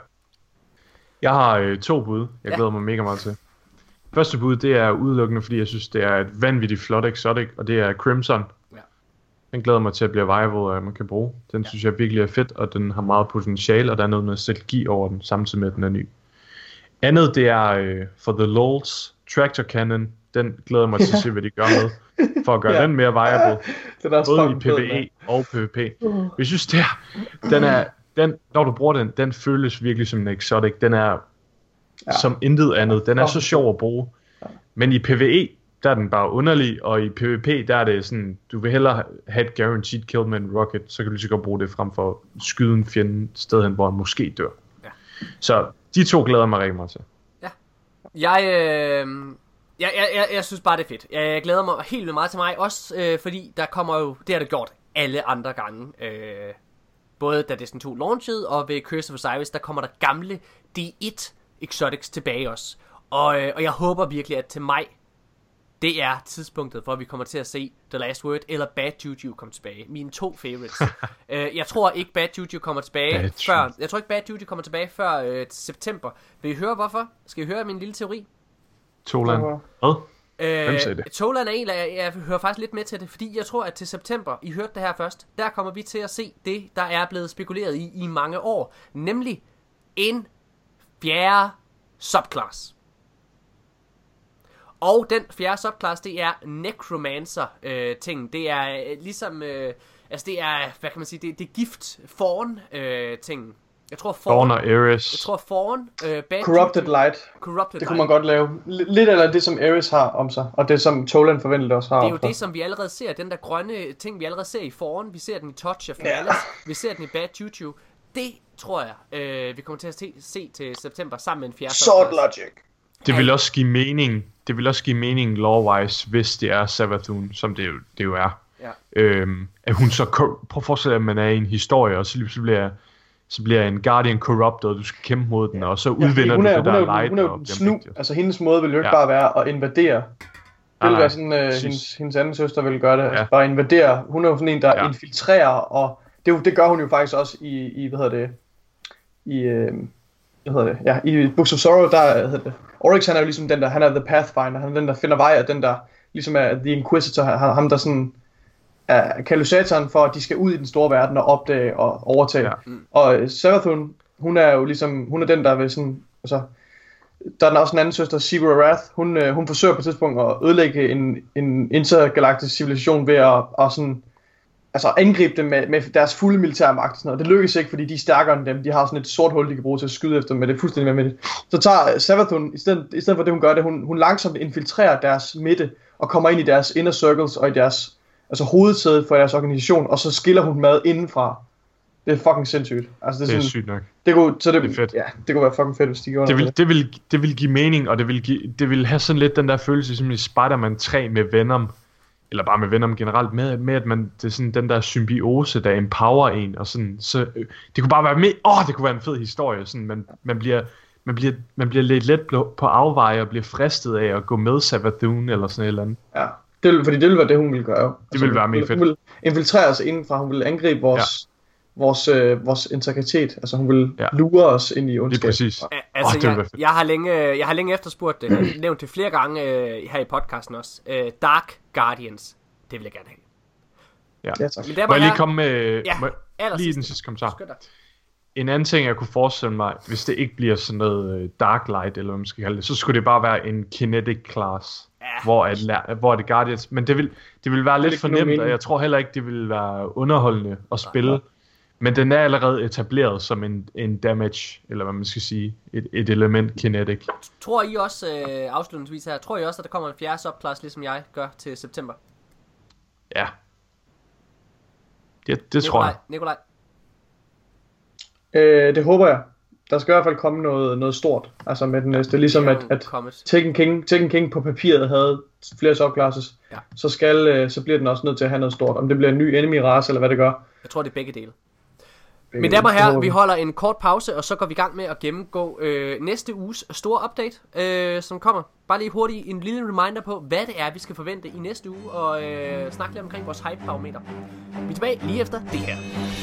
Jeg har øh, to bud, jeg ja. glæder mig mega meget til. Første bud, det er udelukkende, fordi jeg synes, det er et vanvittigt flot exotic, og det er Crimson. Ja. Den glæder mig til at blive viable, at man kan bruge. Den ja. synes jeg virkelig er fedt, og den har meget potentiale, og der er noget nostalgi over den, samtidig med, at den er ny. Andet, det er øh, for the lols, Tractor Cannon. Den glæder mig til at se, hvad de gør med, for at gøre ja. den mere viable, den er både i PvE og PvP. Uh. Jeg synes, det er, den er, den, når du bruger den, den føles virkelig som en exotic. Den er ja. som intet andet. Den er så sjov at bruge. Men i PvE, der er den bare underlig, og i PvP, der er det sådan, du vil hellere have et guaranteed kill med en rocket, så kan du sikkert bruge det frem for at skyde en fjende sted hen, hvor han måske dør. Ja. Så de to glæder mig rigtig meget til. Ja. Jeg, øh, jeg, jeg, jeg, jeg synes bare, det er fedt. Jeg, jeg glæder mig helt vildt meget til mig, også øh, fordi der kommer jo, det har det gjort alle andre gange. Øh, både da Destiny to launchede, og ved Curse of Osiris, der kommer der gamle D et exotics tilbage også. Og, øh, og jeg håber virkelig, at til maj, det er tidspunktet, hvor vi kommer til at se The Last Word eller Bad Juju komme tilbage. Mine to favorites. uh, jeg tror ikke Bad Juju kommer tilbage Bad før. Jeg tror ikke Bad Juju kommer tilbage før øh, september. Vil I høre hvorfor? Skal I høre min lille teori? Toland. Hvad? Hvem sagde det? Toland er en, jeg, jeg hører faktisk lidt med til det, fordi jeg tror, at til september, I hørte det her først, der kommer vi til at se det, der er blevet spekuleret i i mange år. Nemlig en fjerde subclass. Og den fjerde subclass, det er Necromancer-ting. Øh, det er øh, ligesom, øh, altså det er, hvad kan man sige, det, det er gift-forn-ting. Jeg tror Thorn Fawn, og Ares. jeg tror Fawn, øh, Bad Corrupted Juju, Light. Corrupted Det kunne Light. man godt lave. L- lidt af det, som Ares har om sig, og det, som Toland forventet også har Det er jo om sig. det, som vi allerede ser. Den der grønne ting, vi allerede ser i Fawn. Vi ser den i Touch of Malice. Vi ser den i Bad Juju. Det tror jeg, øh, vi kommer til at se, se til september sammen med en fjerde. Sword Logic. Det vil også give mening. Det vil også give mening lore-wise, hvis det er Savathun, som det jo, det jo er. Ja. Øhm, at hun så... Prøv at forestille at man er i en historie, og så lige så bliver, så bliver en Guardian corrupted, og du skal kæmpe mod den, og så udvinder hun du er, det hun der er, light. hun er, og hun er bliver snu. vigtigere. Altså hendes måde vil jo ikke Ja. bare være at invadere. Det Nej, vil nej, være sådan, øh, præcis. hendes, hendes anden søster vil gøre det. Ja. Altså bare invadere. Hun er jo sådan en, der Ja. infiltrerer, og det, er jo- det gør hun jo faktisk også i, i hvad hedder det, i, øh, hvad hedder det, ja, i Books of Sorrow, der hvad hedder det, Oryx han er jo ligesom den der, han er the Pathfinder, han er den der finder vej, og den der ligesom er the Inquisitor, han, ham der sådan er katalysatoren for, at de skal ud i den store verden og opdage og overtage. Ja. Mm. Og Savathun, hun er jo ligesom, hun er den der vil sådan, altså, der er den også en anden søster, Sigur Arath, hun, øh, hun forsøger på et tidspunkt at ødelægge en, en intergalaktisk civilisation ved at, at sådan, altså angribe dem med, med deres fulde militære magt og sådan noget. Det lykkes ikke, fordi de er stærkere end dem. De har sådan et sort hul, de kan bruge til at skyde efter dem, men det er fuldstændig med det. Så tager Savathun, i stedet, i stedet for det hun gør det, hun, hun langsomt infiltrerer deres midte og kommer ind i deres inner circles og i deres altså hovedsæde for deres organisation, og så skiller hun mad indenfra. Det er fucking sindssygt. Altså, det er, Det er sådan, sygt nok. det kunne, så det, Det er fedt. Ja, det kunne være fucking fedt, hvis de gjorde Det vil, noget. det, vil, det vil give mening, og det vil, give, det vil have sådan lidt den der følelse, som i Spider-Man tre med Venom, eller bare med Venom generelt, med, med at man, det er sådan den der symbiose, der empower en, og sådan, så, øh, det kunne bare være med, åh, det kunne være en fed historie, sådan, man, man bliver, man bliver, man bliver lidt let på afveje, og bliver fristet af at gå med Savathun, eller sådan et eller andet. Ja, det vil, fordi det ville være det, hun ville gøre. Altså, ville være hun, mega hun, fedt. Hun ville infiltrere os indenfra, hun ville angribe vores, ja. vores, øh, vores integritet. Altså hun ville Ja. lure os ind i ondskab. Det er præcis. A- Altså, Åh, det ville være jeg, fedt. jeg, har længe, jeg har længe efterspurgt det. Jeg har nævnt det flere gange øh, her i podcasten også. Øh, Dark Guardians. Det vil jeg gerne have. Ja. Ja, tak. Men der Må jeg lige her- komme med, Ja, må jeg- allersidst. lige den sidste kommentar. Skynd dig. En anden ting, jeg kunne forestille mig, hvis det ikke bliver sådan noget øh, Dark Light, eller hvad man skal kalde det, så skulle det bare være en Kinetic Class, Ja. hvor, at, lær- hvor det Guardians, men det vil, det vil være lidt ikke for give nogen nemt, og mening. jeg tror heller ikke, det vil være underholdende at spille, nej. men den er allerede etableret som en, en damage, eller hvad man skal sige, et, et element Kinetic. Tror I også, øh, afslutningsvis her, tror I også, at der kommer en fjerde subclass, ligesom jeg gør til september? Ja. Det, det tror Nikolaj, jeg. Nikolaj. Øh, det håber jeg. Der skal i hvert fald komme noget, noget stort. Altså med den næste. Ligesom Det er at, jo at kommet. Tekken King, Tekken King på papiret havde flere subclasses. Ja. Så, skal, øh, så bliver den også nødt til at have noget stort. Om det bliver en ny enemy race eller hvad det gør. Jeg tror, det er begge dele. Øh, Mine damer og det herrer, håber vi holder en kort pause, og så går vi i gang med at gennemgå øh, næste uges store update, øh, som kommer. Bare lige hurtigt en lille reminder på, hvad det er, vi skal forvente i næste uge, og øh, snakke lidt omkring vores hype-parameter. Vi er tilbage lige efter det her.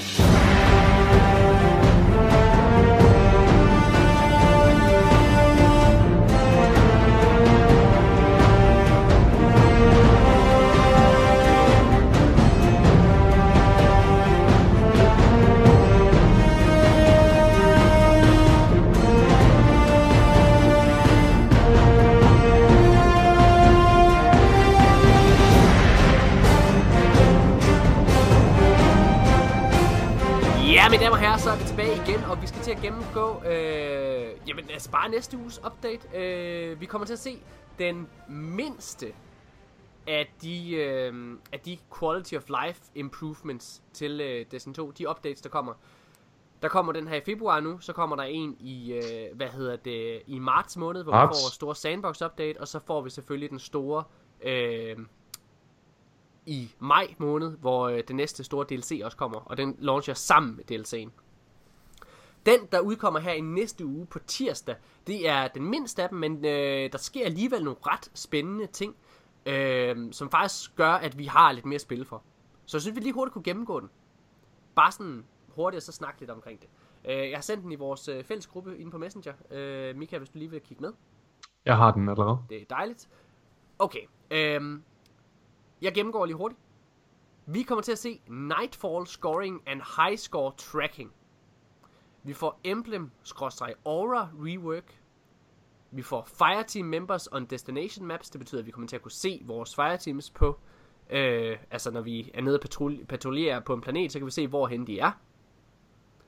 Ja, mine damer og herrer, så er vi tilbage igen, og vi skal til at gennemgå, øh, jamen altså bare næste uges update. Øh, vi kommer til at se den mindste af de, øh, af de quality of life improvements til øh, Destiny to, de updates, der kommer. Der kommer den her i februar nu, så kommer der en i, øh, hvad hedder det, i marts måned, hvor Marts. vi får vores store sandbox update, og så får vi selvfølgelig den store, øh, i maj måned, hvor øh, den næste store D L C også kommer, og den launcher sammen med D L C'en. Den, der udkommer her i næste uge på tirsdag, det er den mindste af dem, men øh, der sker alligevel nogle ret spændende ting, øh, som faktisk gør, at vi har lidt mere at spille for. Så jeg synes, vi lige hurtigt kunne gennemgå den. Bare sådan hurtigt, og så snakke lidt omkring det. Øh, jeg har sendt den i vores øh, fælles gruppe inde på Messenger. Øh, Mika, hvis du lige vil kigge med. Jeg har den allerede. Det er dejligt. Okay, øh, jeg gennemgår lige hurtigt. Vi kommer til at se Nightfall Scoring and High Score Tracking. Vi får Emblem-Aura Rework. Vi får Fireteam Members on Destination Maps. Det betyder, at vi kommer til at kunne se vores Fireteams på... Øh, altså, når vi er nede og patrul- patruljerer på en planet, så kan vi se, hvorhen de er.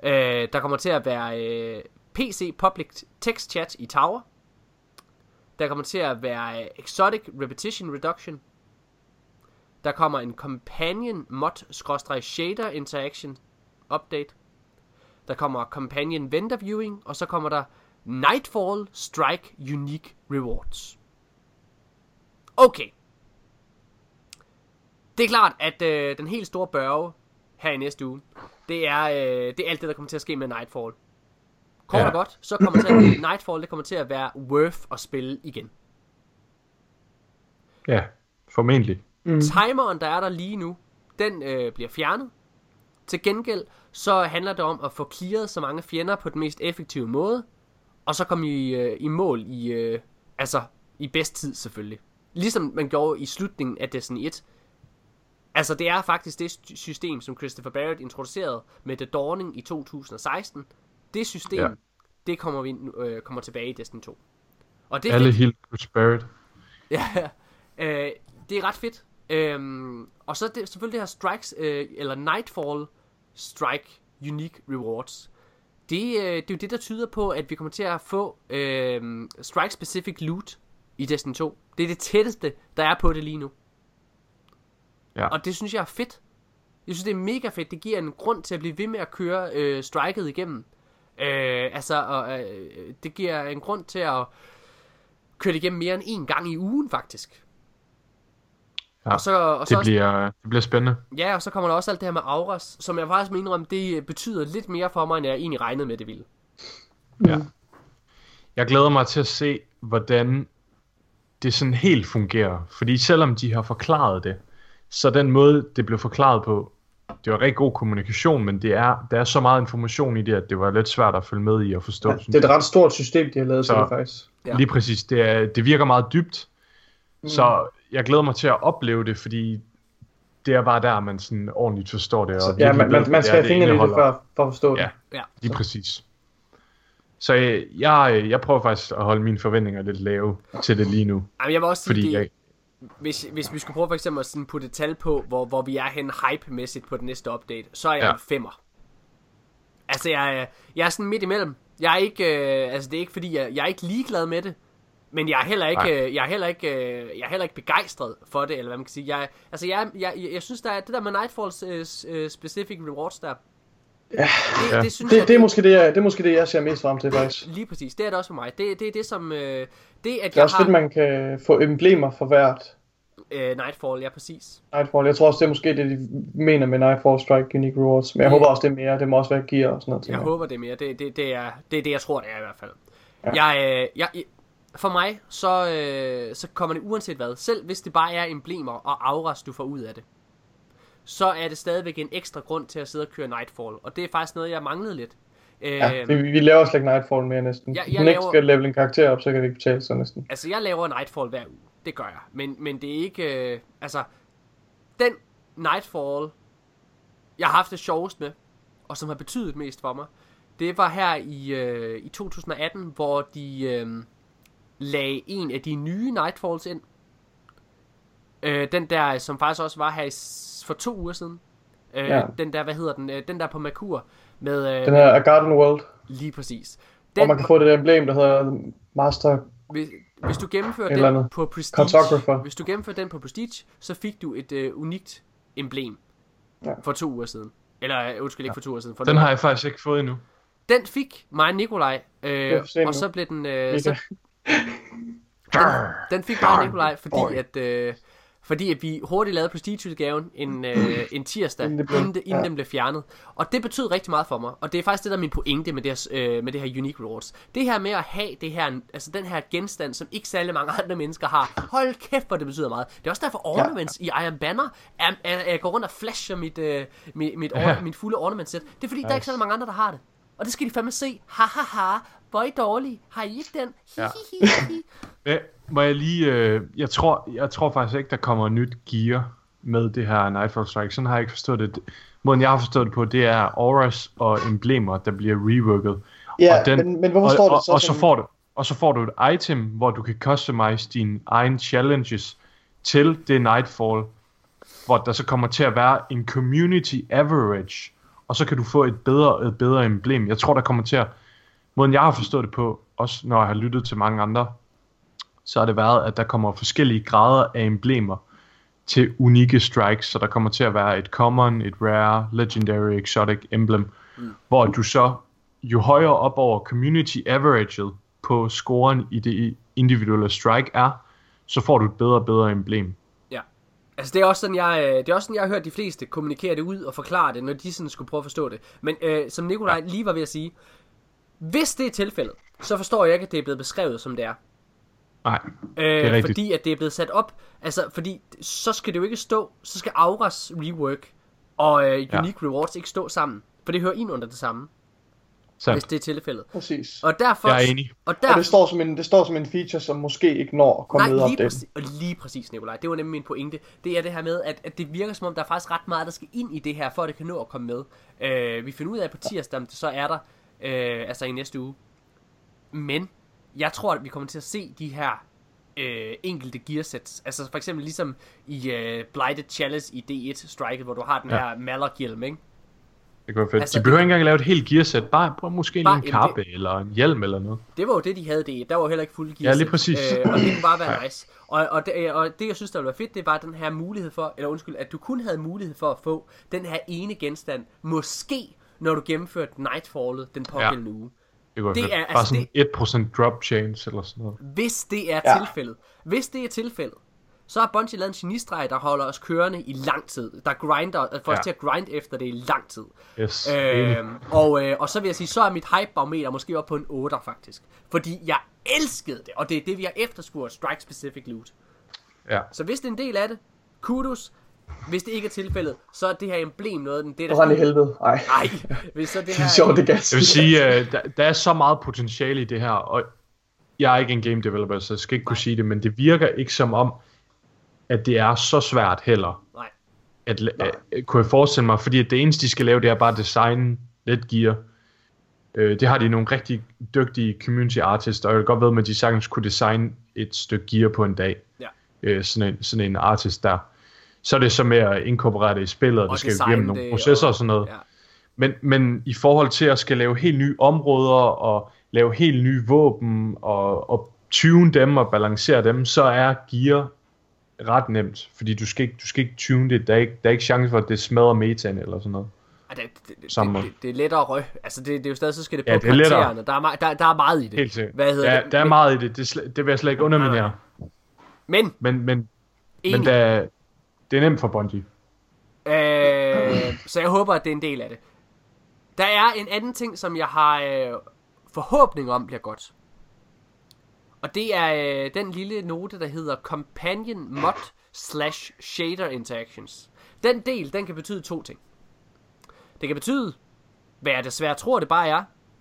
Øh, der kommer til at være øh, P C Public Text Chat i Tower. Der kommer til at være øh, Exotic Repetition Reduction. Der kommer en Companion Mod-Shader Interaction Update. Der kommer Companion Vendor Viewing. Og så kommer der Nightfall Strike Unique Rewards. Okay. Det er klart, at øh, den helt store børge her i næste uge, det er, øh, det er alt det, der kommer til at ske med Nightfall. Kort ja. og godt, så kommer til at, Nightfall det kommer til at være worth at spille igen. Ja, formentlig. Mm. Timeren, der er der lige nu, den øh, bliver fjernet. Til gengæld, så handler det om at få clearet så mange fjender på den mest effektive måde, og så komme i, øh, i mål i, øh, altså, i bedst tid selvfølgelig. Ligesom man gjorde i slutningen af Destiny et. Altså, det er faktisk det system, som Christopher Barrett introducerede med The Dawning i to tusind og seksten. Det system, ja. det kommer, vi, øh, kommer tilbage i Destiny to. Og det er alle helt Chris Barrett. Ja, øh, det er ret fedt. Øhm, og så det, selvfølgelig det her Strikes, øh, eller Nightfall Strike Unique Rewards. Det, øh, det er jo det, der tyder på, at vi kommer til at få øh, Strike-specific loot i Destiny to. Det er det tætteste, der er på det lige nu. Ja. Og det synes jeg er fedt. Jeg synes, det er mega fedt. Det giver en grund til at blive ved med at køre øh, striket igennem. Øh, altså, og, øh, det giver en grund til at køre det igennem mere end en gang i ugen, faktisk. Ja, og så, og det, så bliver, det bliver spændende. Ja, og så kommer der også alt det her med auras, som jeg faktisk må indrømme, det betyder lidt mere for mig, end jeg egentlig regnede med, det ville. Ja. Jeg glæder mig til at se, hvordan det sådan helt fungerer. Fordi selvom de har forklaret det, så den måde, det blev forklaret på, det var rigtig god kommunikation, men det er, der er så meget information i det, at det var lidt svært at følge med i og forstå. Ja, det er et ret stort system, de har lavet, så, så det faktisk. Ja. Lige præcis, det, er, det virker meget dybt. Mm. Så jeg glæder mig til at opleve det, fordi det er bare der, man sådan ordentligt forstår det. Og ja, man, man, man skal have fingrene i det for, for at forstå det. Ja, ja. Lige præcis. Så jeg, jeg, jeg prøver faktisk at holde mine forventninger lidt lave til det lige nu. Jamen, jeg vil også sige, fordi det, jeg, hvis, hvis vi skulle prøve for eksempel at sådan putte et tal på, hvor, hvor vi er hen hype-mæssigt på den næste update, så er jeg ja. en femmer. Altså, jeg, jeg er sådan midt imellem. Jeg er ikke, øh, altså det er ikke fordi, jeg, jeg er ikke ligeglad med det, men jeg er heller ikke, øh, jeg er heller ikke, øh, jeg er heller ikke begejstret for det, eller hvad man kan sige. Jeg, altså, jeg, jeg, jeg, jeg synes, der er det der med Nightfalls øh, specific rewards der. Ja, det, ja. det, synes det, jeg, det, er måske det, jeg, det er måske det, jeg ser mest frem til, faktisk. Lige præcis, det er det også for mig. Det, det er det, som... Øh, det, at det er jeg også har... fedt, man kan få emblemer for hvert. Øh, Nightfall, ja, præcis. Nightfall, jeg tror også, det er måske det, de mener med Nightfall Strike Unique Rewards. Men jeg det, håber også, det er mere. Det må også være gear og sådan noget. Jeg håber, det er mere. Det, det, det, er, det er det, jeg tror, det er i hvert fald. Ja. Jeg, jeg, jeg, for mig, så, øh, så kommer det uanset hvad. Selv hvis det bare er emblemer og auras, du får ud af det, så er det stadigvæk en ekstra grund til at sidde og køre Nightfall. Og det er faktisk noget, jeg manglede lidt. Ja, vi, vi laver slet ikke Nightfall mere næsten. Hvis man ikke skal level en karakter op, så kan det ikke betale sig næsten. Altså, jeg laver Nightfall hver uge. Det gør jeg. Men, men det er ikke... Øh, altså, den Nightfall, jeg har haft det sjovest med, og som har betydet mest for mig, det var her i, øh, i to tusind og atten, hvor de øh, lagde en af de nye Nightfalls ind. Øh, den der, som faktisk også var her i, for to uger siden. Øh, ja. Den der, hvad hedder den? Øh, den der på Merkur. Med, øh, den her A Garden World. Lige præcis. Den, og man kan få det der emblem, der hedder Master... Hvis, hvis du gennemfører den på Prestige, hvis du gennemfører den på Prestige, så fik du et øh, unikt emblem ja. for to uger siden. Eller undskyld, ikke for to uger siden. For den har jeg faktisk ikke fået endnu. Den fik mig og Nikolaj, øh, og så blev den... Øh, så, den, den fik mig og Nikolaj, fordi at... Øh, Fordi at vi hurtigt lavede Prestige-udgaven en, øh, en tirsdag, inden, det, inden, inden ja. den blev fjernet. Og det betød rigtig meget for mig. Og det er faktisk det, der er min pointe med det her, øh, med det her Unique Rewards. Det her med at have det her, altså den her genstand, som ikke særlig mange andre mennesker har. Hold kæft, hvor det betyder meget. Det er også derfor ornaments ja. i Iron Banner, er, er, er, jeg går rundt og flasher mit, øh, mit, mit, ja. mit fulde ornament-sæt. Det er fordi, yes. der er ikke så mange andre, der har det. Og det skal de fandme se. Ha ha ha. Hvor er I dårlige? Har I ikke den? Ja. Ja, må jeg lige... Øh, jeg, tror, jeg tror faktisk ikke, der kommer nyt gear med det her Nightfall Strike. Sådan har jeg ikke forstået det. Måden jeg har forstået det på, det er auras og emblemer, der bliver reworket. Ja, og den, men, men hvorfor og, står det og, så? Og, og, så får du, og så får du et item, hvor du kan customize dine egen challenges til det Nightfall, hvor der så kommer til at være en community average og så kan du få et bedre, et bedre emblem. Jeg tror, der kommer til at, måden jeg har forstået det på, også når jeg har lyttet til mange andre, så har det været, at der kommer forskellige grader af emblemer til unikke strikes, så der kommer til at være et common, et rare, legendary, exotic emblem, mm. hvor du så, jo højere op over community averaget på scoren i det individuelle strike er, så får du et bedre og bedre emblem. Ja, altså det er også sådan, jeg, det er også sådan, jeg har hørt de fleste kommunikere det ud og forklare det, når de sådan skulle prøve at forstå det. Men øh, som Nikolaj ja. lige var ved at sige, hvis det er tilfældet, så forstår jeg ikke, at det er blevet beskrevet, som det er. Nej, det er øh, rigtigt. Fordi at det er blevet sat op, altså fordi så skal det jo ikke stå, så skal Auras rework og øh, Unique ja. Rewards ikke stå sammen, for det hører ind under det samme. Sandt. Hvis det er tilfældet. Præcis. Og derfor, jeg er enig. Og, derfor, og det, står som en, det står som en feature, som måske ikke når at komme nej, med op lige det. præcis, og lige præcis, Nikolaj. Det var nemlig min pointe. Det er det her med, at, at det virker som om, der er faktisk ret meget, der skal ind i det her, for at det kan nå at komme med. Uh, vi finder ud af på tirsdag, om det så er der, uh, altså i næste uge. Men jeg tror, at vi kommer til at se de her uh, enkelte gearsets. Altså for eksempel ligesom i uh, Blighted Chalice i D et Striket, hvor du har den ja. her Malak-hjelm, ikke? Det kunne være fedt. Altså, de behøver ikke engang lave et helt gearsæt. Bare prøv måske bare, en kappe det, eller en hjelm eller noget. Det var jo det, de havde det. Der var heller ikke fuld gearsæt. Ja, lige præcis. Øh, og det kunne bare være nice. Og, og, det, og det, jeg synes, der ville være fedt, det var den her mulighed for, eller undskyld, at du kun havde mulighed for at få den her ene genstand, måske når du gennemførte Nightfallet den pågældende ja. uge. Det kunne være fedt. Er, bare altså, sådan det, et procent drop chance eller sådan noget. Hvis det er ja. tilfældet. Hvis det er tilfældet. Så har Bungie lavet en genistreg, der holder os kørende i lang tid. Der grinder, får os ja. til at grind efter det i lang tid. Yes. Øh, og, øh, og så vil jeg sige, så er mit hype-barometer måske op på en otter faktisk. Fordi jeg elskede det, og det er det, vi har efterspurgt, Strike-specific loot. Ja. Så hvis det er en del af det, kudos. Hvis det ikke er tilfældet, så er det her emblem noget, det der... Hvor er det helvede? Ej. Nej, hvis så det her... Det er sjovt, det gas. Jeg vil sige, uh, der, der er så meget potentiale i det her, og jeg er ikke en game developer, så jeg skal ikke Nej. kunne sige det, men det virker ikke som om, at det er så svært heller. Nej. At, Nej. At, kunne jeg forestille mig, fordi det eneste de skal lave, det er bare at designe lidt gear. Øh, det har de nogle rigtig dygtige community artists, og jeg vil godt ved med, at de sagtens kunne designe et stykke gear på en dag. Ja. Øh, sådan, en, sådan en artist der. Så er det så med at inkorporere det i spillet, og det skal jo igennem nogle processer og, og sådan noget. Ja. Men, men i forhold til at skal lave helt nye områder, og lave helt nye våben, og, og tune dem og balancere dem, så er gear ret nemt, fordi du skal ikke, du skal ikke tune det. Der er ikke, der er ikke chance for, at det smadrer metaen eller sådan noget. Det, det, det, det, det, det er lettere røg. Altså det, det er jo stadig, så skal det på ja, det karaktererne. Der er, der, der er meget i det. Helt sikkert. Hvad hedder ja, det? der er men, meget i det. Det, sl- det vil jeg slet ikke underminere. Men, men, men, men der, det er nemt for Bungie. Øh, så jeg håber, at det er en del af det. Der er en anden ting, som jeg har øh, forhåbning om bliver godt. Og det er øh, den lille note, der hedder Companion Mod slash Shader Interactions. Den del, den kan betyde to ting. Det kan betyde, hvad jeg desværre tror, det bare er,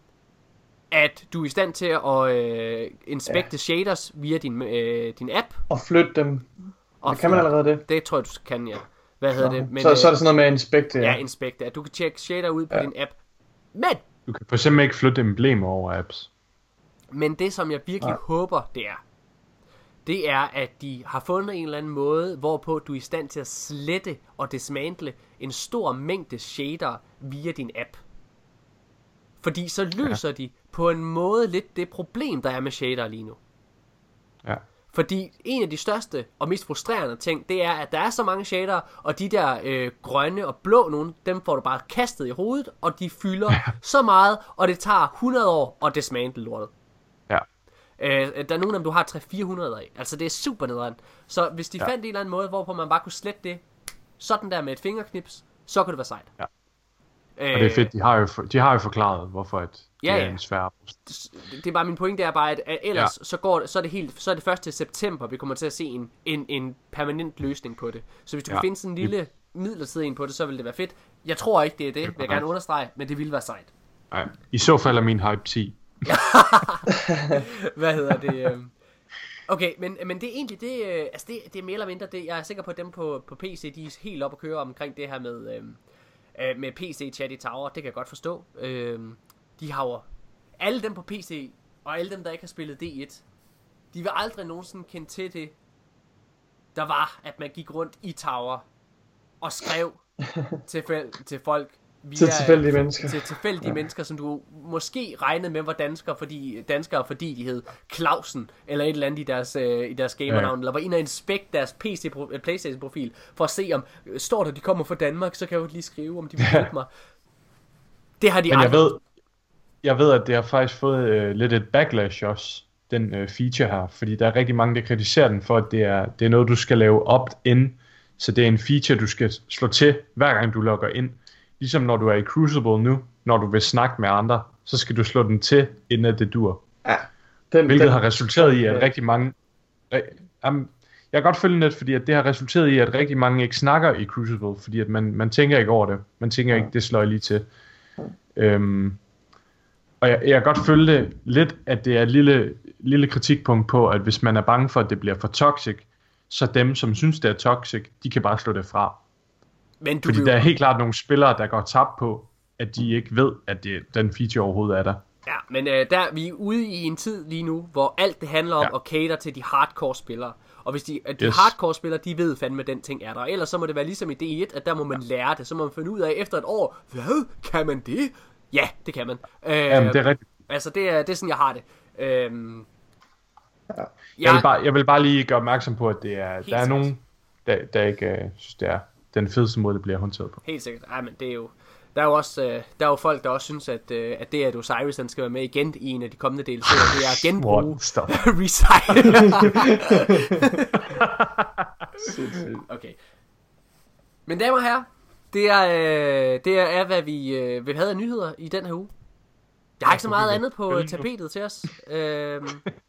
at du er i stand til at øh, inspekte ja. shaders via din, øh, din app. Og flytte dem. Og kan man allerede det? Det tror jeg, du kan, ja. Hvad hedder Nå. det? Men, så, så er det sådan noget med inspect, ja. Ja, inspect, at du kan tjekke shader ud på ja. din app. Men! Du kan for eksempel ikke flytte emblemer over apps. Men det, som jeg virkelig ja. håber, det er, det er, at de har fundet en eller anden måde, hvorpå du er i stand til at slette og dismantle en stor mængde shader via din app. Fordi så løser ja. de på en måde lidt det problem, der er med shader lige nu. Ja. Fordi en af de største og mest frustrerende ting, det er, at der er så mange shader, og de der øh, grønne og blå nogen, dem får du bare kastet i hovedet, og de fylder ja. så meget, og det tager hundrede år at dismantle lortet. Ja. Øh, der er nogle af dem, du har tre til fire hundrede af. Altså det er super nederen. Så hvis de ja. fandt en eller anden måde, hvorpå man bare kunne slette det, sådan der med et fingerknips, så kunne det være sejt. Ja. Og det er fedt, de har jo, for, de har jo forklaret, hvorfor at det ja, ja. er en svær. Det, det er bare min pointe, det er bare, at, at ellers ja. så går det, så er det helt, så er det første september, vi kommer til at se en, en, en permanent løsning på det. Så hvis du ja. kan finde sådan en lille midlertidig en på det, så vil det være fedt. Jeg tror ikke, det er det, vil jeg gerne understrege, men det vil være sejt. Nej, i så fald er min hype ti. Hvad hedder det? Okay, men, men det er egentlig det, altså det, det er mere eller mindre det, jeg er sikker på, at dem på, på P C, de er helt op at køre omkring det her med... Øhm, med P C-chat i Tower, det kan jeg godt forstå. Øhm, de har jo alle dem på P C, og alle dem, der ikke har spillet D et, de vil aldrig nogensinde kende til det, der var, at man gik rundt i Tower og skrev til, til folk, via, til tilfældige mennesker. Til tilfældige ja. mennesker, som du måske regnede med var danskere, fordi, danskere, fordi de hed Clausen, eller et eller andet i deres, øh, i deres gamernavn, ja. eller var inde og inspekt deres P C, PlayStation-profil, for at se, om står der, de kommer fra Danmark, så kan jeg jo lige skrive, om de vil hjælpe mig. Det har de Men jeg aldrig. ved, jeg ved, at det har faktisk fået øh, lidt et backlash også, den øh, feature her, fordi der er rigtig mange, der kritiserer den for, at det er, det er noget, du skal lave opt-in, så det er en feature, du skal slå til, hver gang du logger ind. Ligesom når du er i Crucible nu, når du vil snakke med andre, så skal du slå den til, inden at det dur. Ja, den, Hvilket den, har resulteret i, at ja. rigtig mange... Um, jeg kan godt følge lidt, fordi at det har resulteret i, at rigtig mange ikke snakker i Crucible, fordi at man, man tænker ikke over det. Man tænker ikke, det slår jeg lige til. Um, og jeg, jeg kan godt følge det lidt, at det er et lille, lille kritikpunkt på, at hvis man er bange for, at det bliver for toxic, så dem, som synes, det er toxic, de kan bare slå det fra. Men du Fordi vil... der er helt klart nogle spillere, der går tabt på, at de ikke ved, at det, den feature overhovedet er der. Ja, men øh, der vi er ude i en tid lige nu, hvor alt det handler om Ja. at cater til de hardcore spillere. Og hvis de, at de Yes. hardcore spillere, de ved fandme, at den ting er der. Ellers så må det være ligesom i D et, at der må man lære det. Så må man finde ud af efter et år, hvad? Kan man det? Ja, det kan man. Øh, Jamen, det er rigtigt. Altså, det er, det er sådan, jeg har det. Øhm, Jeg, jeg, vil bare, jeg vil bare lige gøre opmærksom på, at det er, der er sikkert. nogen, der, der ikke uh, synes, det er den fedeste måde, det bliver håndteret på. Helt sikkert. Ej, men det er jo... Der er jo også øh, der er jo folk, der også synes, at, øh, at det, at Osiris han skal være med igen i en af de kommende D L C'er, det er genbruge, What? Stop. recycle. Okay. Men damer og herrer, det er, øh, det er, hvad vi øh, vil have af nyheder i den her uge. Jeg har ikke så meget andet på tapetet til os. Øhm,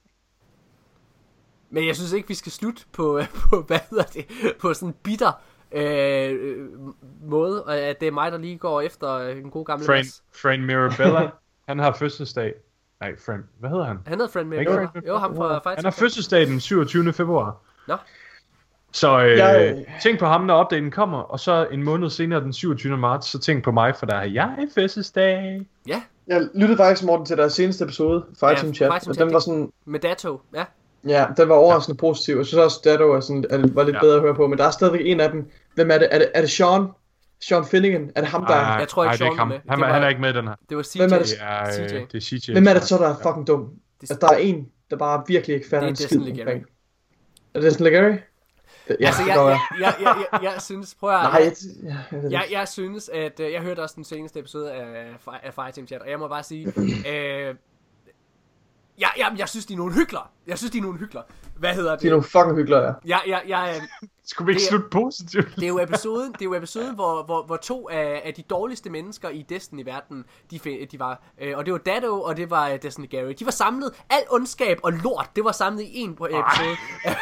men jeg synes ikke, vi skal slutte på, på hvad hedder det, på sådan en bitter øh, måde, og at det er mig, der lige går efter en god gammel Fran, Mads. Fran Mirabella, han har fødselsdag. Nej, Fran, hvad hedder han? Han hedder Friend Ikke Mirabella. Fran- Jo, ham fra Fight. Han har fødselsdag den syvogtyvende februar. Nå. Så øh, Jeg- tænk på ham, når opdateringen kommer, og så en måned senere, den syvogtyvende marts, så tænk på mig, for der er jeg fødselsdag. Ja, Jeg lyttede faktisk, Morten, til deres seneste episode, Fight Team Chat, Fight Team og Chat, den var sådan, med Dato. Ja. ja, den var overraskende positiv. Jeg synes også, Datto er sådan, er, var lidt Ja. bedre at høre på, men der er stadigvæk en af dem. Hvem er det? Er det, er det Sean? Sean Finnegan? Er det ham, der er? Ej, Jeg tror ikke, ej, det er Sean ham. er med. Han, Det er- var- han er ikke med i den her. Det var C J. Hvem er det? Det er, C J. øh, det er C J. Hvem er det så, der er fucking dum? Det- At der er en, der bare virkelig ikke fatter Det er en skid Destin Legary. omkring. Er det Destin Legary? Ja, Altså, det jeg, går jeg, jeg, jeg, jeg, jeg synes, prøv at... Nej, jeg, jeg, jeg, ved det Jeg, ikke. jeg synes, at øh, jeg hørte også den seneste episode af, af Fire Team Chat, og jeg må bare sige, øh, jeg, jeg, jeg synes, de er nogle hyklere. Jeg synes, de er nogle hyklere. Hvad hedder det? De er nogle fucking hyggelere, ja. Jeg, jeg, jeg, øh, Skulle vi ikke det er- slutte positivt? det er jo episoden, det er jo episoden hvor, hvor, hvor to af, af de dårligste mennesker i Destiny-verdenen, de, fe- de var, øh, og det var Datto, og det var øh, Destiny Gary. De var samlet, al ondskab og lort, det var samlet i en på episode.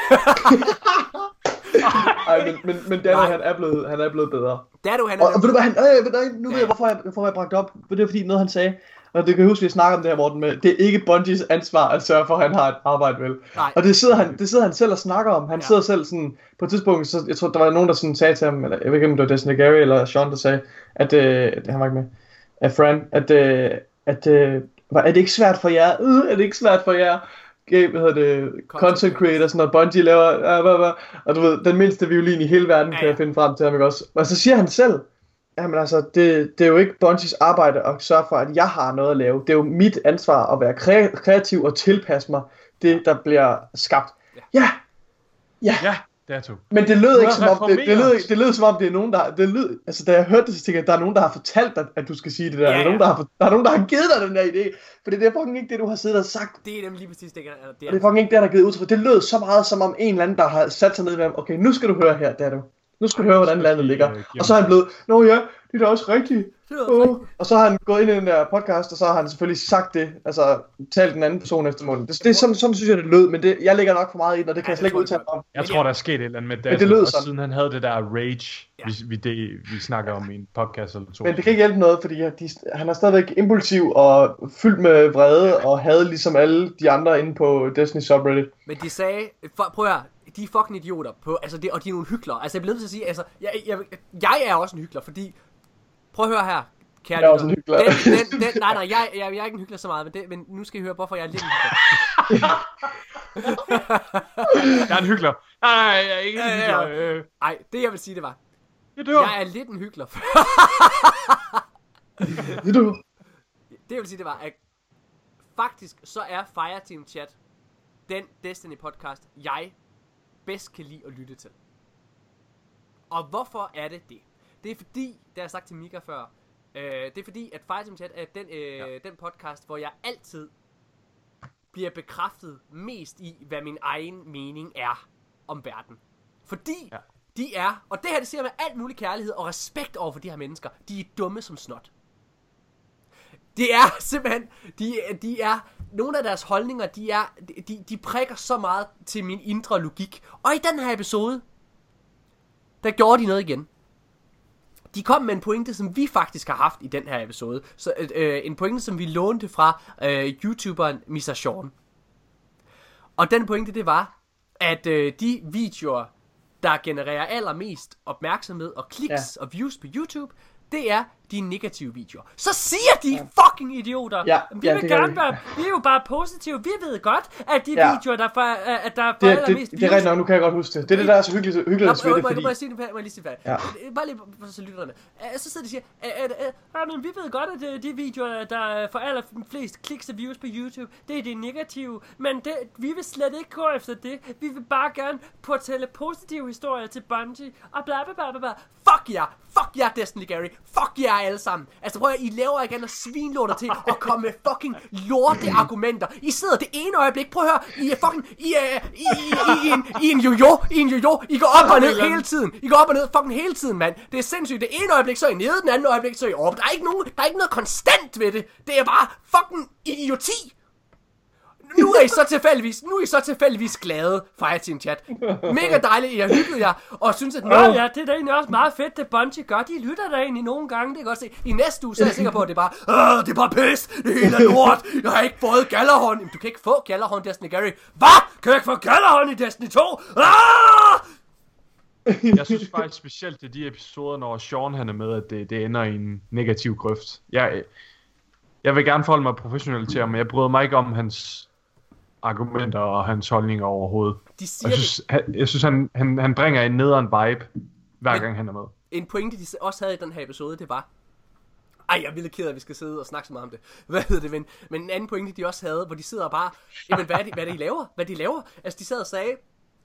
Ej, men, men, men Datto, Nej. han er blevet, han er blevet bedre. Datto, han er... Og, og ved du hvad, han, øh, ved du, hvad, nu ved jeg, hvorfor jeg, hvorfor jeg bragte op. Det er fordi noget, han sagde. Og det kan jeg huske, vi snakker om det her, Morten, med, det er ikke Bungies ansvar at sørge for, at han har et arbejde, vel? Nej. Og det sidder, han, det sidder han selv og snakker om. Han Ja. sidder selv sådan, på et tidspunkt, så, jeg tror, der var nogen, der sådan sagde til ham, eller jeg ved ikke, om det var Destiny Gary eller Sean, der sagde, at, øh, han var ikke med, af Fran, at, øh, at øh, var, er det ikke svært for jer? Øh, er det ikke svært for jer? Game, hvad hedder det, content creators, når Bungie laver, øh, øh, øh, og du ved, den mindste violin i hele verden, Ja, kan ja. jeg finde frem til ham, ikke også? Og så siger han selv, jamen altså, det, det er jo ikke Bungies arbejde at sørge for, at jeg har noget at lave. Det er jo mit ansvar at være kre- kreativ og tilpasse mig det, der bliver skabt. Ja, ja, Ja, det er to. men det lød Du ikke har som om, det, det, lød, reformeret. ikke- det lød som om, det er nogen, der, det lød, altså da jeg hørte det, så tænkte jeg, at der er nogen, der har fortalt dig, at du skal sige det der. Ja, Der, er ja. nogen, der, har, der er nogen, der har givet dig den der idé. For det er fucking ikke det, du har siddet og sagt. Det er dem lige præcis, det er, det Og det er. er fucking ikke det, der har givet udtryk. Det lød så meget som om en eller anden, der har sat sig ned med ham. Okay, nu skal du høre her, Datto. Nu skal du høre, hvordan landet ligger. Og så er han blevet, nå ja, det er da også rigtigt. Det er også Åh. Og så har han gået ind i den der podcast, og så har han selvfølgelig sagt det. Altså, talt den anden person efter munden. Det, det er sådan, sådan synes jeg, det lød. Men det, jeg lægger nok for meget i den, og det kan Ja, jeg slet ikke det udtale tror mig om. Jeg tror, der er sket et eller andet med det Datto, lød også sådan. siden han havde det der rage, Ja. vi, vi, det, vi snakker om i en podcast eller to. Men det kan ikke hjælpe noget, fordi de, han er stadigvæk impulsiv og fyldt med vrede, og havde ligesom alle de andre inde på Destiny subreddit. Men de sagde, for, prøv at høre, de er fucking idioter, på, altså det, og de er nogle hyklere. Altså jeg bliver nødt til at sige, altså, jeg, jeg, jeg er også en hykler, fordi, prøv at høre her, kære Jeg er også en lytter. hykler. Den, den, den, nej, nej, jeg, jeg, jeg er ikke en hykler så meget, men, det, men nu skal I høre, hvorfor jeg er lidt en hykler. Jeg er en hyggelig. Nej, jeg er ikke en Ja, ja, hyggelig. Øh, Ej, det jeg vil sige, det var, jeg dør. jeg er lidt en hykler. Du. Det vil sige, det var, at faktisk så er Fireteam Chat den Destiny podcast, jeg bedst kan lide at lytte til. Og hvorfor er det det? Det er fordi, det har jeg sagt til Mika før, øh, det er fordi, at Fireteam Chat er den, øh, ja. den podcast, hvor jeg altid bliver bekræftet mest i, hvad min egen mening er om verden. Fordi ja. de er, og det her det siger med alt mulig kærlighed og respekt over for de her mennesker, de er dumme som snot. Det er simpelthen, de, de er, nogle af deres holdninger, de er, de, de prikker så meget til min indre logik. Og i den her episode, der gjorde de noget igen. De kom med en pointe, som vi faktisk har haft i den her episode. Så øh, en pointe, som vi lånte fra øh, YouTuberen mister Sean. Og den pointe, det var, at øh, de videoer, der genererer allermest opmærksomhed og kliks ja. og views på YouTube, det er de negative videoer. Så siger de ja. fucking idioter. Ja, vi ja, vil gerne være, vi er jo bare positive. Vi ved godt, at de ja. videoer, der får, at der får det, allermest det, det er rigtigt nok, nu kan jeg godt huske det. Det er det, der er så hyggeligt, hyggeligt Nå, at spille, må, fordi... Må jeg sige det færdigt? Må jeg lige sige det færdigt? Ja. Bare lige for så lytterne. Så sidder de og siger, at, at, at, men vi ved godt, at de videoer, der får allerflest kliks og views på YouTube, det er det negative. Men det, vi vil slet ikke gå efter det. Vi vil bare gerne fortælle positive historier til Bungie. Og bla bla bla bla. Fuck jer! Fuck jer, Destiny Gary! Fuck jer alle sammen! Altså prøv at I laver igen og svinlorter til at komme med fucking lorte argumenter. I sidder det ene øjeblik, prøv at høre, I er fucking, I er, I, I, I, I, en, I en jojo, I en jojo, I går op og ned hele tiden. I går op og ned fucking hele tiden, mand. Det er sindssygt. Det ene øjeblik, så er I nede, den anden øjeblik, så er I oppe. Der er ikke nogen, der er ikke noget konstant ved det. Det er bare fucking idioti. Nu er I så tilfældigvis, nu er I så tilfældigvis glade, Fireteam Chat. Mega dejligt, I har hygget jer, og synes, at nå ja, det er da egentlig også meget fedt, det Bungie gør. De lytter da egentlig nogle gange, det kan godt se. I næste uge, så er jeg sikker på, at det er bare, åh, det er bare pis, det hele er lort, jeg har ikke fået Gallerhorn. Jamen, du kan ikke få Gallerhorn, Destiny Gary. Hvad? Kan jeg ikke få Gallerhorn i Destiny to? Ah! Jeg synes faktisk specielt, det er de episoder, når Sean han er med, at det, det ender i en negativ grøft. Jeg, jeg vil gerne forholde mig professionelt til ham, men jeg bryder mig ikke om hans argumenter og hans holdninger overhovedet. De siger jeg synes, han, jeg synes han, han, han bringer en nederen vibe, hver men, gang han er med. En pointe, de også havde i den her episode, det var... Ej, jeg er vildt ked af, at vi skal sidde og snakke så meget om det. Hvad hedder det, men, men en anden pointe, de også havde, hvor de sidder og bare... Jamen, hvad er det, hvad er det I laver? Hvad de laver? Altså, de sad og sagde...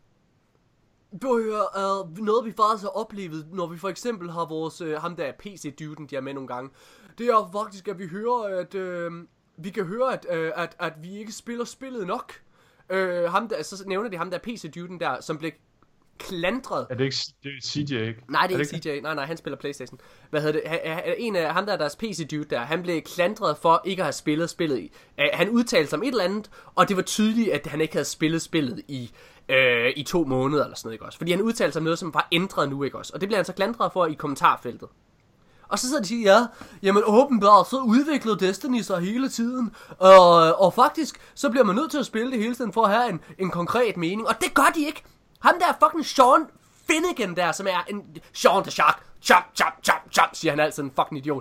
Du hører uh, noget, vi faktisk har oplevet, når vi for eksempel har vores... Uh, ham der P C-duden, de er med nogle gange. Det er faktisk, at vi hører, at... Uh, vi kan høre, at, uh, at, at vi ikke spiller spillet nok. Uh, ham der, så nævner de ham der P C-duden der, som blev klandret. Er det ikke det er C J, ikke? Nej, det er, er ikke C J. Nej, nej, han spiller PlayStation. Hvad hedder det? En af ham der, deres P C-dude der, han blev klandret for ikke at have spillet spillet i. Uh, han udtalte sig om et eller andet, og det var tydeligt, at han ikke havde spillet spillet i... Øh, i to måneder eller sådan noget, ikke også? Fordi han udtalte sig om noget, som var ændret nu, ikke også? Og det bliver han så klandret for i kommentarfeltet. Og så sidder de og siger, ja, jamen åbenbart, så udviklede Destiny sig hele tiden. Og, og faktisk, så bliver man nødt til at spille det hele tiden for at have en, en konkret mening. Og det gør de ikke. Ham der fucking Sean Finnegan der, som er en... Sean the Shark. Chop, chop, chop, chop, siger han altid, en fucking idiot.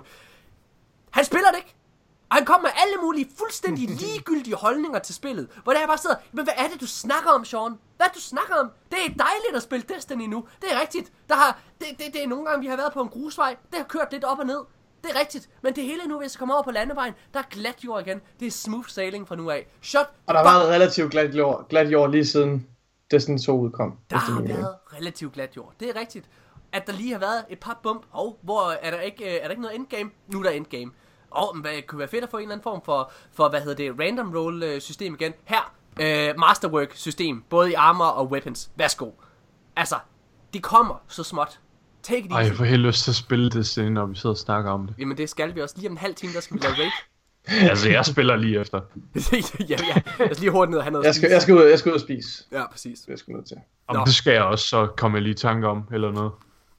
Han spiller det ikke. Og han kommer med alle mulige fuldstændig ligegyldige holdninger til spillet. Hvor der bare sidder, men hvad er det, du snakker om, Sean? Hvad er det, du snakker om? Det er dejligt at spille Destiny nu. Det er rigtigt. Der har, det, det, det er nogle gange, vi har været på en grusvej. Det har kørt lidt op og ned. Det er rigtigt. Men det hele nu, hvis jeg kommer over på landevejen, der er glat jord igen. Det er smooth sailing fra nu af. Shut og der har været relativt glat jord, glat jord lige siden Destiny to udkom. Der har været relativt glat jord. Det er rigtigt. At der lige har været et par bump. Hov, hvor er der ikke, er der ikke noget endgame? Nu er der endgame. Åh, oh, det kunne være fedt at få en eller anden form for, for hvad hedder det, random roll øh, system igen. Her, øh, Masterwork system, både i armor og weapons. Værsgo. Altså, de kommer så småt. Take it easy. Ej, jeg får helt lyst til at spille det, siden, når vi sidder og snakker om det. Jamen det skal vi også. Lige om en halv time, der skal vi lave raid. Altså, jeg spiller lige efter. ja, ja. Jeg skal lige hurtigt ned og have noget jeg skal, jeg skal ud, jeg skal ud og spise. Ja, præcis. Jeg skal ud til. Om det skal jeg også, så kommer jeg lige i tanke om, eller noget.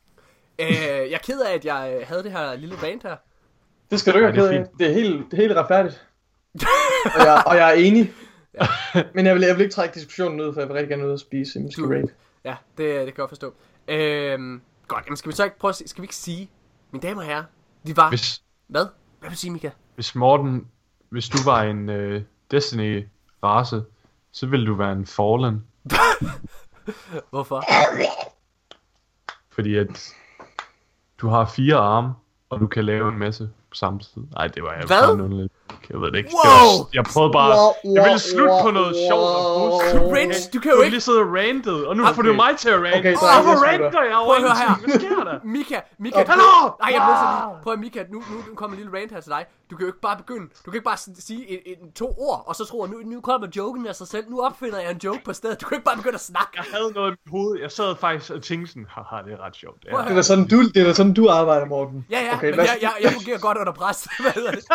Øh, jeg er ked af, at jeg havde det her lille rant her. Det skal du ikke have ked af. Det er helt, det er helt retfærdigt. og, jeg, og jeg er enig. Ja. Men jeg vil, jeg vil ikke trække diskussionen ud, for jeg vil rigtig gerne ud og spise i måske raid. Ja, det, det kan jeg forstå. Øhm, godt, jamen skal vi så ikke prøve at, skal vi ikke sige, mine damer og herrer, vi var... Hvis, hvad? Hvad vil du sige, Mika? Hvis Morten, hvis du var en uh, Destiny-race, så ville du være en Fallen. Hvorfor? Fordi at du har fire arme, og du kan lave en masse. på samme tid. Nej, det var jeg Hvad? bare noget. Jeg ved det ikke. Wow! Det var, jeg prøvede bare... Wow, jeg ville wow, slutte på wow, noget sjovt og wow. positivt. Cringe, du kan Du jo har ikke... lige siddet og rantet, og nu Okay. får du mig til at rante. Okay, Okay, så så jeg Hvorfor slutter. ranter jeg Prøv over at høre her. ingenting? Hvad sker der? Mika, Mika, Okay. du... Hallo! Nej, jeg bliver så lige... Prøv at Mika, nu, nu, nu kommer en lille rant her til dig. Du kan jo ikke bare begynde. Du kan ikke bare s- sige en, en, to ord, og så tror jeg, nu, nu kommer joken af sig selv. Nu opfinder jeg en joke på stedet. Du kan ikke bare begynde at snakke. Jeg havde noget i mit hoved. Jeg sad faktisk og tænkte sådan, haha, det er ret sjovt. Det Prøv at er. Det er da sådan, du, det er da sådan, du arbejder, Morten. Ja, ja, Okay, men lad os- jeg, jeg, jeg fungerer godt under pres. Hvad hedder det?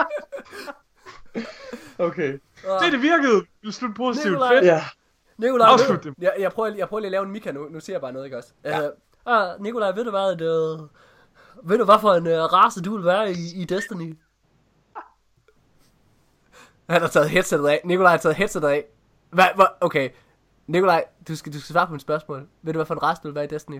Okay. Det, det virkede. Du slutte positivt. Nikolaj. Fedt. Ja. Nikolaj, Afslut ved, dem. jeg, jeg, prøver, jeg prøver lige at lave en Mika nu. Nu siger jeg bare noget, ikke også? Ja. Uh, Nikolaj, ved du hvad, at, uh, ved du hvad for en uh, race du vil være i, i Destiny? Han har taget headsetet af. Nikolaj har taget headsetet af. Hvad, hvad? Okay. Nikolaj, du skal, du skal svare på mit spørgsmål. Ved du hvad for en race du vil være i Destiny?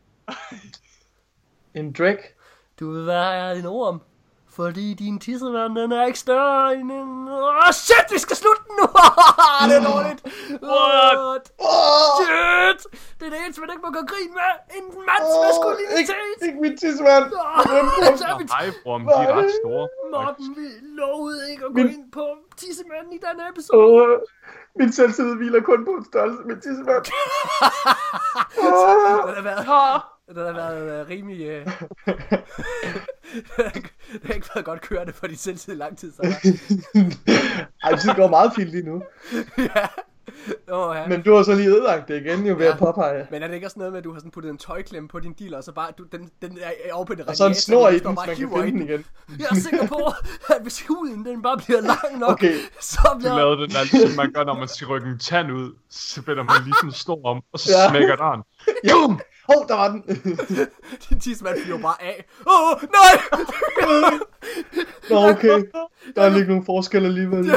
En Drake. Du vil være en orm. Fordi din tissemand, den er ikke større end en... Åh, oh, shit, vi skal slutte den nu! Det er dårligt! What? Shit! Det er det eneste, man ikke må gå grin med. En mands Ikke, maskulinitet! ikke min tidsmand. Åh, så er vi Hej, Brom, de er ret store. Morten, vi lovede ikke at gå Min- ind på tissemanden i denne episode. Åh, min selvtillid hviler kun på en størrelse min tidsmand. Den har været, den har været uh, rimelig... Uh... det har ikke været godt kørende for din selvtid i lang tid, så. Ej, det går meget fint lige nu. Ja. Oh, ja. Men du har så lige ødelagt det igen, jo ved at påpege. Men er det ikke også noget med, at du har sådan puttet en tøjklemme på din dealer, og så bare, du, den, den er over på det Og så en snor i den, så man kan finde den igen. Jeg er sikker på, at hvis huden den bare bliver lang nok, Okay. så Du bliver... lavede den der, som man gør, når man skal rykke en tand ud. Så spænder man lige sådan en snor om, og så Ja. smækker den. Bum! Hov, oh, der var den. Din tidsmand flyver bare af. Åh, oh, nej! Nå, okay. Der er ikke nogen forskel alligevel.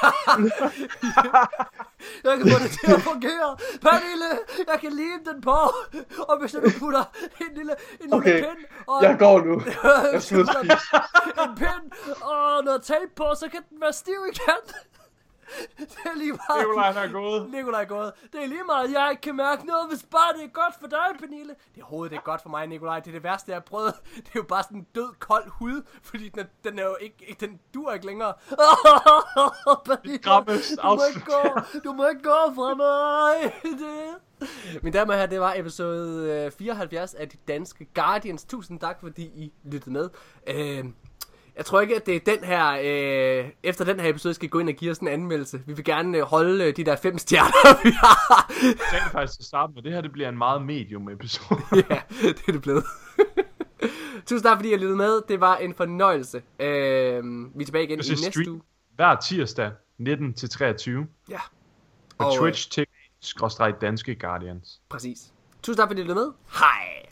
Jeg kan få det til at fungere. Pernille, jeg kan lime den på. Og hvis jeg nu putter en lille, en lille Okay, pind og jeg går nu. Jeg skal ud og spise. en pind og noget tape på, så kan den være stiv igen. Det er lige meget. Nikolaj er gået. Nikolaj er gået. Det er lige meget, jeg ikke kan mærke noget, hvis bare det er godt for dig, Pernille. Det er overhovedet ikke godt for mig, Nikolaj. Det er det værste, jeg har prøvet. Det er jo bare sådan en død, kold hud, fordi den er, den er jo ikke, den dur ikke længere. Pernille, Grammes du må ikke gå, du må ikke gå fra mig. Det. Mine damer og herrer, det var episode fireoghalvfjerds af De Danske Guardians. Tusind tak, fordi I lyttede med. Øh, Jeg tror ikke, at det er den her, øh, efter den her episode, skal gå ind og give os en anmeldelse. Vi vil gerne øh, holde øh, de der fem stjerner, vi har. Jeg tænkte faktisk til at starte med, det her det bliver en meget medium episode. Ja, det er det blevet. Tusind tak, fordi I lyttede med. Det var en fornøjelse. Øh, vi er tilbage igen i Så næste stream uge. hver tirsdag nitten til treogtyve Ja, på Og, øh, Twitch T V skråstreg Danske Guardians. præcis. Tusind tak, fordi I lyttede med. Hej.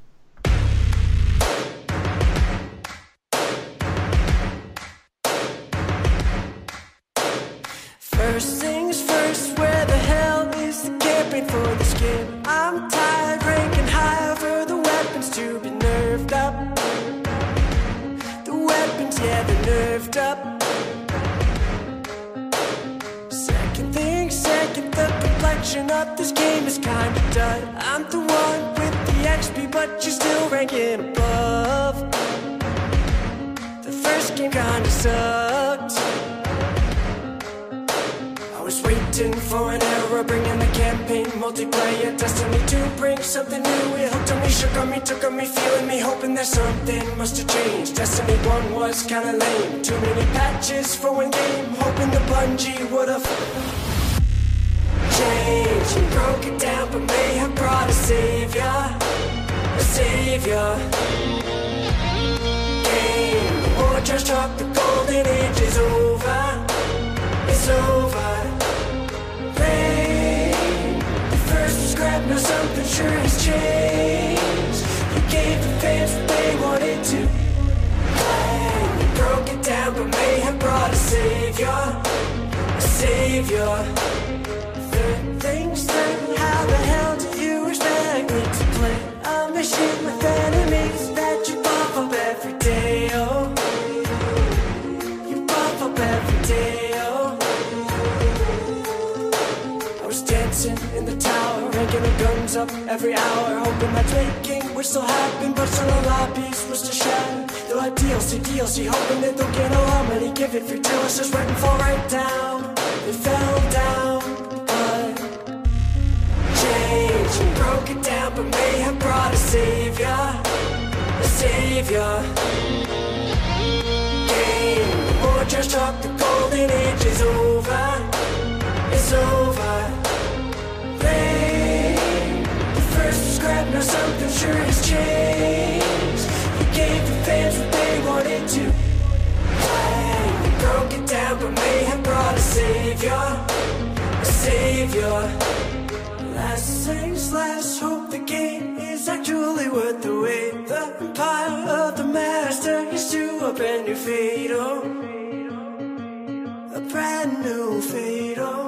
First things first, where the hell is the camping for the skin? I'm tired, ranking higher for the weapons to be nerfed up. The weapons, yeah, they're nerfed up. Second thing, second, the complexion of this game is kinda done. I'm the one with the X P, but you're still ranking above. The first game kinda sucked. I was waiting for an error, bringing the campaign multiplayer Destiny to bring something new. It hooked on me, shook on me, took on me, feeling me, hoping that something must have changed. Destiny one was kinda lame, too many patches for one game, hoping the Bungie would've changed. You broke it down, but may have brought a savior, a savior. Game, the war just dropped, the golden age is over, it's over. Scrap, now something sure has changed. You gave the fans what they wanted to play. You broke it down, but may have brought a savior, a savior. Third things third, how the hell do you expect me to play a mission with enemies that you buff up every day, oh? You buff up every day, oh? I was dancing in the tower, ranking our guns up every hour, hoping matchmaking would still happen, but still a lobbies was to shatter. They'll have D L C, D L C, hoping that they'll get a lot money, give it free till it's just right and fall right down. It fell down, but change broke it down, but may have brought a savior, a savior. Game, more just talk, the golden age is over, it's over. Rain, the first was scrap, now something sure has changed. You gave the fans what they wanted to. You broke it down, but may have brought a savior, a savior. Last things last, hope the game is actually worth the wait. The empire of the master is to a brand new fatal, a brand new fatal.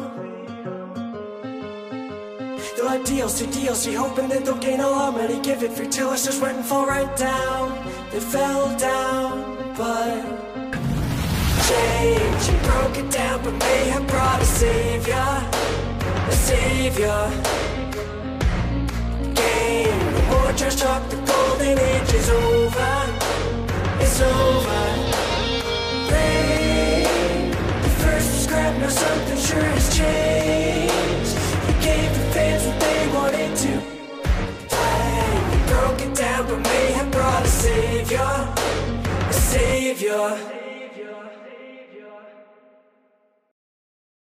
They'll have D L C, D L C, hoping that they'll gain a lot of money, give it free till it's just went and fall right down. They fell down, but change broke it down, but may have brought a savior, a savior. Game, no more trash talk, the golden age is over, it's over. Rain, the first was scrap, now something sure has changed. You gave the fans what they wanted to. You broke it down, but may have brought a savior, a savior.